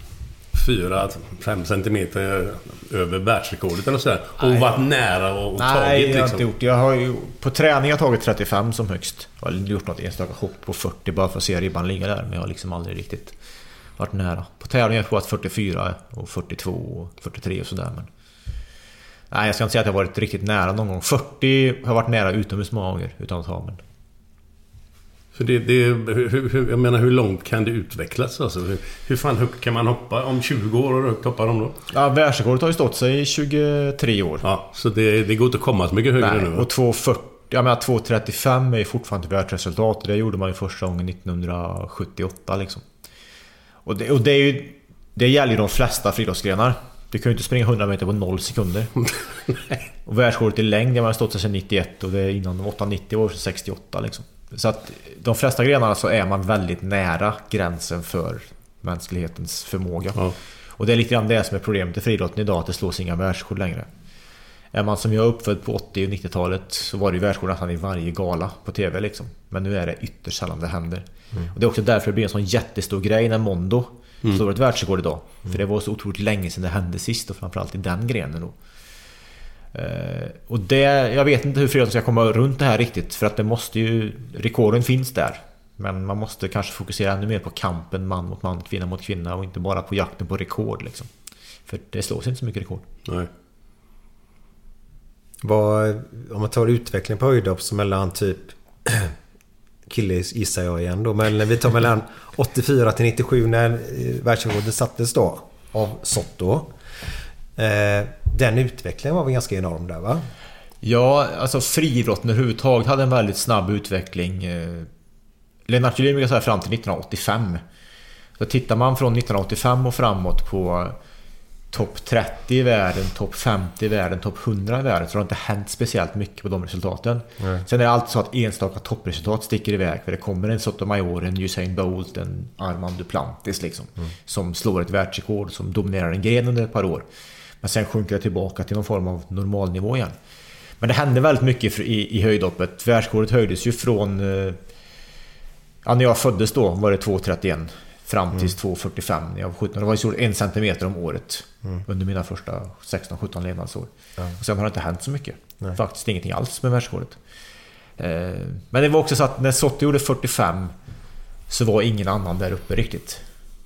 4-5 centimeter över världsrekordet eller sådär, och varit nära och tagit liksom? Nej, jag har inte gjort. Jag har ju på träning tagit 35 som högst. Jag har gjort något enstaka hopp på 40 bara för att se ribban ligga där, men jag har liksom aldrig riktigt varit nära. På tävling har jag provat 44 och 42 och 43 och sådär, men nej, jag ska inte säga att jag har varit riktigt nära någon gång. 40 har varit nära utomhus många gånger utan att ha, men för jag menar, hur långt kan det utvecklas? Alltså, hur fan högt kan man hoppa om 20 år, och högt hoppar de då? Ja, världsrekordet har ju stått sig i 23 år. Ja, så det går inte att komma så mycket högre. Nej, nu. Och 2.40, jag menar 2.35 är ju fortfarande världsresultat. Det gjorde man ju första gången 1978 liksom. Och det gäller ju de flesta friidrottsgrenar. Du kan ju inte springa 100 meter på 0 sekunder. Och världsrekordet i längd har man stått sig sedan 91, och det är innan 890 år, 68 liksom. Så att de flesta grenarna så är man väldigt nära gränsen för mänsklighetens förmåga. Ja. Och det är lite grann det som är problemet i friidrotten idag, att det slås inga världsrekord längre. Är man som jag uppfödd på 80- och 90-talet, så var det ju världsrekord nästan i varje gala på tv liksom. Men nu är det ytterst sällan det händer. Och det är också därför det blir en sån jättestor grej när Mondo slår ett världsrekord idag. För det var så otroligt länge sedan det hände sist, och framförallt i den grenen då. Och jag vet inte hur friidrotten ska komma runt det här riktigt, för att det måste ju, rekorden finns där, men man måste kanske fokusera ännu mer på kampen man mot man, kvinna mot kvinna, och inte bara på jakten på rekord liksom. För det slås inte så mycket rekord. Nej. Om man tar utveckling på höjdhopp, så mellan typ kille gissar jag igen då, men vi tar mellan 84 till 97 när världsrekordet sattes då av Sotto. Den utvecklingen var väl ganska enorm där, va? Ja, alltså friidrotten överhuvudtaget hade en väldigt snabb utveckling. Lennart Julin brukar säga fram till 1985. Så tittar man från 1985 och framåt på topp 30 i världen, topp 50 i världen, topp 100 i världen, så har det inte hänt speciellt mycket på de resultaten. Sen är det alltid så att enstaka toppresultat sticker iväg, för det kommer en Sotomayor, en Usain Bolt, en Armand Duplantis liksom, som slår ett världsrekord, som dominerar en gren under ett par år. Men sen sjunker det tillbaka till någon form av normalnivå igen. Men det hände väldigt mycket i höjdhoppet. Världsrekordet höjdes ju från när jag föddes då var det 2.31 fram till 2.45 när jag var 17. Det var ju 1 centimeter om året under mina första 16-17 levnadsår. Och sen har det inte hänt så mycket. Faktiskt ingenting alls med världsrekordet. Men det var också så att när Sotti gjorde 45 så var ingen annan där uppe riktigt.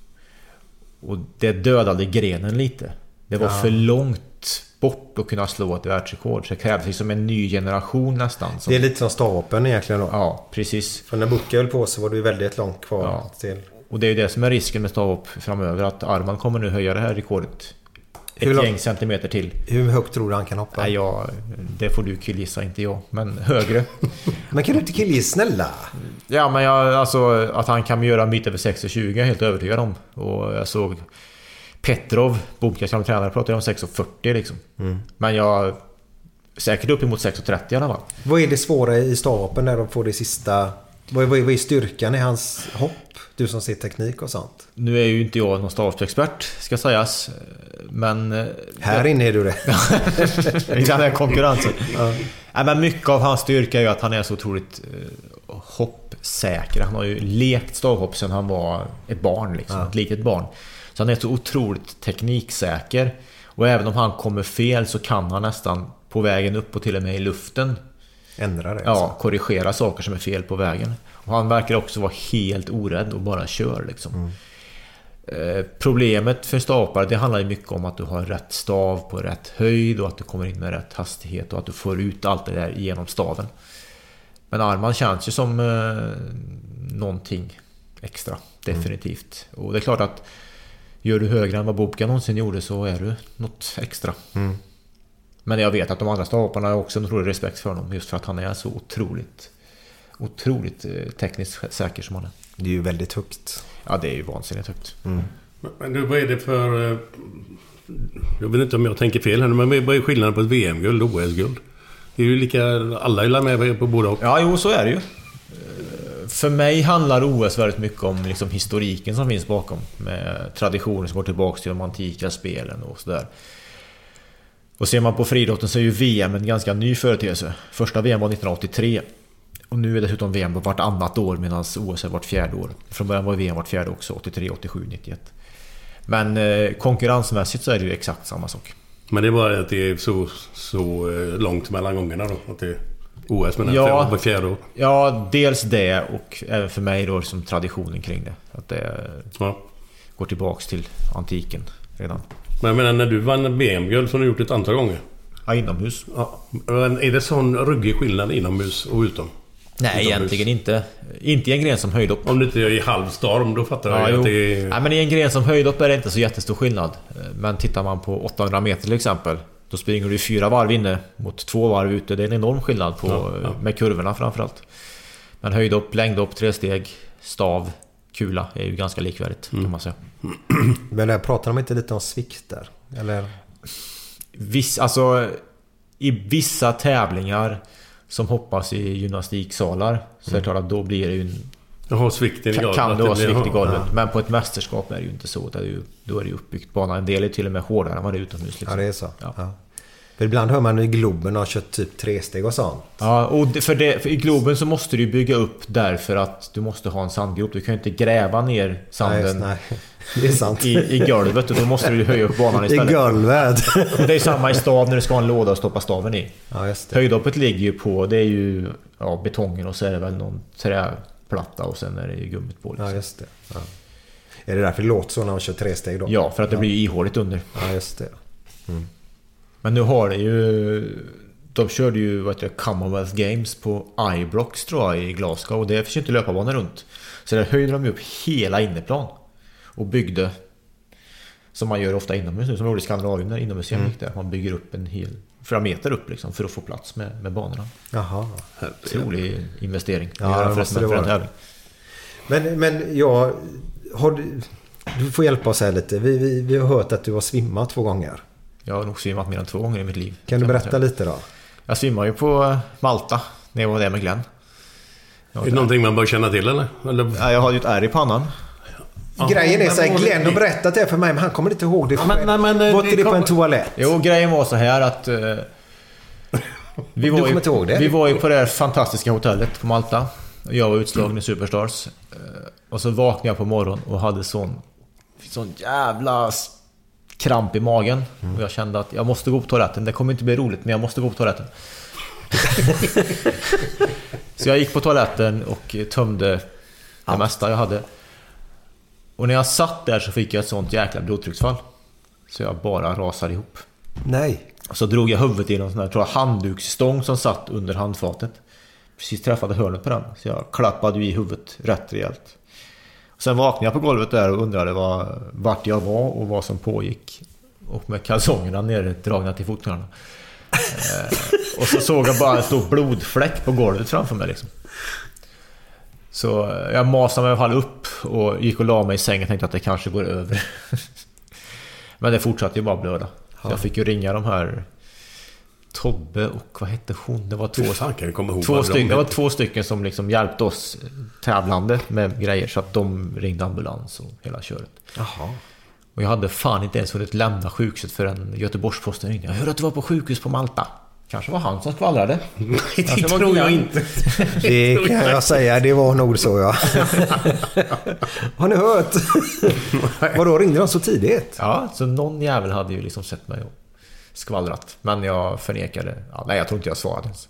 Och det dödade grenen lite. Det var för långt bort att kunna slå ett världsrekord. Så det krävdes liksom en ny generation nästan. Det är lite som stavhoppen egentligen då. Ja, precis. För när Bucka höll på så var det ju väldigt långt kvar till. Och det är ju det som är risken med stavhopp framöver. Att Arman kommer nu höja det här rekordet ett gäng centimeter till. Hur högt tror du han kan hoppa? Nej, det får du killgissa, inte jag. Men högre. Men kan du inte killgissa, snälla? Ja, men alltså att han kan göra en bit över 6,20 är jag helt övertygad om. Och jag såg Petrov, Bobkas gamla tränare, pratade om 6,40 liksom. Men jag säkert upp emot 6,30 i alla fall. Vad är det svåra i stavhoppen där de får det sista? Vad är styrkan i hans hopp? Du som ser teknik och sånt. Nu är ju inte jag någon stavhoppsexpert, ska sägas. Men här inne är du det. I den här konkurrensen. Men mycket av hans styrka är ju att han är så otroligt hoppsäker. Han har ju lekt stavhopp sedan han var ett barn liksom, ett litet barn. Så han är så otroligt tekniksäker. Och även om han kommer fel så kan han nästan på vägen upp och till och med i luften ändra det. Ja, korrigera saker som är fel på vägen. Och han verkar också vara helt orädd och bara kör liksom. Problemet för stavhoppare, det handlar ju mycket om att du har rätt stav på rätt höjd och att du kommer in med rätt hastighet och att du får ut allt det där genom staven. Men Arman känns ju som någonting extra, definitivt. Och det är klart att gör du högre än vad Bobka någonsin gjorde så är du något extra. Men jag vet att de andra stavhopparna har också en otrolig respekt för honom, just för att han är så otroligt otroligt tekniskt säker som han är. Det är ju väldigt högt. Ja, det är ju vansinnigt högt. Men du, vad är det för... Jag vet inte om jag tänker fel här, men vad är skillnaden på ett VM-guld och OS-guld? Det är ju lika... Alla är med på båda. Ja, jo, så är det ju. För mig handlar OS väldigt mycket om liksom historiken som finns bakom, med traditioner som går tillbaka till de antika spelen och sådär. Och ser man på friidrotten så är ju VM en ganska ny företeelse. Första VM var 1983 och nu är det dessutom VM vartannat år medan OS är vart fjärde år. Från början var VM vart fjärde också, 83, 87, 91. Men konkurrensmässigt så är det ju exakt samma sak. Men det är bara att det är så långt mellan gångerna då, att det är OS men var fjärde år. Ja, dels det och även för mig då som traditionen kring det. Att det går tillbaks till antiken redan. Men jag menar, när du vann VM-guld så har du gjort ett antal gånger. Ja, inomhus. Ja, men är det sån ruggig skillnad inomhus och utom? Nej, egentligen inte. Inte i en gren som höjdhopp. Om det inte är i halvstorm, då fattar jag att det är... Nej, men i en gren som höjdhopp är det inte så jättestor skillnad. Men tittar man på 800 meter till exempel, då springer du 4 varv inne mot 2 varv ute. Det är en enorm skillnad på, med kurvorna framförallt. Men höjdhopp, längdhopp, 3 steg, stav, kula är ju ganska likvärdigt kan man säga. Men där pratar de inte lite om svikt där? Eller? I vissa tävlingar som hoppas i gymnastiksalar så är det klart att då blir det ju kan det ha svikt i golvet. Men på ett mästerskap är det ju inte så. Då är det ju uppbyggt banan. En del är till och med hårdare än vad det är utomhus liksom. Ja, det är så. Ja. För ibland hör man i Globen har kört typ 3 steg och sånt. Ja, och för i Globen så måste du bygga upp därför att du måste ha en sandgrop. Du kan ju inte gräva ner sanden. Nej. Det är sant. I golvet, och då måste du höja upp banan istället. I golvet. Det är samma i stav när du ska ha en låda att stoppa staven i. Ja, just det. Höjdhoppet ligger ju på, det är ju betongen och så är det väl någon träplatta och sen är det ju gummit på. Liksom. Ja, just det. Ja. Är det därför det låter så när man kör 3 steg då? Ja, för att det blir ju ihåligt under. Ja, just det. Men nu har det ju... De körde ju Commonwealth Games på Ibrox tror jag i Glasgow, och det finns ju inte löparbanor runt. Så där höjde de upp hela inneplan och byggde, som man gör ofta inomhus nu, som gjorde i Skandinavien när inomhusgym gick där. Man bygger upp en hel flera meter upp liksom, för att få plats med banorna. Jaha. Otrolig investering. Ja, det måste det vara. Men jag du får hjälpa oss här lite. Vi har hört att du har svimmat 2 gånger. Jag har nog svimmat mer än 2 gånger i mitt liv. Kan du berätta lite då? Jag svimmar ju på Malta när jag var där med Glenn. Är det någonting man bör känna till eller? Ja, jag har ju ett ärr i pannan. Grejen är så här, Glenn har berättat det för mig, men han kommer inte ihåg det själv. Var inte det på en toalett? Jo, grejen var så här att vi var ju på det här fantastiska hotellet på Malta. Jag var utslagen i Superstars. Och så vaknade jag på morgonen och hade sån jävla kramp i magen. Och jag kände att jag måste gå på toaletten. Det kommer inte bli roligt, men jag måste gå på toaletten. Så jag gick på toaletten och tömde det mesta jag hade. Och när jag satt där så fick jag ett sånt jäkla blodtrycksfall. Så jag bara rasade ihop. Nej. Och så drog jag huvudet i någon sån här handduksstång som satt under handfatet. Precis träffade hörnet på den. Så jag klappade i huvudet rätt rejält. Sen vaknade jag på golvet där och undrade vart jag var och vad som pågick. Och med kalsongerna nerdragna till fotknölarna. Och så såg jag bara en stor blodfläck på golvet framför mig liksom. Så jag masade mig i alla fall upp och gick och la mig i sängen och tänkte att det kanske går över. Men det fortsatte ju bara blöda. Så jag fick ju ringa de här Tobbe och vad hette hon? Det var två stycken som liksom hjälpte oss tävlande med grejer, så att de ringde ambulans och hela köret. Jaha. Och jag hade fan inte ens hunnit lämna sjukhuset för en Göteborgsposten ringde. Jag hörde att du var på sjukhus på Malta. Kanske var han som skvallrade. Det tror jag inte. Det kan jag säga, det var nog så, ja. Har ni hört? Vadå, ringde de så tidigt? Ja, så någon jävel hade ju liksom sett mig och skvallrat. Men jag förnekade. Ja, nej, jag tror inte jag svarade ens.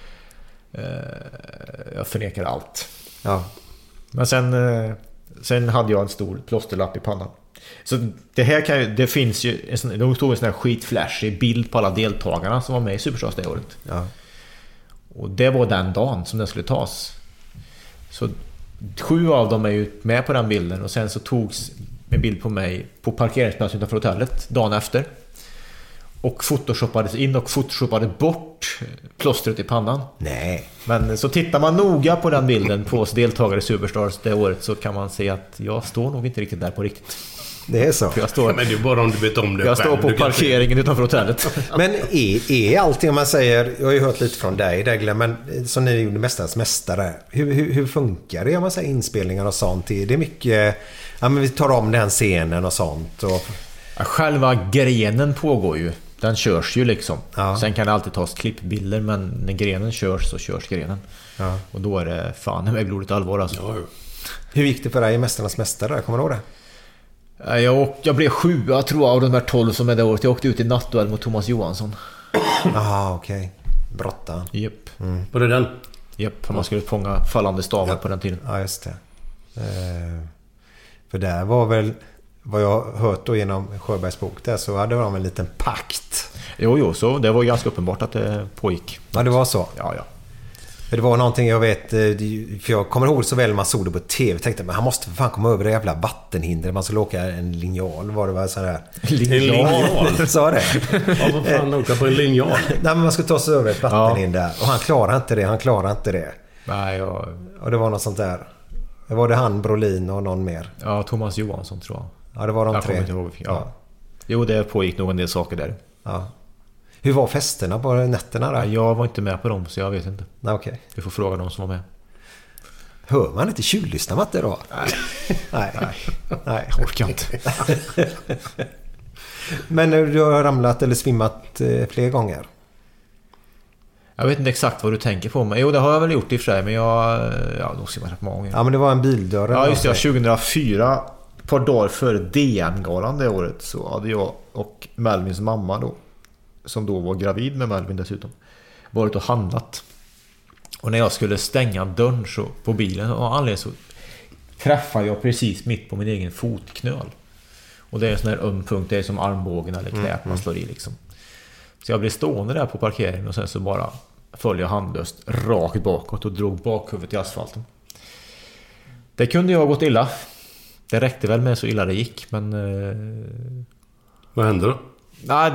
Jag förnekade allt. Ja. Men sen hade jag en stor plåsterlapp i pannan. Så det här det finns ju de tog en sån här skitflashig bild på alla deltagarna som var med i Superstars det året. Ja. Och det var den dagen som den skulle tas. Så 7 av dem är ju med på den bilden, och sen så togs en bild på mig på parkeringsplatsen utanför hotellet dagen efter. och photoshoppades in och photoshoppade bort plåstret i pannan. Nej. Men så tittar man noga på den bilden på oss deltagare i Superstars det året, så kan man se att jag står nog inte riktigt där på riktigt. Det är så. Jag står, Men det är bara om du vet om det. jag står på parkeringen utanför hotellet. Men är allting, om man säger, jag har ju hört lite från dig Dagle, men som ni gjorde Mästarnas mästare, hur funkar det om man säger inspelningar och sånt? Det är mycket, ja men vi tar om den scenen och sånt. Och... Ja, själva grenen pågår ju. Den körs ju liksom. Ja. Sen kan det alltid tas klippbilder, men när grenen körs så körs grenen. Ja. Och då är det fan med blodigt allvar alltså. Ja. Hur gick det för dig i Mästarnas mästare? Kommer du ihåg det? Jag blev 7 tror jag av de här 12 som är det året. Jag åkte ut i nattduell mot Thomas Johansson. Jaha, okej. Brotta. Japp. Var det den? Japp, man skulle fånga fallande stavar på den tiden. Ja, just det. För där var väl, vad jag har hört då genom Sjöbergs bok där, så hade de en liten pakt. Jo, så det var ganska uppenbart att det pågick. Ja, det var så. Ja. För det var någonting jag vet, för jag kommer ihåg så väl man såg det på tv. Jag tänkte, men han måste för fan komma över det jävla vattenhinder. Man skulle åka en linjal, var det var sån där. Linjal? Sa det? Ja, vad fan åka på en linjal? Nej, men man skulle ta sig över ett vattenhinder. Och han klarar inte det. Nej, och det var något sånt där. Det var det han, Brolin och någon mer. Ja, Thomas Johansson tror jag. Ja, det var de jag 3. Inte ihåg. Ja. Jo, det pågick nog en del saker där. Ja. Hur var festerna på nätterna där? Jag var inte med på dem, så jag vet inte. Nej, okej. Du får fråga dem som var med. Hör man inte tjuvlyssna, Matte, då? Nej. Jag orkar inte. Men du har ramlat eller svimmat fler gånger? Jag vet inte exakt vad du tänker på. Men jo, det har jag väl gjort i och för sig. Men jag nog svimmat rätt många gånger. Ja, men det var en bildörr. Ja, just det. 2004, ett par dagar före DM-galan det året, så hade jag och Melvins mamma då, som då var gravid med Melvin dessutom, varit och handlat. Och när jag skulle stänga dörren så på bilen och anledning så träffade jag precis mitt på min egen fotknöl. Och det är en sån här öm punkt, det är som armbågen eller knät man slår i liksom. Så jag blev stående där på parkeringen och sen så bara följde jag handlöst rakt bakåt och drog bakhuvudet i asfalten. Det kunde ju ha gått illa. Det räckte väl med så illa det gick, men... Vad hände då? Nej,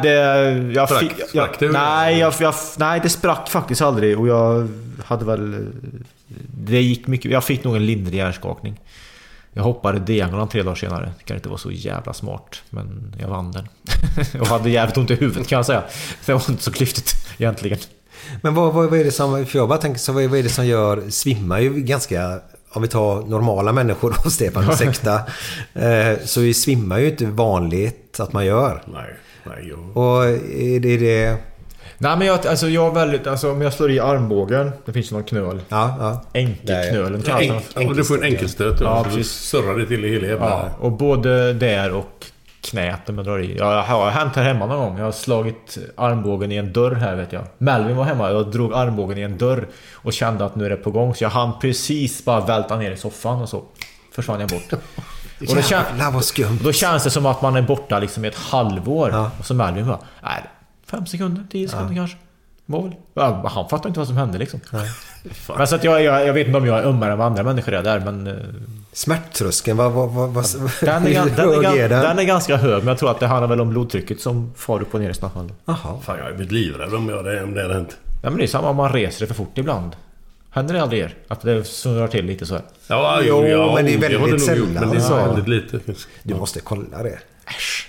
nej, det sprack faktiskt aldrig. Och jag hade väl... Det gick mycket... Jag fick nog en lindrig hjärnskakning. Jag hoppade diagonalen 3 dagar senare. Det kan inte vara så jävla smart, men jag vann den. Jag hade jävligt ont i huvudet, kan jag säga. För det var inte så klyftigt egentligen. Men vad är det som... För jag bara tänker så, vad är det som gör... Svimmar ju ganska... Om vi tar normala människor och Stefan och sekta, så svimmar ju inte vanligt att man gör. Nej, och är det... Nej, men jag väldigt... Alltså, om jag slår i armbågen, det finns ju någon knöl. Ja. Enkelknölen. Du får en enkelstöt. Ja, precis. Surrar det till i hela jävla... Ja, och både där och knät om jag drar i. Jag har hänt här hemma någon gång. Jag har slagit armbågen i en dörr här, vet jag. Melvin var hemma. Jag drog armbågen i en dörr och kände att nu är det på gång. Så jag hann precis bara välta ner i soffan och så försvann jag bort. Och då känns det som att man är borta liksom i ett halvår. Ja. Och så Melvin bara, 5 sekunder, 10 sekunder kanske. Han fattar inte vad som hände liksom. Men så att jag vet inte om jag är ömmare än andra människor där, men... Smärttröskeln, den är ganska hög, men jag tror att det handlar väl om blodtrycket som far upp och ner i snabbt. Jaha. Fan, jag är blivit livrädd om det hade hänt. Ja, men det är samma om man reser det för fort ibland. Händer det aldrig er? Att det snurrar till lite så här? Ja, men det är väldigt sällan. Men det är väldigt lite. Du måste kolla det. Äsch.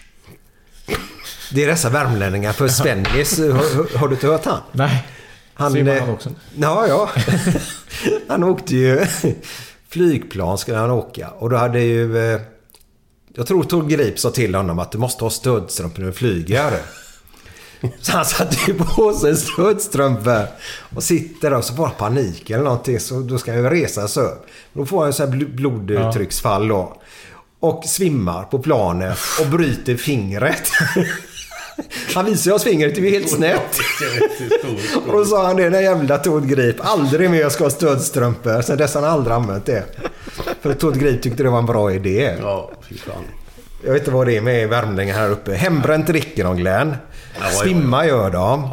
Det är dessa värmlänningar för Svennis. Har du inte hört han? Nej. Han också. Ja. Han åkte ju flygplan skulle han åka. Och då hade ju... Jag tror Tor Grip sa till honom att du måste ha stödstrumpor när du flyger. Så han satte ju på sig stödstrumpor och sitter där och så får han panik eller någonting. Så då ska han resa sig upp. Då får han så här blodtrycksfall då. Och svimmar på planet och bryter fingret. Han visar oss fingret, det är helt snett. Och då sa han det, den jävla Tord Grip, aldrig mer ska ha stödstrumpor. Sen dess har han aldrig använt det. För Tord Grip tyckte det var en bra idé. Ja, fy fan. Jag vet inte vad det är med värmlänningar här uppe. Hembränt dricker de, Glenn. Svimma gör de.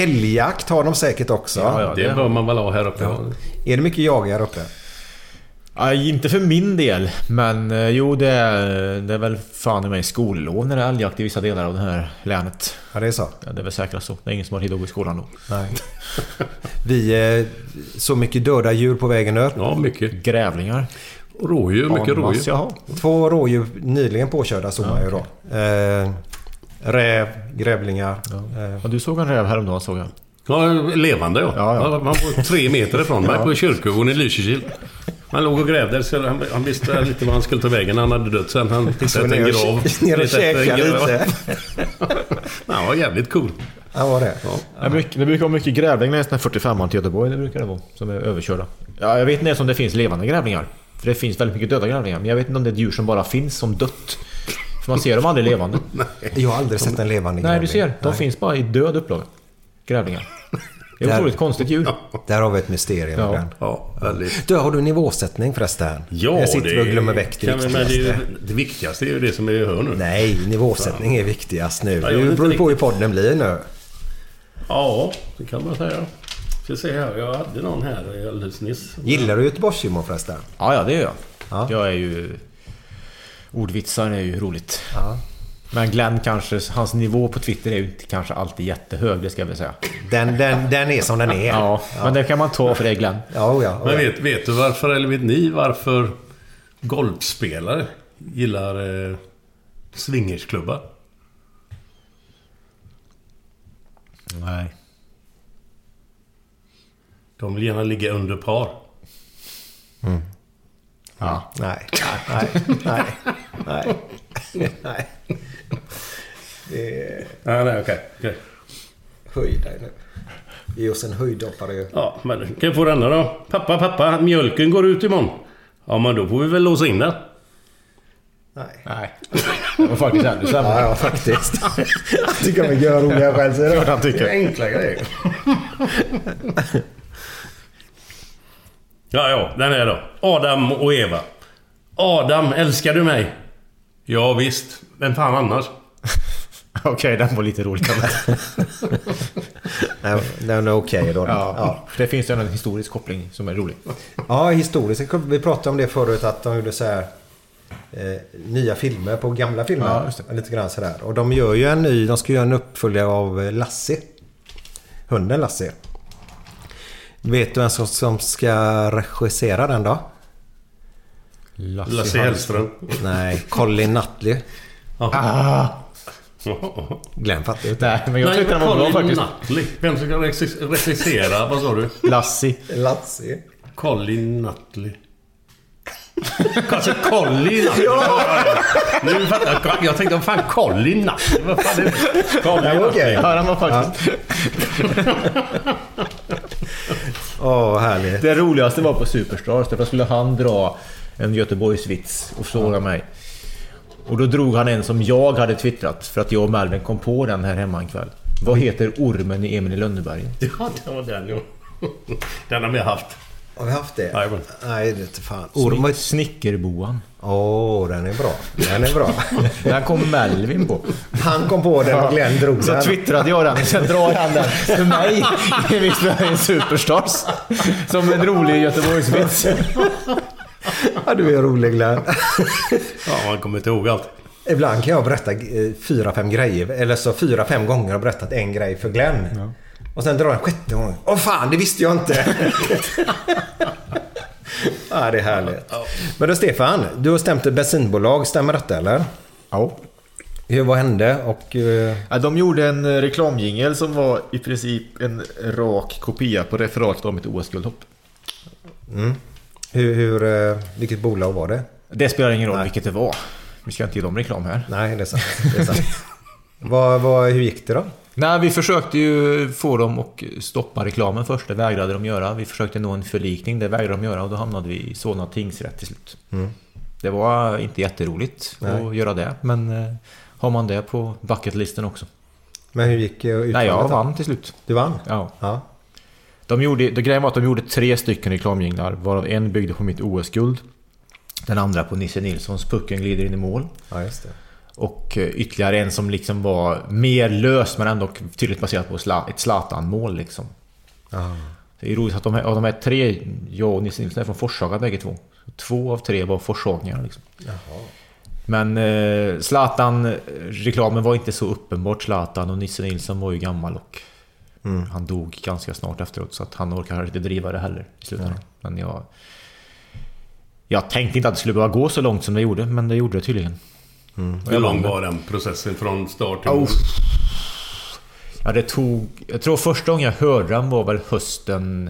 Älgjakt har de säkert också. Ja, det bör man väl ha här uppe. Ja. Är det mycket jag här uppe? Ja, inte för min del, men jo, det är väl fan i mig skollov när det är älgjakt i vissa delar av det här länet. Ja, det är så. Ja, det är väl säkrast så. Det är ingen som har tid att gå i skolan då. Nej. Vi så mycket döda djur på vägen där. Ja, mycket. Grävlingar. Rådjur, mycket rådjur. Jaha. 2 rådjur nyligen påkörda såg man ju då. Räv, grävlingar. Ja, du såg en räv häromdagen, såg jag. Ja, levande ja. Ja. Man var 3 meter ifrån mig på kyrkogården i Lysekil. Han låg och grävde, så han visste lite vad han skulle ta vägen. Han hade dött sen. Han hittade en grav. Ner och käka lite. Han var jävligt cool. Ja, var det. Ja. Det brukar vara mycket grävling nästan 45 till Göteborg. Det brukar det vara, som är överkörda. Ja, jag vet inte om det finns levande grävlingar. För det finns väldigt mycket döda grävlingar. Men jag vet inte om det är ett djur som bara finns som dött. För man ser dem aldrig levande. Jag har aldrig sett en levande grävling. Nej, du ser. De finns bara i död upplaga. Grävlingar. Det är ett otroligt konstigt djur. Där har vi ett mysterium. Ja, väldigt. Du, har du nivåsättning förresten? Ja, jag sitter och glömmer väck det viktigaste. Det viktigaste är ju det som är hör nu. Nej, nivåsättning är viktigast nu. Det beror på hur podden blir nu. Ja, det kan man säga. Ska se här, jag hade någon här alldeles nyss. Gillar du Göteborgshumor förresten? Ja, det gör jag. Ja. Jag är ju... Ordvitsar är ju roligt. Ja. Men Glenn kanske, hans nivå på Twitter är ju inte kanske alltid jättehög, det ska jag väl säga. Den är som den är. Ja, men det kan man ta för det, Glenn. Ja. Men vet du varför, eller vet ni varför golfspelare gillar swingersklubbar? Nej. De vill gärna ligga under par. Mm. Ja. Nej. Nej, okej. Höj dig nu. Ge oss en höjdhoppare ju. Ja, men kan jag få denna då? Pappa, mjölken går ut imorgon. Ja, men då får vi väl låsa in den. Nej. Det var faktiskt ännu sämre. Ja, faktiskt. Jag tycker man gör roliga själv. Så är det han tycker. Det är enkla grejer. Ja, den är då. Adam och Eva. Adam, älskar du mig? Ja, visst. Vem fan annars? Okej, den var lite rolig. Den är okej då. Ja. Det finns ju en historisk koppling som är rolig. Ja, historiskt. Vi pratade om det förut, att de gjorde så här nya filmer på gamla filmer. Ja, just det. Lite grann sådär. Och de gör ju de ska göra en uppföljare av Lassie. Hunden Lassie. Vet du vem som ska regissera den då? Lasse Hellström. Nej, Colin Nutley. Glenn fattar inte. Nej, men jag tyckte den var bra faktiskt. Nutley. Vem ska regissera? Vad sa du? Lassie. Colin Nutley. Kanske Colin Nutley. Nu fattar jag. Jag tänkte, fan Colin Nutley. Vad fan är det? Colin Nutley. Ja, den var faktiskt. Härligt. Det roligaste var på Superstars. Därför skulle han dra en Göteborgsvits och fråga mig. Och då drog han en som jag hade twittrat, för att jag och Melvin kom på den här hemma en kväll. Vad heter ormen i Emil i Lönneberg? Ja, det var den ju. Den har vi haft. Har vi haft det? Nej, det är inte fan. Snickerboan. Den är bra. Den kom Melvin på. Han kom på den och Glenn drog den. Så twittrade jag den. Sen drar han den för mig i en Superstars. Som en rolig Göteborgsvits. Ja, du är rolig, Glenn. Ja, man kommer inte ihåg allt. Ibland kan jag berätta 4-5 grejer. Eller så 4-5 gånger har berättat en grej för Glenn. Ja. Och sen drar han 6:e gången. Åh fan, det visste jag inte. Ja, det är härligt. Men då Stefan, du har stämt ett bensinbolag. Stämmer detta eller? Ja. Vad hände? Och, ja, de gjorde en reklamjingel som var i princip en rak kopia på referatet om ett OS-guldhopp. Mm. Vilket bolag var det? Det spelar ingen roll vilket det var. Vi ska inte ge dem reklam här. Nej, det är sant. Hur gick det då? Nej, vi försökte ju få dem att stoppa reklamen först. Det vägrade de göra. Vi försökte nå en förlikning. Det vägrade de göra. Och då hamnade vi i Solna tingsrätt till slut. Mm. Det var inte jätteroligt att göra det. Men har man det på bucketlisten också. Men hur gick det? Nej, jag vann till slut. Du vann? Ja. Grejen var att de gjorde 3 stycken reklamjinglar, varav en byggde på mitt OS-guld. Den andra på Nisse Nilssons Pucken glider in i mål. Ja, just det. Och ytterligare en som liksom var mer lös men ändå tydligt baserat på ett Zlatan-mål liksom. Det är roligt att de här 3, jag och Nisse Nilsson är från Forshaga bägge två. 2 av 3 var Forshagingar liksom. Jaha. Men Zlatan-reklamen var inte så uppenbart. Zlatan och Nisse Nilsson var ju gammal och han dog ganska snart efteråt, så att han orkar inte driva det heller i slutändan. Men jag tänkte inte att det skulle behöva gå så långt som det gjorde, men det gjorde det tydligen. Hur lång var den processen från start till Ja, det tog... Jag tror första gången jag hörde den var väl hösten...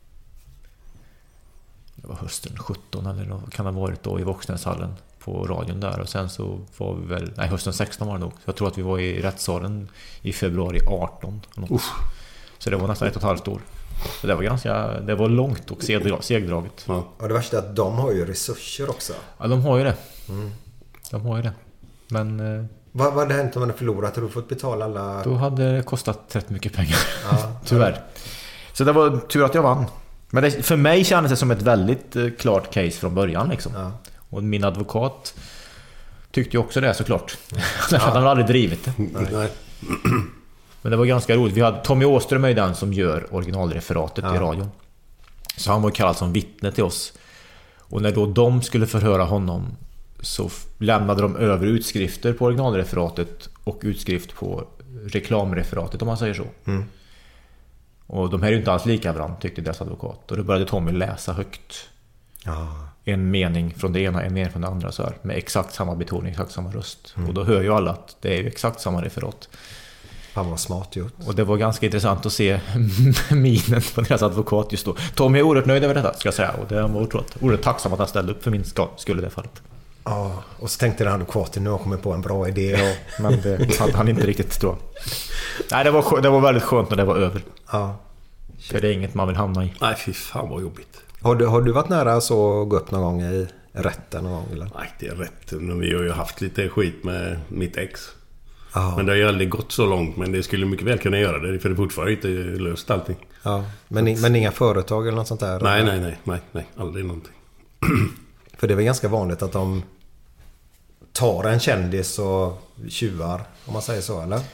Det var hösten 17 eller vad kan det ha varit då i Våxnäshallen på radion där. Och sen så var vi väl... Nej, hösten 16 var det nog. Jag tror att vi var i rättssalen i februari 18. Så det var nästan 1,5 år. Så det var ganska... Det var långt och segdraget. Ja. Och det värsta är att de har ju resurser också. Ja, de har ju det. De har ju det. Men... Vad hade hänt om man hade förlorat? Har du fått betala alla... Då hade det kostat rätt mycket pengar. Tyvärr. Så det var tur att jag vann. Men det, för mig kändes det som ett väldigt klart case från början liksom. Ja. Och min advokat tyckte ju också det, såklart. Han hade aldrig drivit det. Nej. Men det var ganska roligt. Vi hade Tommy Åström är den som gör originalreferatet i radion. Så han var kallad som vittne till oss. Och när då de skulle förhöra honom så lämnade de över utskrifter på originalreferatet och utskrift på reklamreferatet, om man säger så. Och de här är ju inte alls lika varandra, tyckte deras advokat. Och då började Tommy läsa högt. En mening från det ena, en mening från det andra så här, med exakt samma betoning, exakt samma röst. Och då hör ju alla att det är ju exakt samma referat. Han var smart gjort. Och det var ganska intressant att se minen på deras advokat just då. Tommy är oerhört nöjd över detta, ska jag säga. Och det var oerhört tacksam att han ställde upp för min skull i det fallet. Ja, och så tänkte han advokaten, nu har kommit på en bra idé. Men det hade han inte riktigt, tror jag. Nej, det var väldigt skönt när det var över. Ja. För det är inget man vill hamna i. Nej, fy fan vad jobbigt. Har du varit nära så att gå upp någon gång i rätten någon gång, eller? Nej, det är rätten. Vi har ju haft lite skit med mitt ex. Men det har ju aldrig gått så långt. Men det skulle mycket väl kunna göra det. För det är fortfarande inte löst allting. Ja, men inga företag eller något sånt där? Nej, aldrig någonting. För det är väl ganska vanligt att de tar en kändis och tjuvar, om man säger så, eller?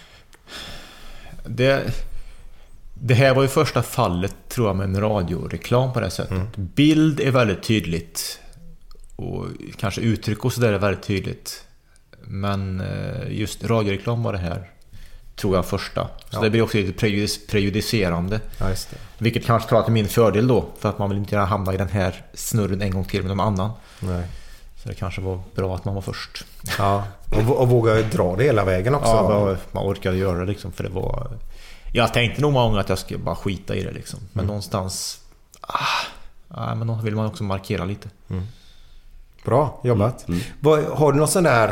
Det här var ju första fallet, tror jag, med en radioreklam på det sättet. Bild är väldigt tydligt. Och kanske uttryck och sådär är väldigt tydligt. Men just radioreklam var det här, tror jag, första. Så det blir också lite prejudicerande. Ja, just det. Vilket kanske tar till min fördel då. För att man vill inte hamna i den här snurren en gång till med någon annan. Nej. Så det kanske var bra att man var först. Ja, och våga dra det hela vägen också. Ja, man orkade göra det liksom. För det var... Jag tänkte nog många gånger att jag skulle bara skita i det liksom. Men någonstans... men då vill man också markera lite. Bra jobbat. Har du någon sån där...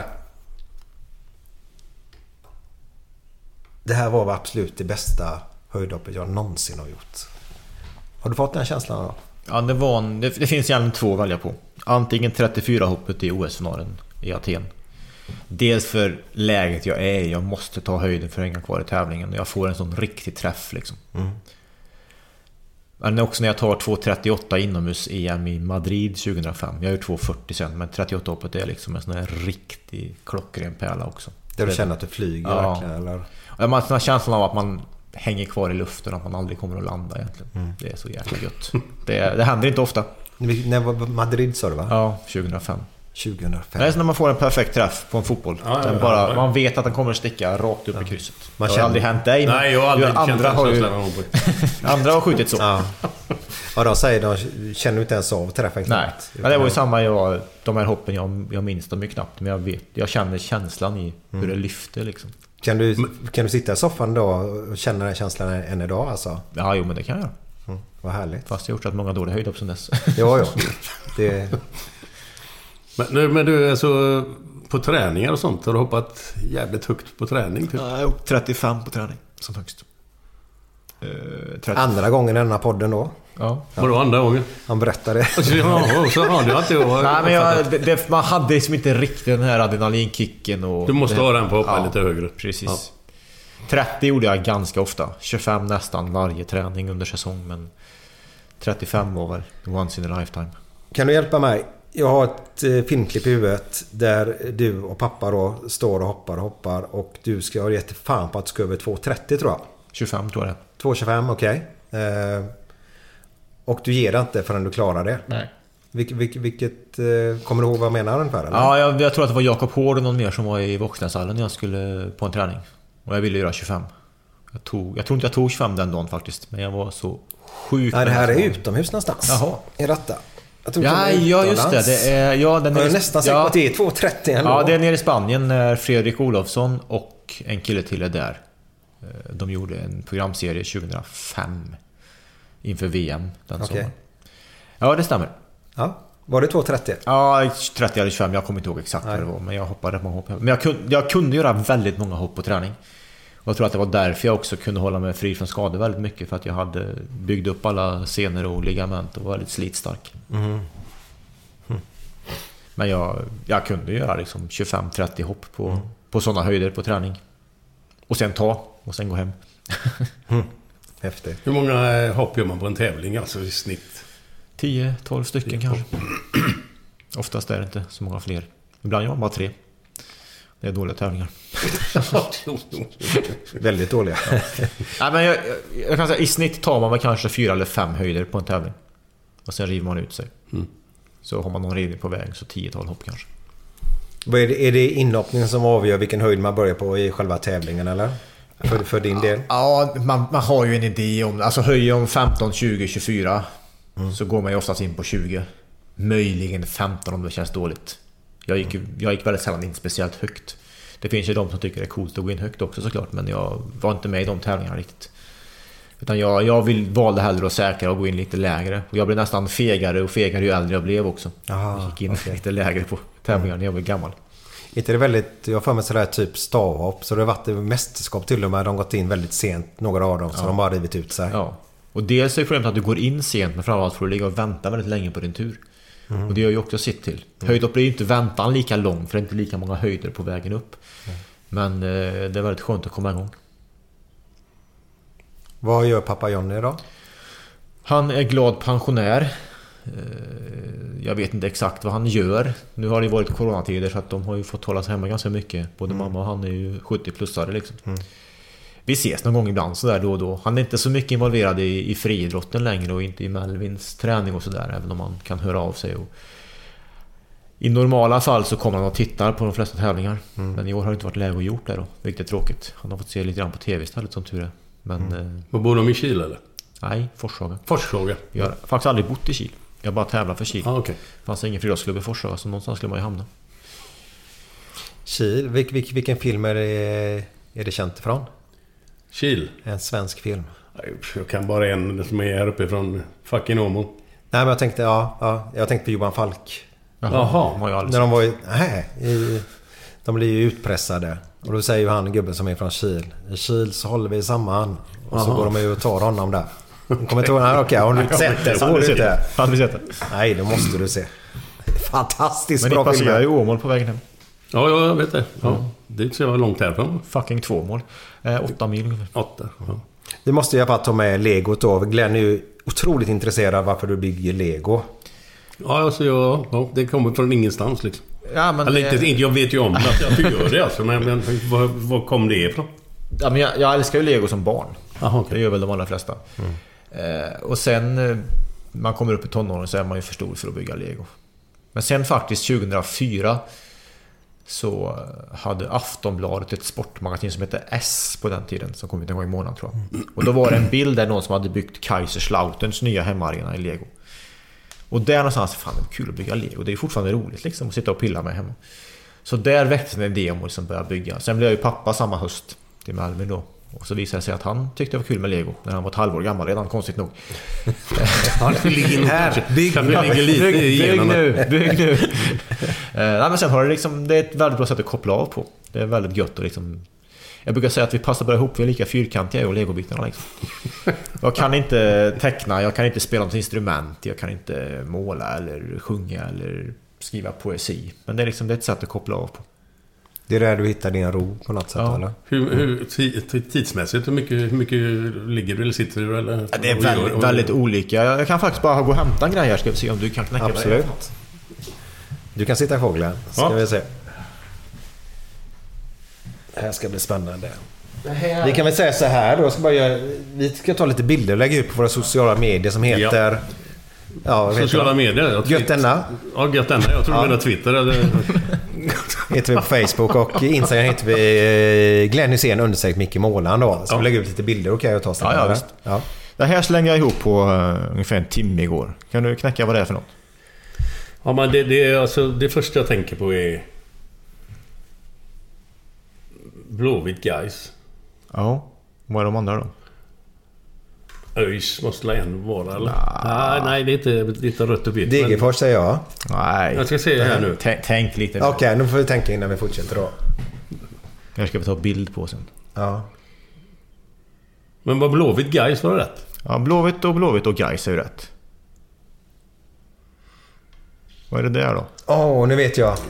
Det här var absolut det bästa höjdhoppet jag någonsin har gjort. Har du fått den känslan då? Ja, det finns egentligen 2 att välja på. Antingen 34-hoppet i OS-finalen i Aten. Dels för läget jag är i. Jag måste ta höjden för att hänga kvar i tävlingen. Jag får en sån riktig träff liksom. Men också när jag tar 2.38 inomhus EM i Madrid 2005. Jag gör 2.40 sen, men 38-hoppet är liksom en sån här riktig klockren pärla också. Där du känner att du flyger verkligen, eller? Ja, man har känslan av att man hänger kvar i luften, att man aldrig kommer att landa egentligen. Det är så jäkla gött. Det händer inte ofta. När var Madrid, sa du, va? Ja, 2005. 2005. Det är som när man får en perfekt träff på en fotboll. Man vet att den kommer att sticka rakt upp i krysset. Det har aldrig hänt dig. Nej, jag har aldrig andra har skjutit så. Ja, de säger de känner inte ens av träffen knappt. Nej, det var ju samma de här hoppen jag minns dem ju knappt. Men jag känner känslan i hur det lyfter liksom. Kan du sitta i soffan då och känna den känslan än idag alltså? Ja, jo, men det kan jag. Vad härligt. Fast jag har gjort att många dåliga höjdhopp som dess. Ja. Det... Men du, alltså, på träningar och sånt, har du hoppat jävligt högt på träning? Typ? Ja, jag har hoppat 35 på träning som högst. Andra gången i den här podden då? Ja. Vadå andra gången? Han berättade. Så har du alltid... Nej, men man hade liksom inte riktigt den här adrenalinkicken. Och du måste ha den på hoppa lite högre. Precis. 30 gjorde jag ganska ofta. 25 nästan varje träning under säsong. Men 35 var väl once in a lifetime. Kan du hjälpa mig? Jag har ett filmklipp i huvudet där du och pappa då står och hoppar och du ska ha gett fan på att du ska över 2.30 tror jag. 25 tror jag. 2.25, okej. Och du ger det inte förrän du klarar det? Nej. Vilket kommer du ihåg vad jag menar ungefär? Eller? Ja, jag tror att det var Jakob Hård och någon mer som var i Våxnäshallen när jag skulle på en träning. Och jag ville göra 25. Jag tror inte jag tog 25 den dagen faktiskt. Men jag var så sjukt... Nej, det här är utomhus någonstans. Jaha. Är detta? Ja, just det. Det är, ja, den jag är nästan säker på att det är 2.30 ändå. Ja, det är nere i Spanien när Fredrik Olofsson och en kille till är där. De gjorde en programserie 2005 inför VM den sommaren. Ja, det stämmer. Ja, var det 2.30? Ja, 30 eller 25, jag kommer inte ihåg exakt vad det var. Men jag hoppade rätt många hopp. Men jag kunde göra väldigt många hopp på träning. Och jag tror att det var därför jag också kunde hålla mig fri från skador väldigt mycket. För att jag hade byggt upp alla senor och ligament och var väldigt slitstark. Men jag kunde göra liksom 25-30 hopp på sådana höjder på träning. Och sen och sen gå hem. Häftigt. Hur många hopp gör man på en tävling alltså i snitt? 10-12 stycken kanske. Oftast är det inte så många fler. Ibland gör man bara 3. Det är dåliga tävlingar. Väldigt dåliga. Nej, men jag kan säga i snitt tar man väl kanske 4 eller 5 höjder på en tävling. Och sen river man ut sig. Så har man någon rivning på väg, så 10-12 hopp kanske. Är det inhoppningen som avgör vilken höjd man börjar på i själva tävlingen eller? För din del? Ja, man har ju en idé om... Alltså höjer om 15, 20, 24 så går man ju oftast in på 20. Möjligen 15 om det känns dåligt. Jag gick väldigt sällan in speciellt högt. Det finns ju de som tycker det är coolt att gå in högt också såklart. Men jag var inte med i de tävlingarna riktigt. Utan jag valde hellre att säkra och gå in lite lägre. Och jag blev nästan fegare och fegare ju äldre jag blev också. Jag gick in lite lägre på tävlingar när jag var gammal. Inte det väldigt, jag får med sådär typ stavhopp. Så det har varit mästerskap till och med. De har gått in väldigt sent, några av dem. Så de har rivit ut sig. Ja. Och dels är problemet att du går in sent. Men framförallt får du ligga och vänta väldigt länge på din tur. Och det gör ju också sitt till. Höjdhopp blir ju inte väntan lika lång. För det är inte lika många höjder på vägen upp. Men det är väldigt skönt att komma igång. Vad gör pappa Johnny då? Han är glad pensionär. Jag vet inte exakt vad han gör. Nu har det varit coronatider så att de har ju fått hålla sig hemma ganska mycket. Både mamma och han är ju 70-plussare liksom. Vi ses någon gång ibland sådär då och då. Han är inte så mycket involverad i friidrotten längre och inte i Melvins träning och sådär. Även om man kan höra av sig. Och i normala fall så kommer han och tittar på de flesta tävlingar. Men i år har det inte varit läge att gjort det då. Vilket är tråkigt. Han har fått se lite grann på tv istället som tur är. Men, Vad bor de i Kil eller? Nej, Forshaga. Forshaga? Jag har faktiskt aldrig bott i Kil. Jag bara tävlar för Kil. Okay. Det fanns ingen friidrottsklubb i Forshaga, så någonstans skulle man ju hamna. Kil, vilken film är det känt ifrån? Kil? En svensk film. Jag kan bara en som är här uppe från fucking Åmo. Nej, men jag tänkte jag tänkte på Johan Falk. Jaha. När de var de blir ju utpressade. Och då säger ju han gubben som är från Kil. I Kil så håller vi samman. Och så går de ju och tar honom där. De kommer inte ihåg, okej, har du inte sett det så går du inte. Har du sett det? Nej, då måste du se. Fantastiskt bra film. Men film. jag är i Åmål på vägen hem. Ja, jag vet det. Ja. Det är inte så långt härifrån. Fucking 2 mål. 8 mil ungefär. 8, ja. Vi måste ju bara ta med Lego då. Glenn är ju otroligt intresserad av varför du bygger Lego. Ja, alltså det kommer från ingenstans liksom. Ja, men jag vet ju om att du gör det alltså, men vad kom det ifrån? Ja, men jag älskar ju Lego som barn. Aha, okay. Det gör väl de allra flesta. Och sen man kommer upp i tonåren så är man ju för stor för att bygga Lego. Men sen faktiskt 2004 så hade Aftonbladet ett sportmagasin som hette S på den tiden, som kom ut en gång i månaden tror jag. Och då var det en bild där någon som hade byggt Kaiserslauterns nya hemmaarena i Lego. Och där någonstans, fan det är kul att bygga Lego. Det är fortfarande roligt liksom att sitta och pilla med hemma. Så där väcktes en idé om att liksom börja bygga. Sen blev jag ju pappa samma höst till Melvin då. Och så visade det sig att han tyckte det var kul med Lego när han var ett halvår gammal redan, konstigt nog. Bygg nu. Nej, men sen har det liksom, det är ett väldigt bra sätt att koppla av på. Det är väldigt gött och liksom, jag brukar säga att vi passar bara ihop, vi är lika fyrkantiga och legobitarna liksom. Jag kan inte teckna, jag kan inte spela något instrument, jag kan inte måla eller sjunga eller skriva poesi. Men det är liksom, det är ett sätt att koppla av på. Det är där du hittar din ro på något sätt, eller? Hur tidsmässigt, hur mycket ligger du eller sitter du? Eller? Det är väldigt olika. Jag kan faktiskt bara gå och hämta en grej här, ska vi se om du kan knäcka. Absolut. Du kan sitta i fågeln, ska vi se. Det här ska bli spännande. Vi kan väl säga så här då. Vi ska ta lite bilder och lägga ut på våra sociala medier som heter... Ja, sociala medier. Göttenna. Ja, Göttenna. Jag tror det var Twitter. Eller... heter vi på Facebook och Instagram heter vi Glenn Hysén _ Micke Måland då. Så vi lägger ut lite bilder och ta sig. Ja, visst. Ja. Det här slängde jag ihop på ungefär en timme igår. Kan du knäcka vad det är för något? Ja, men det är alltså det första jag tänker på är Blåvitt Gais. Ja. Vad är de andra då? ÖIS måste la en vara eller? Nej, det är inte rött och vitt. Degerfors säger jag. Nej. Jag ska se här nu. Tänk lite. Okej, nu får vi tänka innan vi fortsätter då. Jag ska vi ta bild på sen. Ja. Men vad Blåvitt Gais var rätt? Ja, Blåvitt och Gais är ju rätt. Vad är det där då? Nu vet jag.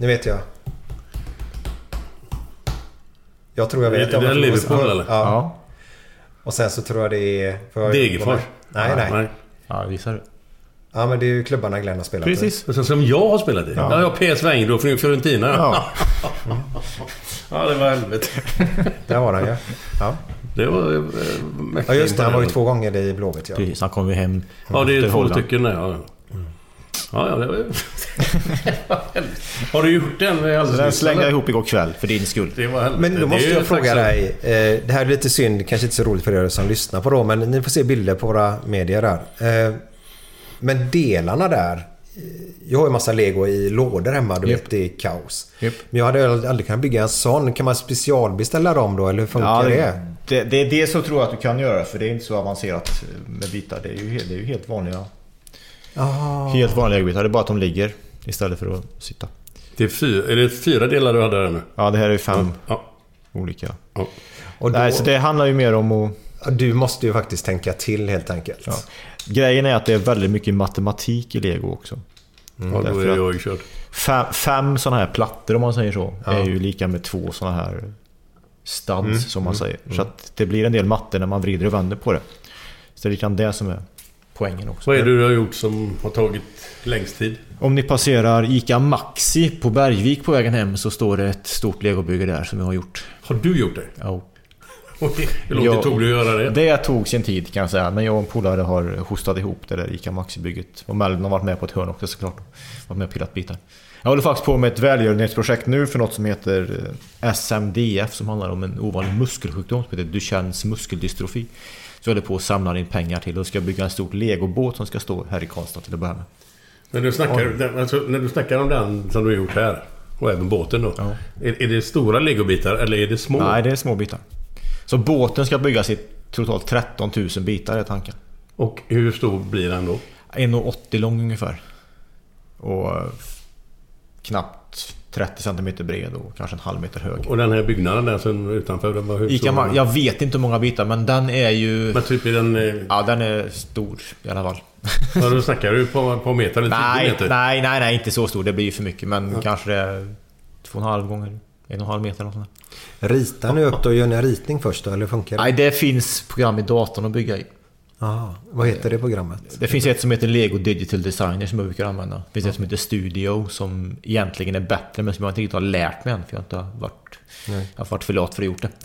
Jag tror jag vet. Det är Liverpool eller? Ja. Och sen så tror jag det är... Degerfors? Nej. Ja, visar du. Ja, men det är ju klubbarna Glenn har spelat. Precis. Som jag har spelat i. Ja, jag PS Weingro från Fiorentina. Ja. Ja, det var helvete. Där var han ju. Ja. Det var ja, just det. Han var ju 2 gånger i Blåvitt. Ja. Precis, han kom ju hem. Ja, det är 2 stycken där. Ja. Ja, det var ju... Har du gjort den? Den slängde jag ihop igår kväll för din skull. Men då måste jag fråga dig. Det här är lite synd, kanske inte så roligt för er som lyssnar på då, men ni får se bilder på våra medier där. Men delarna där, jag har ju massa Lego i lådor hemma, du vet, det är kaos. Men jag hade aldrig kunnat bygga en sån. Kan man specialbeställa dem då, eller hur funkar det? Det så tror jag att du kan göra, för det är inte så avancerat med bitar. Det är ju helt vanliga. Helt vanliga bitar, det är bara att de ligger istället för att sitta. Är det 4 delar du hade där nu? Ja, det här är 5 olika. Och då, nej, så det handlar ju mer om att... Du måste ju faktiskt tänka till helt enkelt. Ja. Grejen är att det är väldigt mycket matematik i Lego också. Ja, då är jag kört. 5 sådana här plattor, om man säger så, är ju lika med 2 sådana här studs som man säger. Så att det blir en del matte när man vrider och vänder på det. Så det är lite det som är poängen också. Vad är det du har gjort som har tagit längst tid? Om ni passerar Ica Maxi på Bergvik på vägen hem, så står det ett stort legobygge där som jag har gjort. Har du gjort det? Ja. Hur långt det tog du att göra det? Det tog sin tid, kan jag säga. Men jag och en polare har hostat ihop det där Ica Maxi-bygget. Och Melvin har varit med på ett hörn också, såklart. Varit med och pillat bitar. Jag håller faktiskt på med ett välgörenhetsprojekt nu för något som heter SMDF, som handlar om en ovanlig muskelsjukdom som heter Duchennes muskeldystrofi. Så jag håller på att samla in pengar till och ska bygga en stor legobåt som ska stå här i Karlstad till att börja med. Men när du snackar om den som du har gjort här, och även båten då, är det stora legobitar eller är det små? Nej, det är små bitar. Så båten ska byggas i totalt 13 000 bitar är tanken. Och hur stor blir den då? 1,80 lång ungefär. Och knappt 30 cm bred och kanske en halv meter hög. Och den här byggnaden där som utanför, den var hur stor? Jag vet inte hur många bitar, men den är ju... Men typ är den... Ja, den är stor i alla fall. Ja, då snackar du på meter eller 20 meter? Nej, inte så stor. Det blir ju för mycket, men kanske det är 2,5 gånger 1,5 meter eller sånt. Ritar ni upp då och gör ni en ritning först då, eller funkar det? Nej, det finns program i datorn att bygga i. Vad heter det programmet? Det finns ett som heter Lego Digital Designer som jag brukar använda. Det finns ett som heter Studio som egentligen är bättre, men som jag inte riktigt har lärt mig än, för jag inte har varit för lat för att gjort det.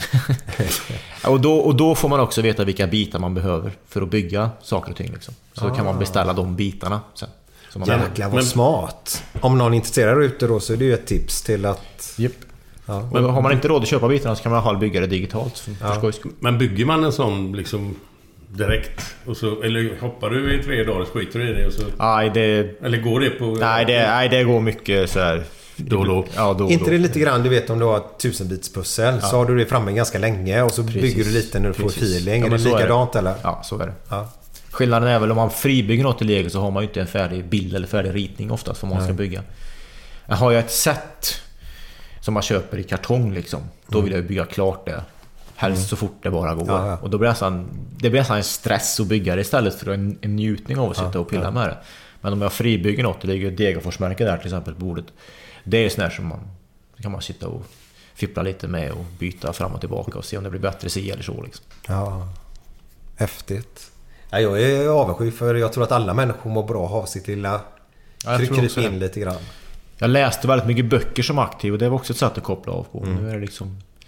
och då får man också veta vilka bitar man behöver för att bygga saker och ting liksom. Så kan man beställa de bitarna sen. Jäklar vad smart. Om någon är intresserad ute då, så är det ju ett tips till att... Ja. Men har man inte råd att köpa bitarna så kan man i alla fall bygga det digitalt. Men bygger man en sån liksom direkt och så, eller hoppar du i 3 dagar, skiter du i det och så... Eller går det på... Nej, det går mycket så här då. Ja, då. Inte det lite grann, du vet, om du har 1000-bitspussel så har du det framme ganska länge och så bygger du lite när du får feeling. Är det likadant eller? Ja, så är det. Ja. Skillnaden är väl om man fribygger något i Lego så har man ju inte en färdig bild eller färdig ritning oftast för man ska bygga. Har jag ett set som man köper i kartong liksom, då vill jag bygga klart det. Helst så fort det bara går. Och då blir det blir en stress att bygga det istället för en njutning av att sitta och pilla med det. Men om jag fribygger något, det ligger ett Degerforsmärke där till exempel på bordet. Det är sån här som man kan man sitta och fippla lite med och byta fram och tillbaka och se om det blir bättre sig eller så liksom. Ja, häftigt. Ja, jag är avundsjuk för jag tror att alla människor mår bra att ha sitt lilla kryp in lite grann. Jag läste väldigt mycket böcker som aktiv och det var också ett sätt att koppla av på. Nu är det liksom...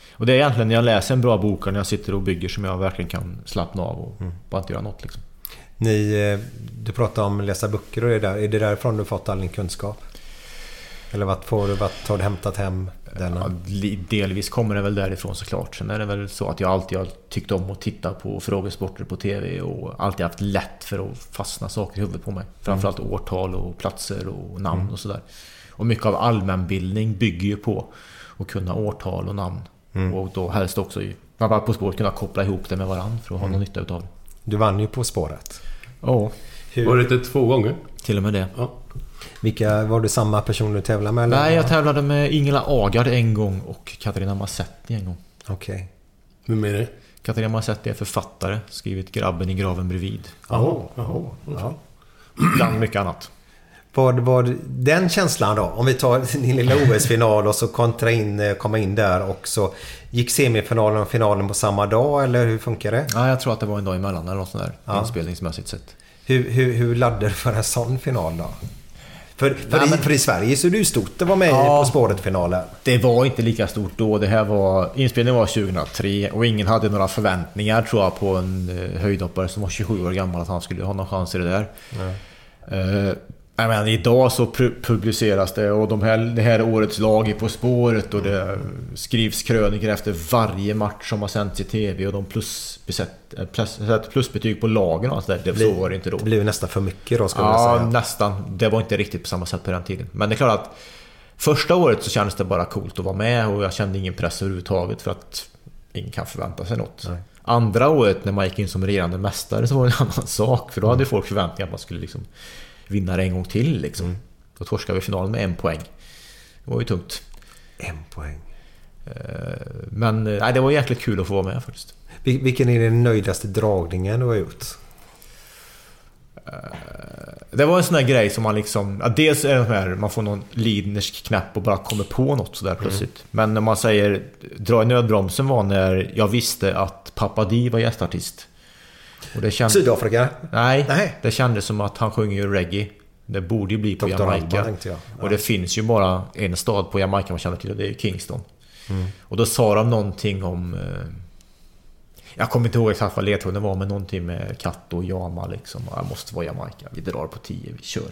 Och det är egentligen när jag läser en bra bok och när jag sitter och bygger som jag verkligen kan slappna av och bara inte göra något liksom. Du pratar om läsa böcker och det där. Är det därifrån du fått all din kunskap? Eller vart har du hämtat hem den? Ja, delvis kommer det väl därifrån såklart. Sen är det väl så att jag alltid har tyckt om att titta på frågesporter på tv och alltid haft lätt för att fastna saker i huvudet på mig. Framförallt årtal och platser och namn och sådär. Och mycket av allmänbildning bygger ju på att kunna årtal och namn. Och då helst också man var På spåret kunna koppla ihop det med varandra för att ha någon nytta utav det. Du vann ju På spåret. Ja. Var det inte 2 gånger? Till och med det. Ja. Var du samma person du tävlade med? Eller? Nej, jag tävlade med Ingela Agard en gång och Katarina Massetti en gång. Okej. Vem är det? Katarina Massetti är författare, skrivit Grabben i graven bredvid. Ja. Bland mycket annat. Vad var den känslan då? Om vi tar din lilla OS-final och så komma in där och så gick semifinalen och finalen på samma dag, eller hur funkar det? Ja, jag tror att det var en dag emellan eller något sånt där inspelningsmässigt sett. Hur laddade du för en sån final då? För i Sverige så är det ju stort att vara med På spåret-finalen. Det var inte lika stort då. Inspelningen var 2003 och ingen hade några förväntningar tror jag på en höjdhoppare som var 27 år gammal att han skulle ha någon chans i det där. Men idag så publiceras det och det här årets lag är På spåret och det skrivs krönikor efter varje match som har sänts i tv och de plusbetyg på lagen och allt det där. Så var det inte då. Det blev nästan för mycket då skulle jag säga. Ja, nästan. Det var inte riktigt på samma sätt på den tiden. Men det är klart att första året så kändes det bara coolt att vara med och jag kände ingen press överhuvudtaget för att ingen kan förvänta sig något. Nej. Andra året när man gick in som regerande mästare så var det en annan sak för då hade folk förväntningar att man skulle liksom vinna en gång till liksom. Då torskade vi finalen med 1 poäng. Det var ju tungt. 1 poäng. Men nej, det var jäkligt kul att få vara med faktiskt. Vilken är den nöjdaste dragningen du har gjort? Det var en sån här grej som man liksom dels är det här, man får någon lidnersk knapp och bara kommer på något sådär plötsligt. Men när man säger dra i nödbromsen var när jag visste att Pappa Di var gästartist. Och det kändes... Sydafrika? Nej, det kändes som att han sjunger ju reggae. Det borde ju bli på Jamaica. Alba, jag. Och det finns ju bara en stad på Jamaica man känner till och det är Kingston. Och då sa de någonting om... jag kommer inte ihåg exakt vad ledtråden var, men någonting med katt och jama liksom. Jag måste vara Jamaica. Vi drar på 10, vi kör.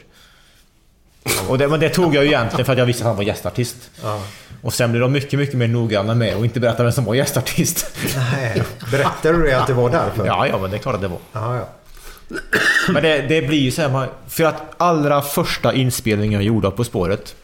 Men det tog jag ju egentligen för att jag visste att han var gästartist. Och sen blev de mycket, mycket mer noggranna med och inte berätta vem som var gästartist. Nej, berättade du det att det var därför? Ja, men det är klart att det var. Ja. Men det blir ju så här, för att allra första inspelningen jag gjorde På spåret,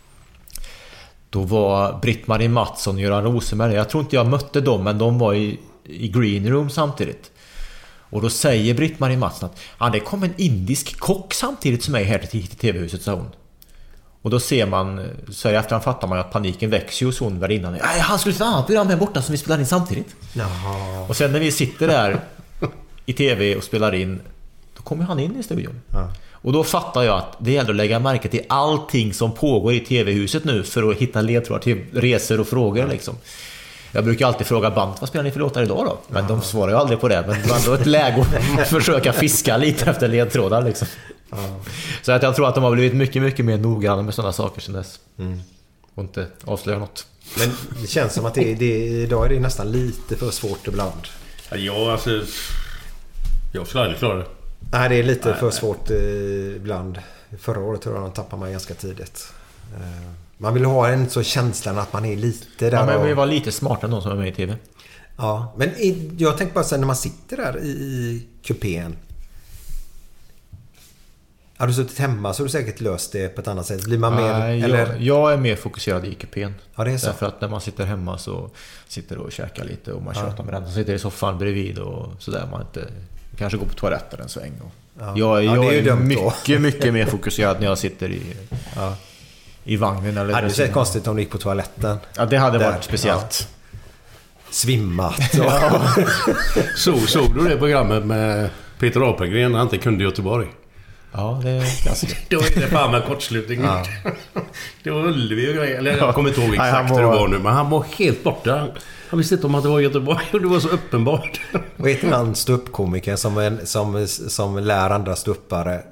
då var Britt-Marie Mattsson och Göran Rosenberg. Jag tror inte jag mötte dem, men de var i green room samtidigt. Och då säger Britt-Marie Mattsson att det kom en indisk kock samtidigt som mig här till tv-huset, sa hon. Och då ser man, så här efterhand fattar man att paniken växer hos hon värdinnan. Nej, han skulle ta ett annat program här borta som vi spelar in samtidigt. Jaha. Och sen när vi sitter där i tv och spelar in, då kommer han in i studion. Och då fattar jag att det gäller att lägga märke till allting som pågår i tv-huset nu för att hitta ledtrådar till resor och frågor liksom. Jag brukar alltid fråga band, vad spelar ni för låtar idag då? Men de svarar ju aldrig på det. Men det var ändå ett läge att försöka fiska lite efter ledtrådar liksom. Så att jag tror att de har blivit mycket, mycket mer noggranna med sådana saker sen dess. Och inte avslöja något. Men det känns som att idag är det nästan lite för svårt ibland. Ja, alltså... Jag skulle aldrig klara det. Nej, det är lite för svårt ibland. Förra året tror jag de tappade man ganska tidigt. Man vill ha en så känslan att man är lite där. Ja, men vi var lite smartare än de som är med i tv. Ja, men jag tänker bara så när man sitter där i kupén. Har du suttit hemma så har du säkert löst det på ett annat sätt. Blir man mer, eller? Jag är mer fokuserad i kupén. Ja, det är så. Därför att när man sitter hemma så sitter du och käkar lite och man tjatar med den som sitter i soffan bredvid och sådär. Man inte kanske går på toaletten en sväng. Jag är mycket, mycket mer fokuserad när jag sitter i vagnen. Eller hade det sett konstigt om du gick på toaletten? Ja, det hade varit speciellt. Svimmat. Såg du det programmet med Peter Apelgren när han inte kunde Göteborg? Ja, det är klassiker. Då är det fan med kortslutning. Det var Ullevi och grejer. Eller jag kommer inte ihåg exakt hur det var nu. Men han var helt borta. Han visste inte om att det var Göteborg. Och det var så uppenbart. Och heter han ståuppkomiker som lär andra ståuppare.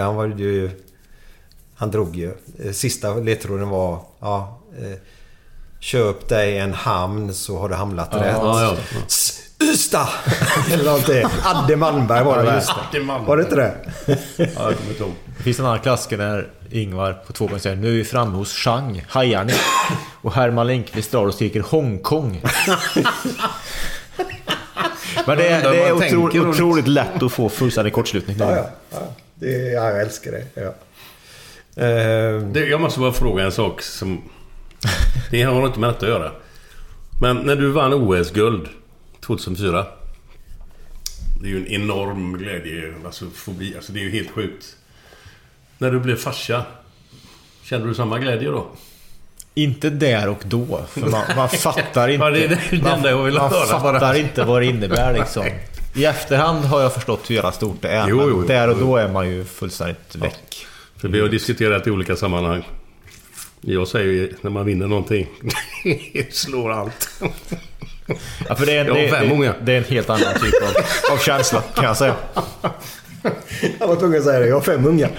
Han drog ju. Sista ledtråden var köp dig en hamn så har du hamnat rätt. Ja. Ystad! Eller någonting. Adde Malmberg var det. Var det inte det? Ja, jag kommer inte ihåg. Det finns en annan klassiker när Ingvar på 2 gånger säger nu är vi framme hos Chang, hajar ni? Och Herman Lindqvist drar och skriker Hongkong. Men det är otroligt lätt att få fullständig kortslutning. Ja. Jag älskar det. Ja. Jag måste bara fråga en sak som det har inte med detta att göra. Men när du vann OS-guld 2004, det är ju en enorm glädje, alltså det är ju helt sjukt. När du blev farsa, kände du samma glädje då? Inte där och då, för man fattar inte. Ja, det är man fattar inte vad det innebär liksom. I efterhand har jag förstått hur jävla stort det är. Jo. Där och då är man ju fullständigt väck. För vi har diskuterat i olika sammanhang. Jag säger ju när man vinner någonting slår allt. Ja, för det är en helt annan typ av känsla, kan jag säga. Jag var tvungen att säga det, jag har 5 ungar.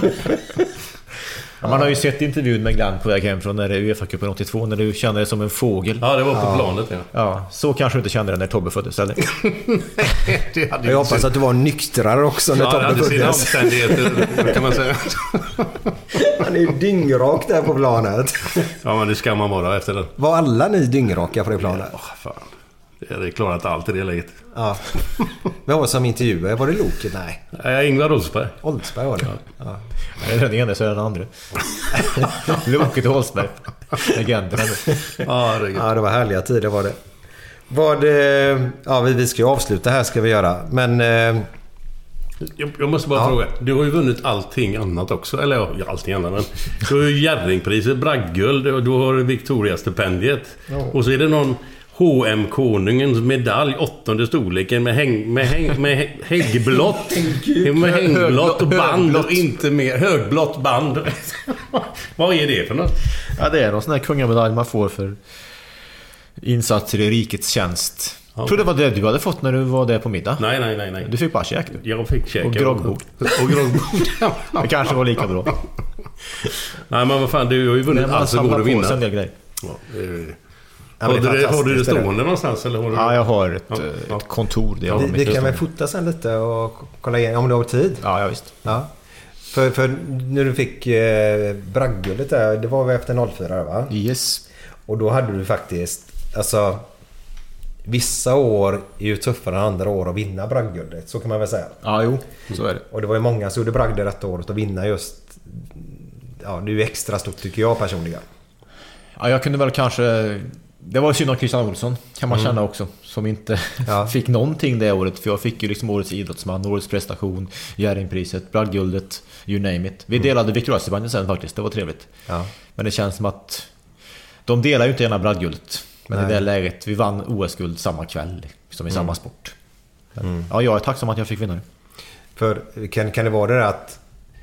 Ja, man har ju sett intervjun med Glenn på väg hem från när det är UEFA-cupen 82, när du kände dig som en fågel. Ja, det var på planet, ja. Så kanske du inte kände det när Tobbe föddes, eller? Jag hoppas att du var nyktrare också när Tobbe föddes. Sina omständigheter, kan man säga. Han är ju dyngrak där på planet. Ja, men det ska man vara efter det. Var alla ni dyngraka på det planet? Fan. Det är klarat allt i det läget. Ja. Men vad som intervjuade? Var det Loket? Nej. Ingvar Oldsberg. Oldsberg var det. Ja. Är det den ena så är det den andra. Loket och Oldsberg. Legenderna. Ja, det var härliga tider var det. Vi ska ju avsluta här, ska vi göra. Men jag måste bara fråga. Du har ju vunnit allting annat också. Eller ja, allting annat. Men du har ju Jerringpriset, Bragdguld, och du har Victoria-stipendiet. Och så är det någon HM-konungens medalj 8:e storleken med häggblott med hängblott och band och inte mer högblott band. Vad är det för något? Ja, det är någon sån här kungamedalj man får för insatser i rikets tjänst. Ja. Jag trodde det var det du hade fått när du var där på middag. Nej. Du fick bara käk. Jag fick käk. Och groggbord. Det kanske var lika bra. Nej, men vad fan, du har ju vunnit allt som går att vinna. Har du det stående någonstans? Eller har du... Ja, jag har ett kontor. Vi kan väl fota sen lite och kolla igen om du har tid. Ja, visst. Ja. För när du fick Bragdguldet där, det var väl efter 04, va? Yes. Och då hade du faktiskt, alltså, vissa år är ju tuffare än andra år att vinna Bragdguldet, så kan man väl säga. Ja, jo, så är det. Och det var ju många som gjorde Bragd det rätta året att vinna just. Ja, det är ju extra stort tycker jag personligen. Ja, jag kunde väl kanske... Det var synd om Christian Olsson, kan man känna också, som inte fick någonting det året. För jag fick ju liksom årets idrottsman, årets prestation, Jerringpriset, Bragdguldet, you name it. Vi delade Victoria-stipendiet sen faktiskt, det var trevligt. Ja. Men det känns som att de delar ju inte gärna Bragdguldet. Men i det läget, vi vann OS-guld samma kväll som i samma sport. Ja, jag är tacksam att jag fick vinna det. För kan det vara det där att...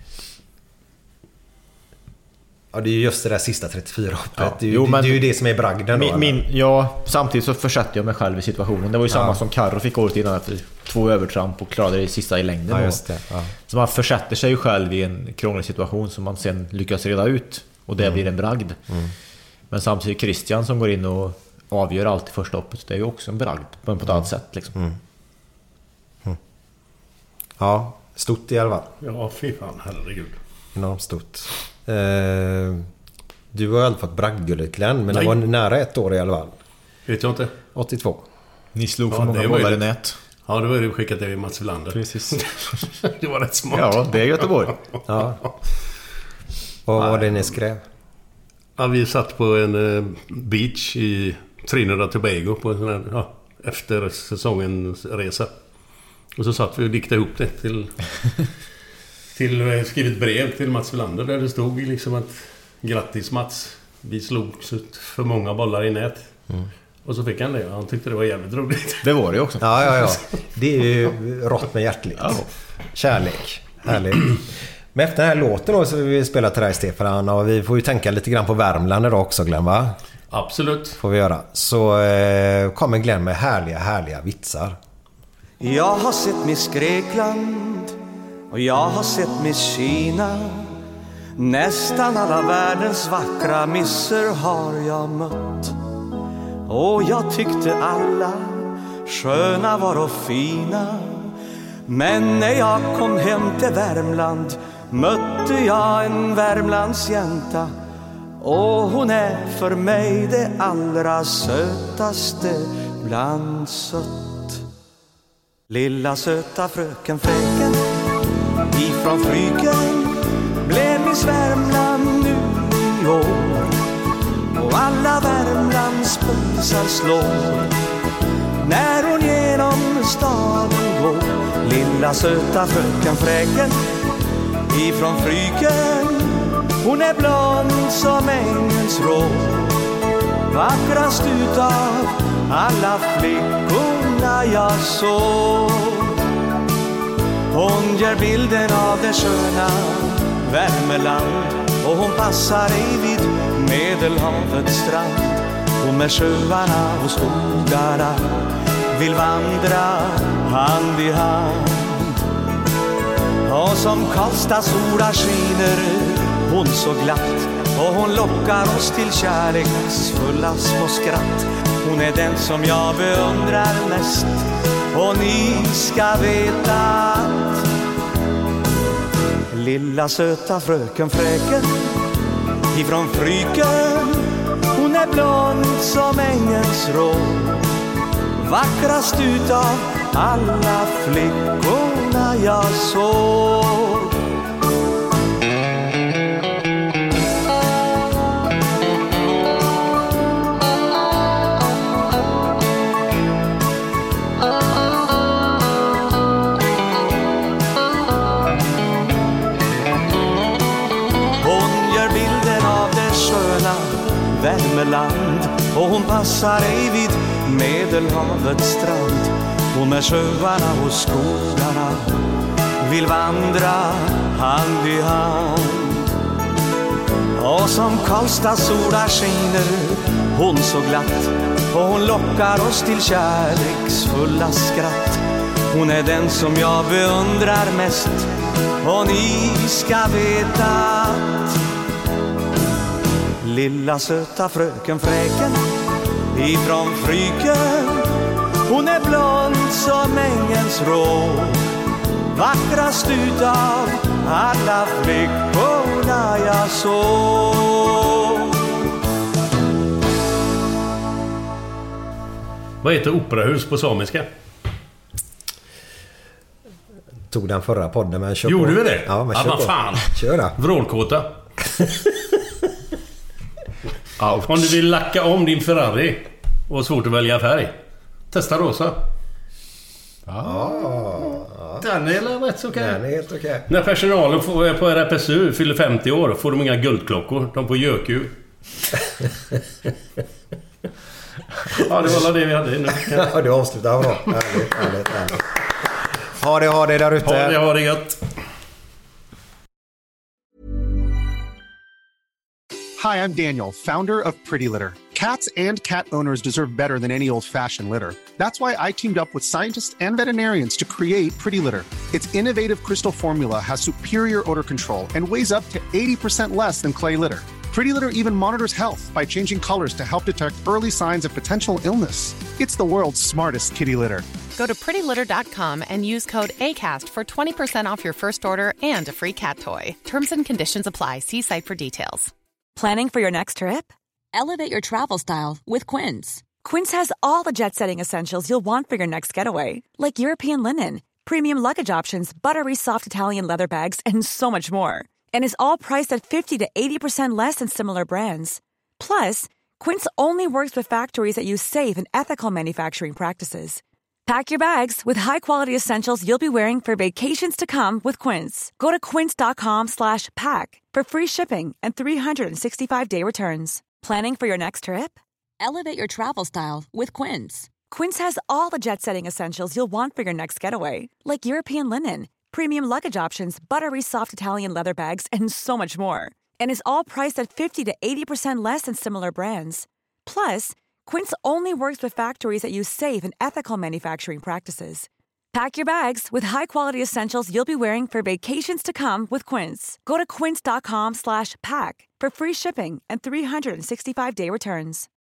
Ja, det är ju just det där sista 34-hoppet. Ja. Det är ju det som är bragden då. Samtidigt så försatte jag mig själv i situationen. Det var ju samma som Karro fick året innan efter 2 övertramp och klarade det sista i längden. Ja, just det. Ja. Så man försätter sig ju själv i en krånglig situation som man sen lyckas reda ut. Och det blir en bragd. Men samtidigt Christian som går in och avgör allt i första hoppet. Det är ju också en bragd, men på ett annat sätt liksom. Ja, stort i alla fall. Ja, fy fan, herregud. Enormt stort. Du har i alla fall bragdguldet, Glenn, men det var nära ett år i alla fall. Vet jag inte. 82. Ni slog för många bollar i nät. Ja, det var det skickat till Mats Wilander. Precis. Det var rätt smart. Ja, det är Göteborg. Ja. Vad var det ni skrev? Ja, vi satt på en beach i Trinidad och Tobago på en sån här, efter säsongens resa. Och så satt vi och diktade ihop det till skrivit brev till Mats Wilander där det stod liksom att grattis Mats, vi slog för många bollar i nät. Och så fick han det. Han tyckte det var jävligt roligt. Det var det också. Ja. Det är ju rått med hjärtligt. Ja. Kärlek. Härligt. Men efter den här låten då så vill vi spela till dig, Stefan, och vi får ju tänka lite grann på Värmland idag också, Glenn, va? Absolut. Får vi göra. Så kommer Glenn med härliga vitsar. Jag har sett Miss Grekland och jag har sett Miss Kina. Nästan alla världens vackra misser har jag mött. Och jag tyckte alla sköna var och fina. Men när jag kom hem till Värmland mötte jag en Värmlandsjänta. Och hon är för mig det allra sötaste bland sött. Lilla söta fröken Fräken ifrån Fryken blev Miss Värmland nu i år. Och alla Värmlands pulsar slår när hon genom staden går. Lilla söta fröken Fräken ifrån Fryken, hon är blond som ängens rå. Vackrast utav alla flickorna jag såg. Hon ger bilden av det sköna Värmeland, och hon passar i vid Medelhavets strand. Och med sjöarna och skogarna vill vandra hand i hand. Och som Karlstads sola skiner hon så glatt, och hon lockar oss till kärleksfulla små skratt. Hon är den som jag beundrar mest, och ni ska veta att lilla söta fröken Fräken ifrån Fryken, hon är blond som ängens rå. Vackrast utav alla flickorna jag såg. Värmeland, och hon passar ej vid Medelhavets strand. Och med sjöarna och skogarna vill vandra hand i hand. Och som Karlstads sola skiner hon så glatt, och hon lockar oss till kärleksfulla skratt. Hon är den som jag beundrar mest, och ni ska veta att lilla söta fröken Fräken ifrån Fryken, hon är blond som ängens rå. Vackrast utav alla flickorna jag såg. Vad heter operahus på samiska? Tog den förra podden, men kör gjorde på. Vi det? Ja, men kör vad på. fan. Kör då. Vrålkåta. Om du vill lacka om din Ferrari och svårt att välja färg, testa rosa. Den är rätt så okej. Den är helt okej. När personalen på RFSU fyller 50 år får de inga guldklockor. De får gökur. Ja, det var det vi hade nu. Ja, du avslutar bra. Härligt. Ha det där ute. Ha det gött. Hi, I'm Daniel, founder of Pretty Litter. Cats and cat owners deserve better than any old-fashioned litter. That's why I teamed up with scientists and veterinarians to create Pretty Litter. Its innovative crystal formula has superior odor control and weighs up to 80% less than clay litter. Pretty Litter even monitors health by changing colors to help detect early signs of potential illness. It's the world's smartest kitty litter. Go to prettylitter.com and use code ACAST for 20% off your first order and a free cat toy. Terms and conditions apply. See site for details. Planning for your next trip? Elevate your travel style with Quince. Quince has all the jet-setting essentials you'll want for your next getaway, like European linen, premium luggage options, buttery soft Italian leather bags, and so much more. And is all priced at 50 to 80% less than similar brands. Plus, Quince only works with factories that use safe and ethical manufacturing practices. Pack your bags with high-quality essentials you'll be wearing for vacations to come with Quince. Go to quince.com/pack for free shipping and 365-day returns. Planning for your next trip? Elevate your travel style with Quince. Quince has all the jet-setting essentials you'll want for your next getaway, like European linen, premium luggage options, buttery soft Italian leather bags, and so much more. And is all priced at 50 to 80% less than similar brands. Plus, Quince only works with factories that use safe and ethical manufacturing practices. Pack your bags with high-quality essentials you'll be wearing for vacations to come with Quince. Go to quince.com/pack for free shipping and 365-day returns.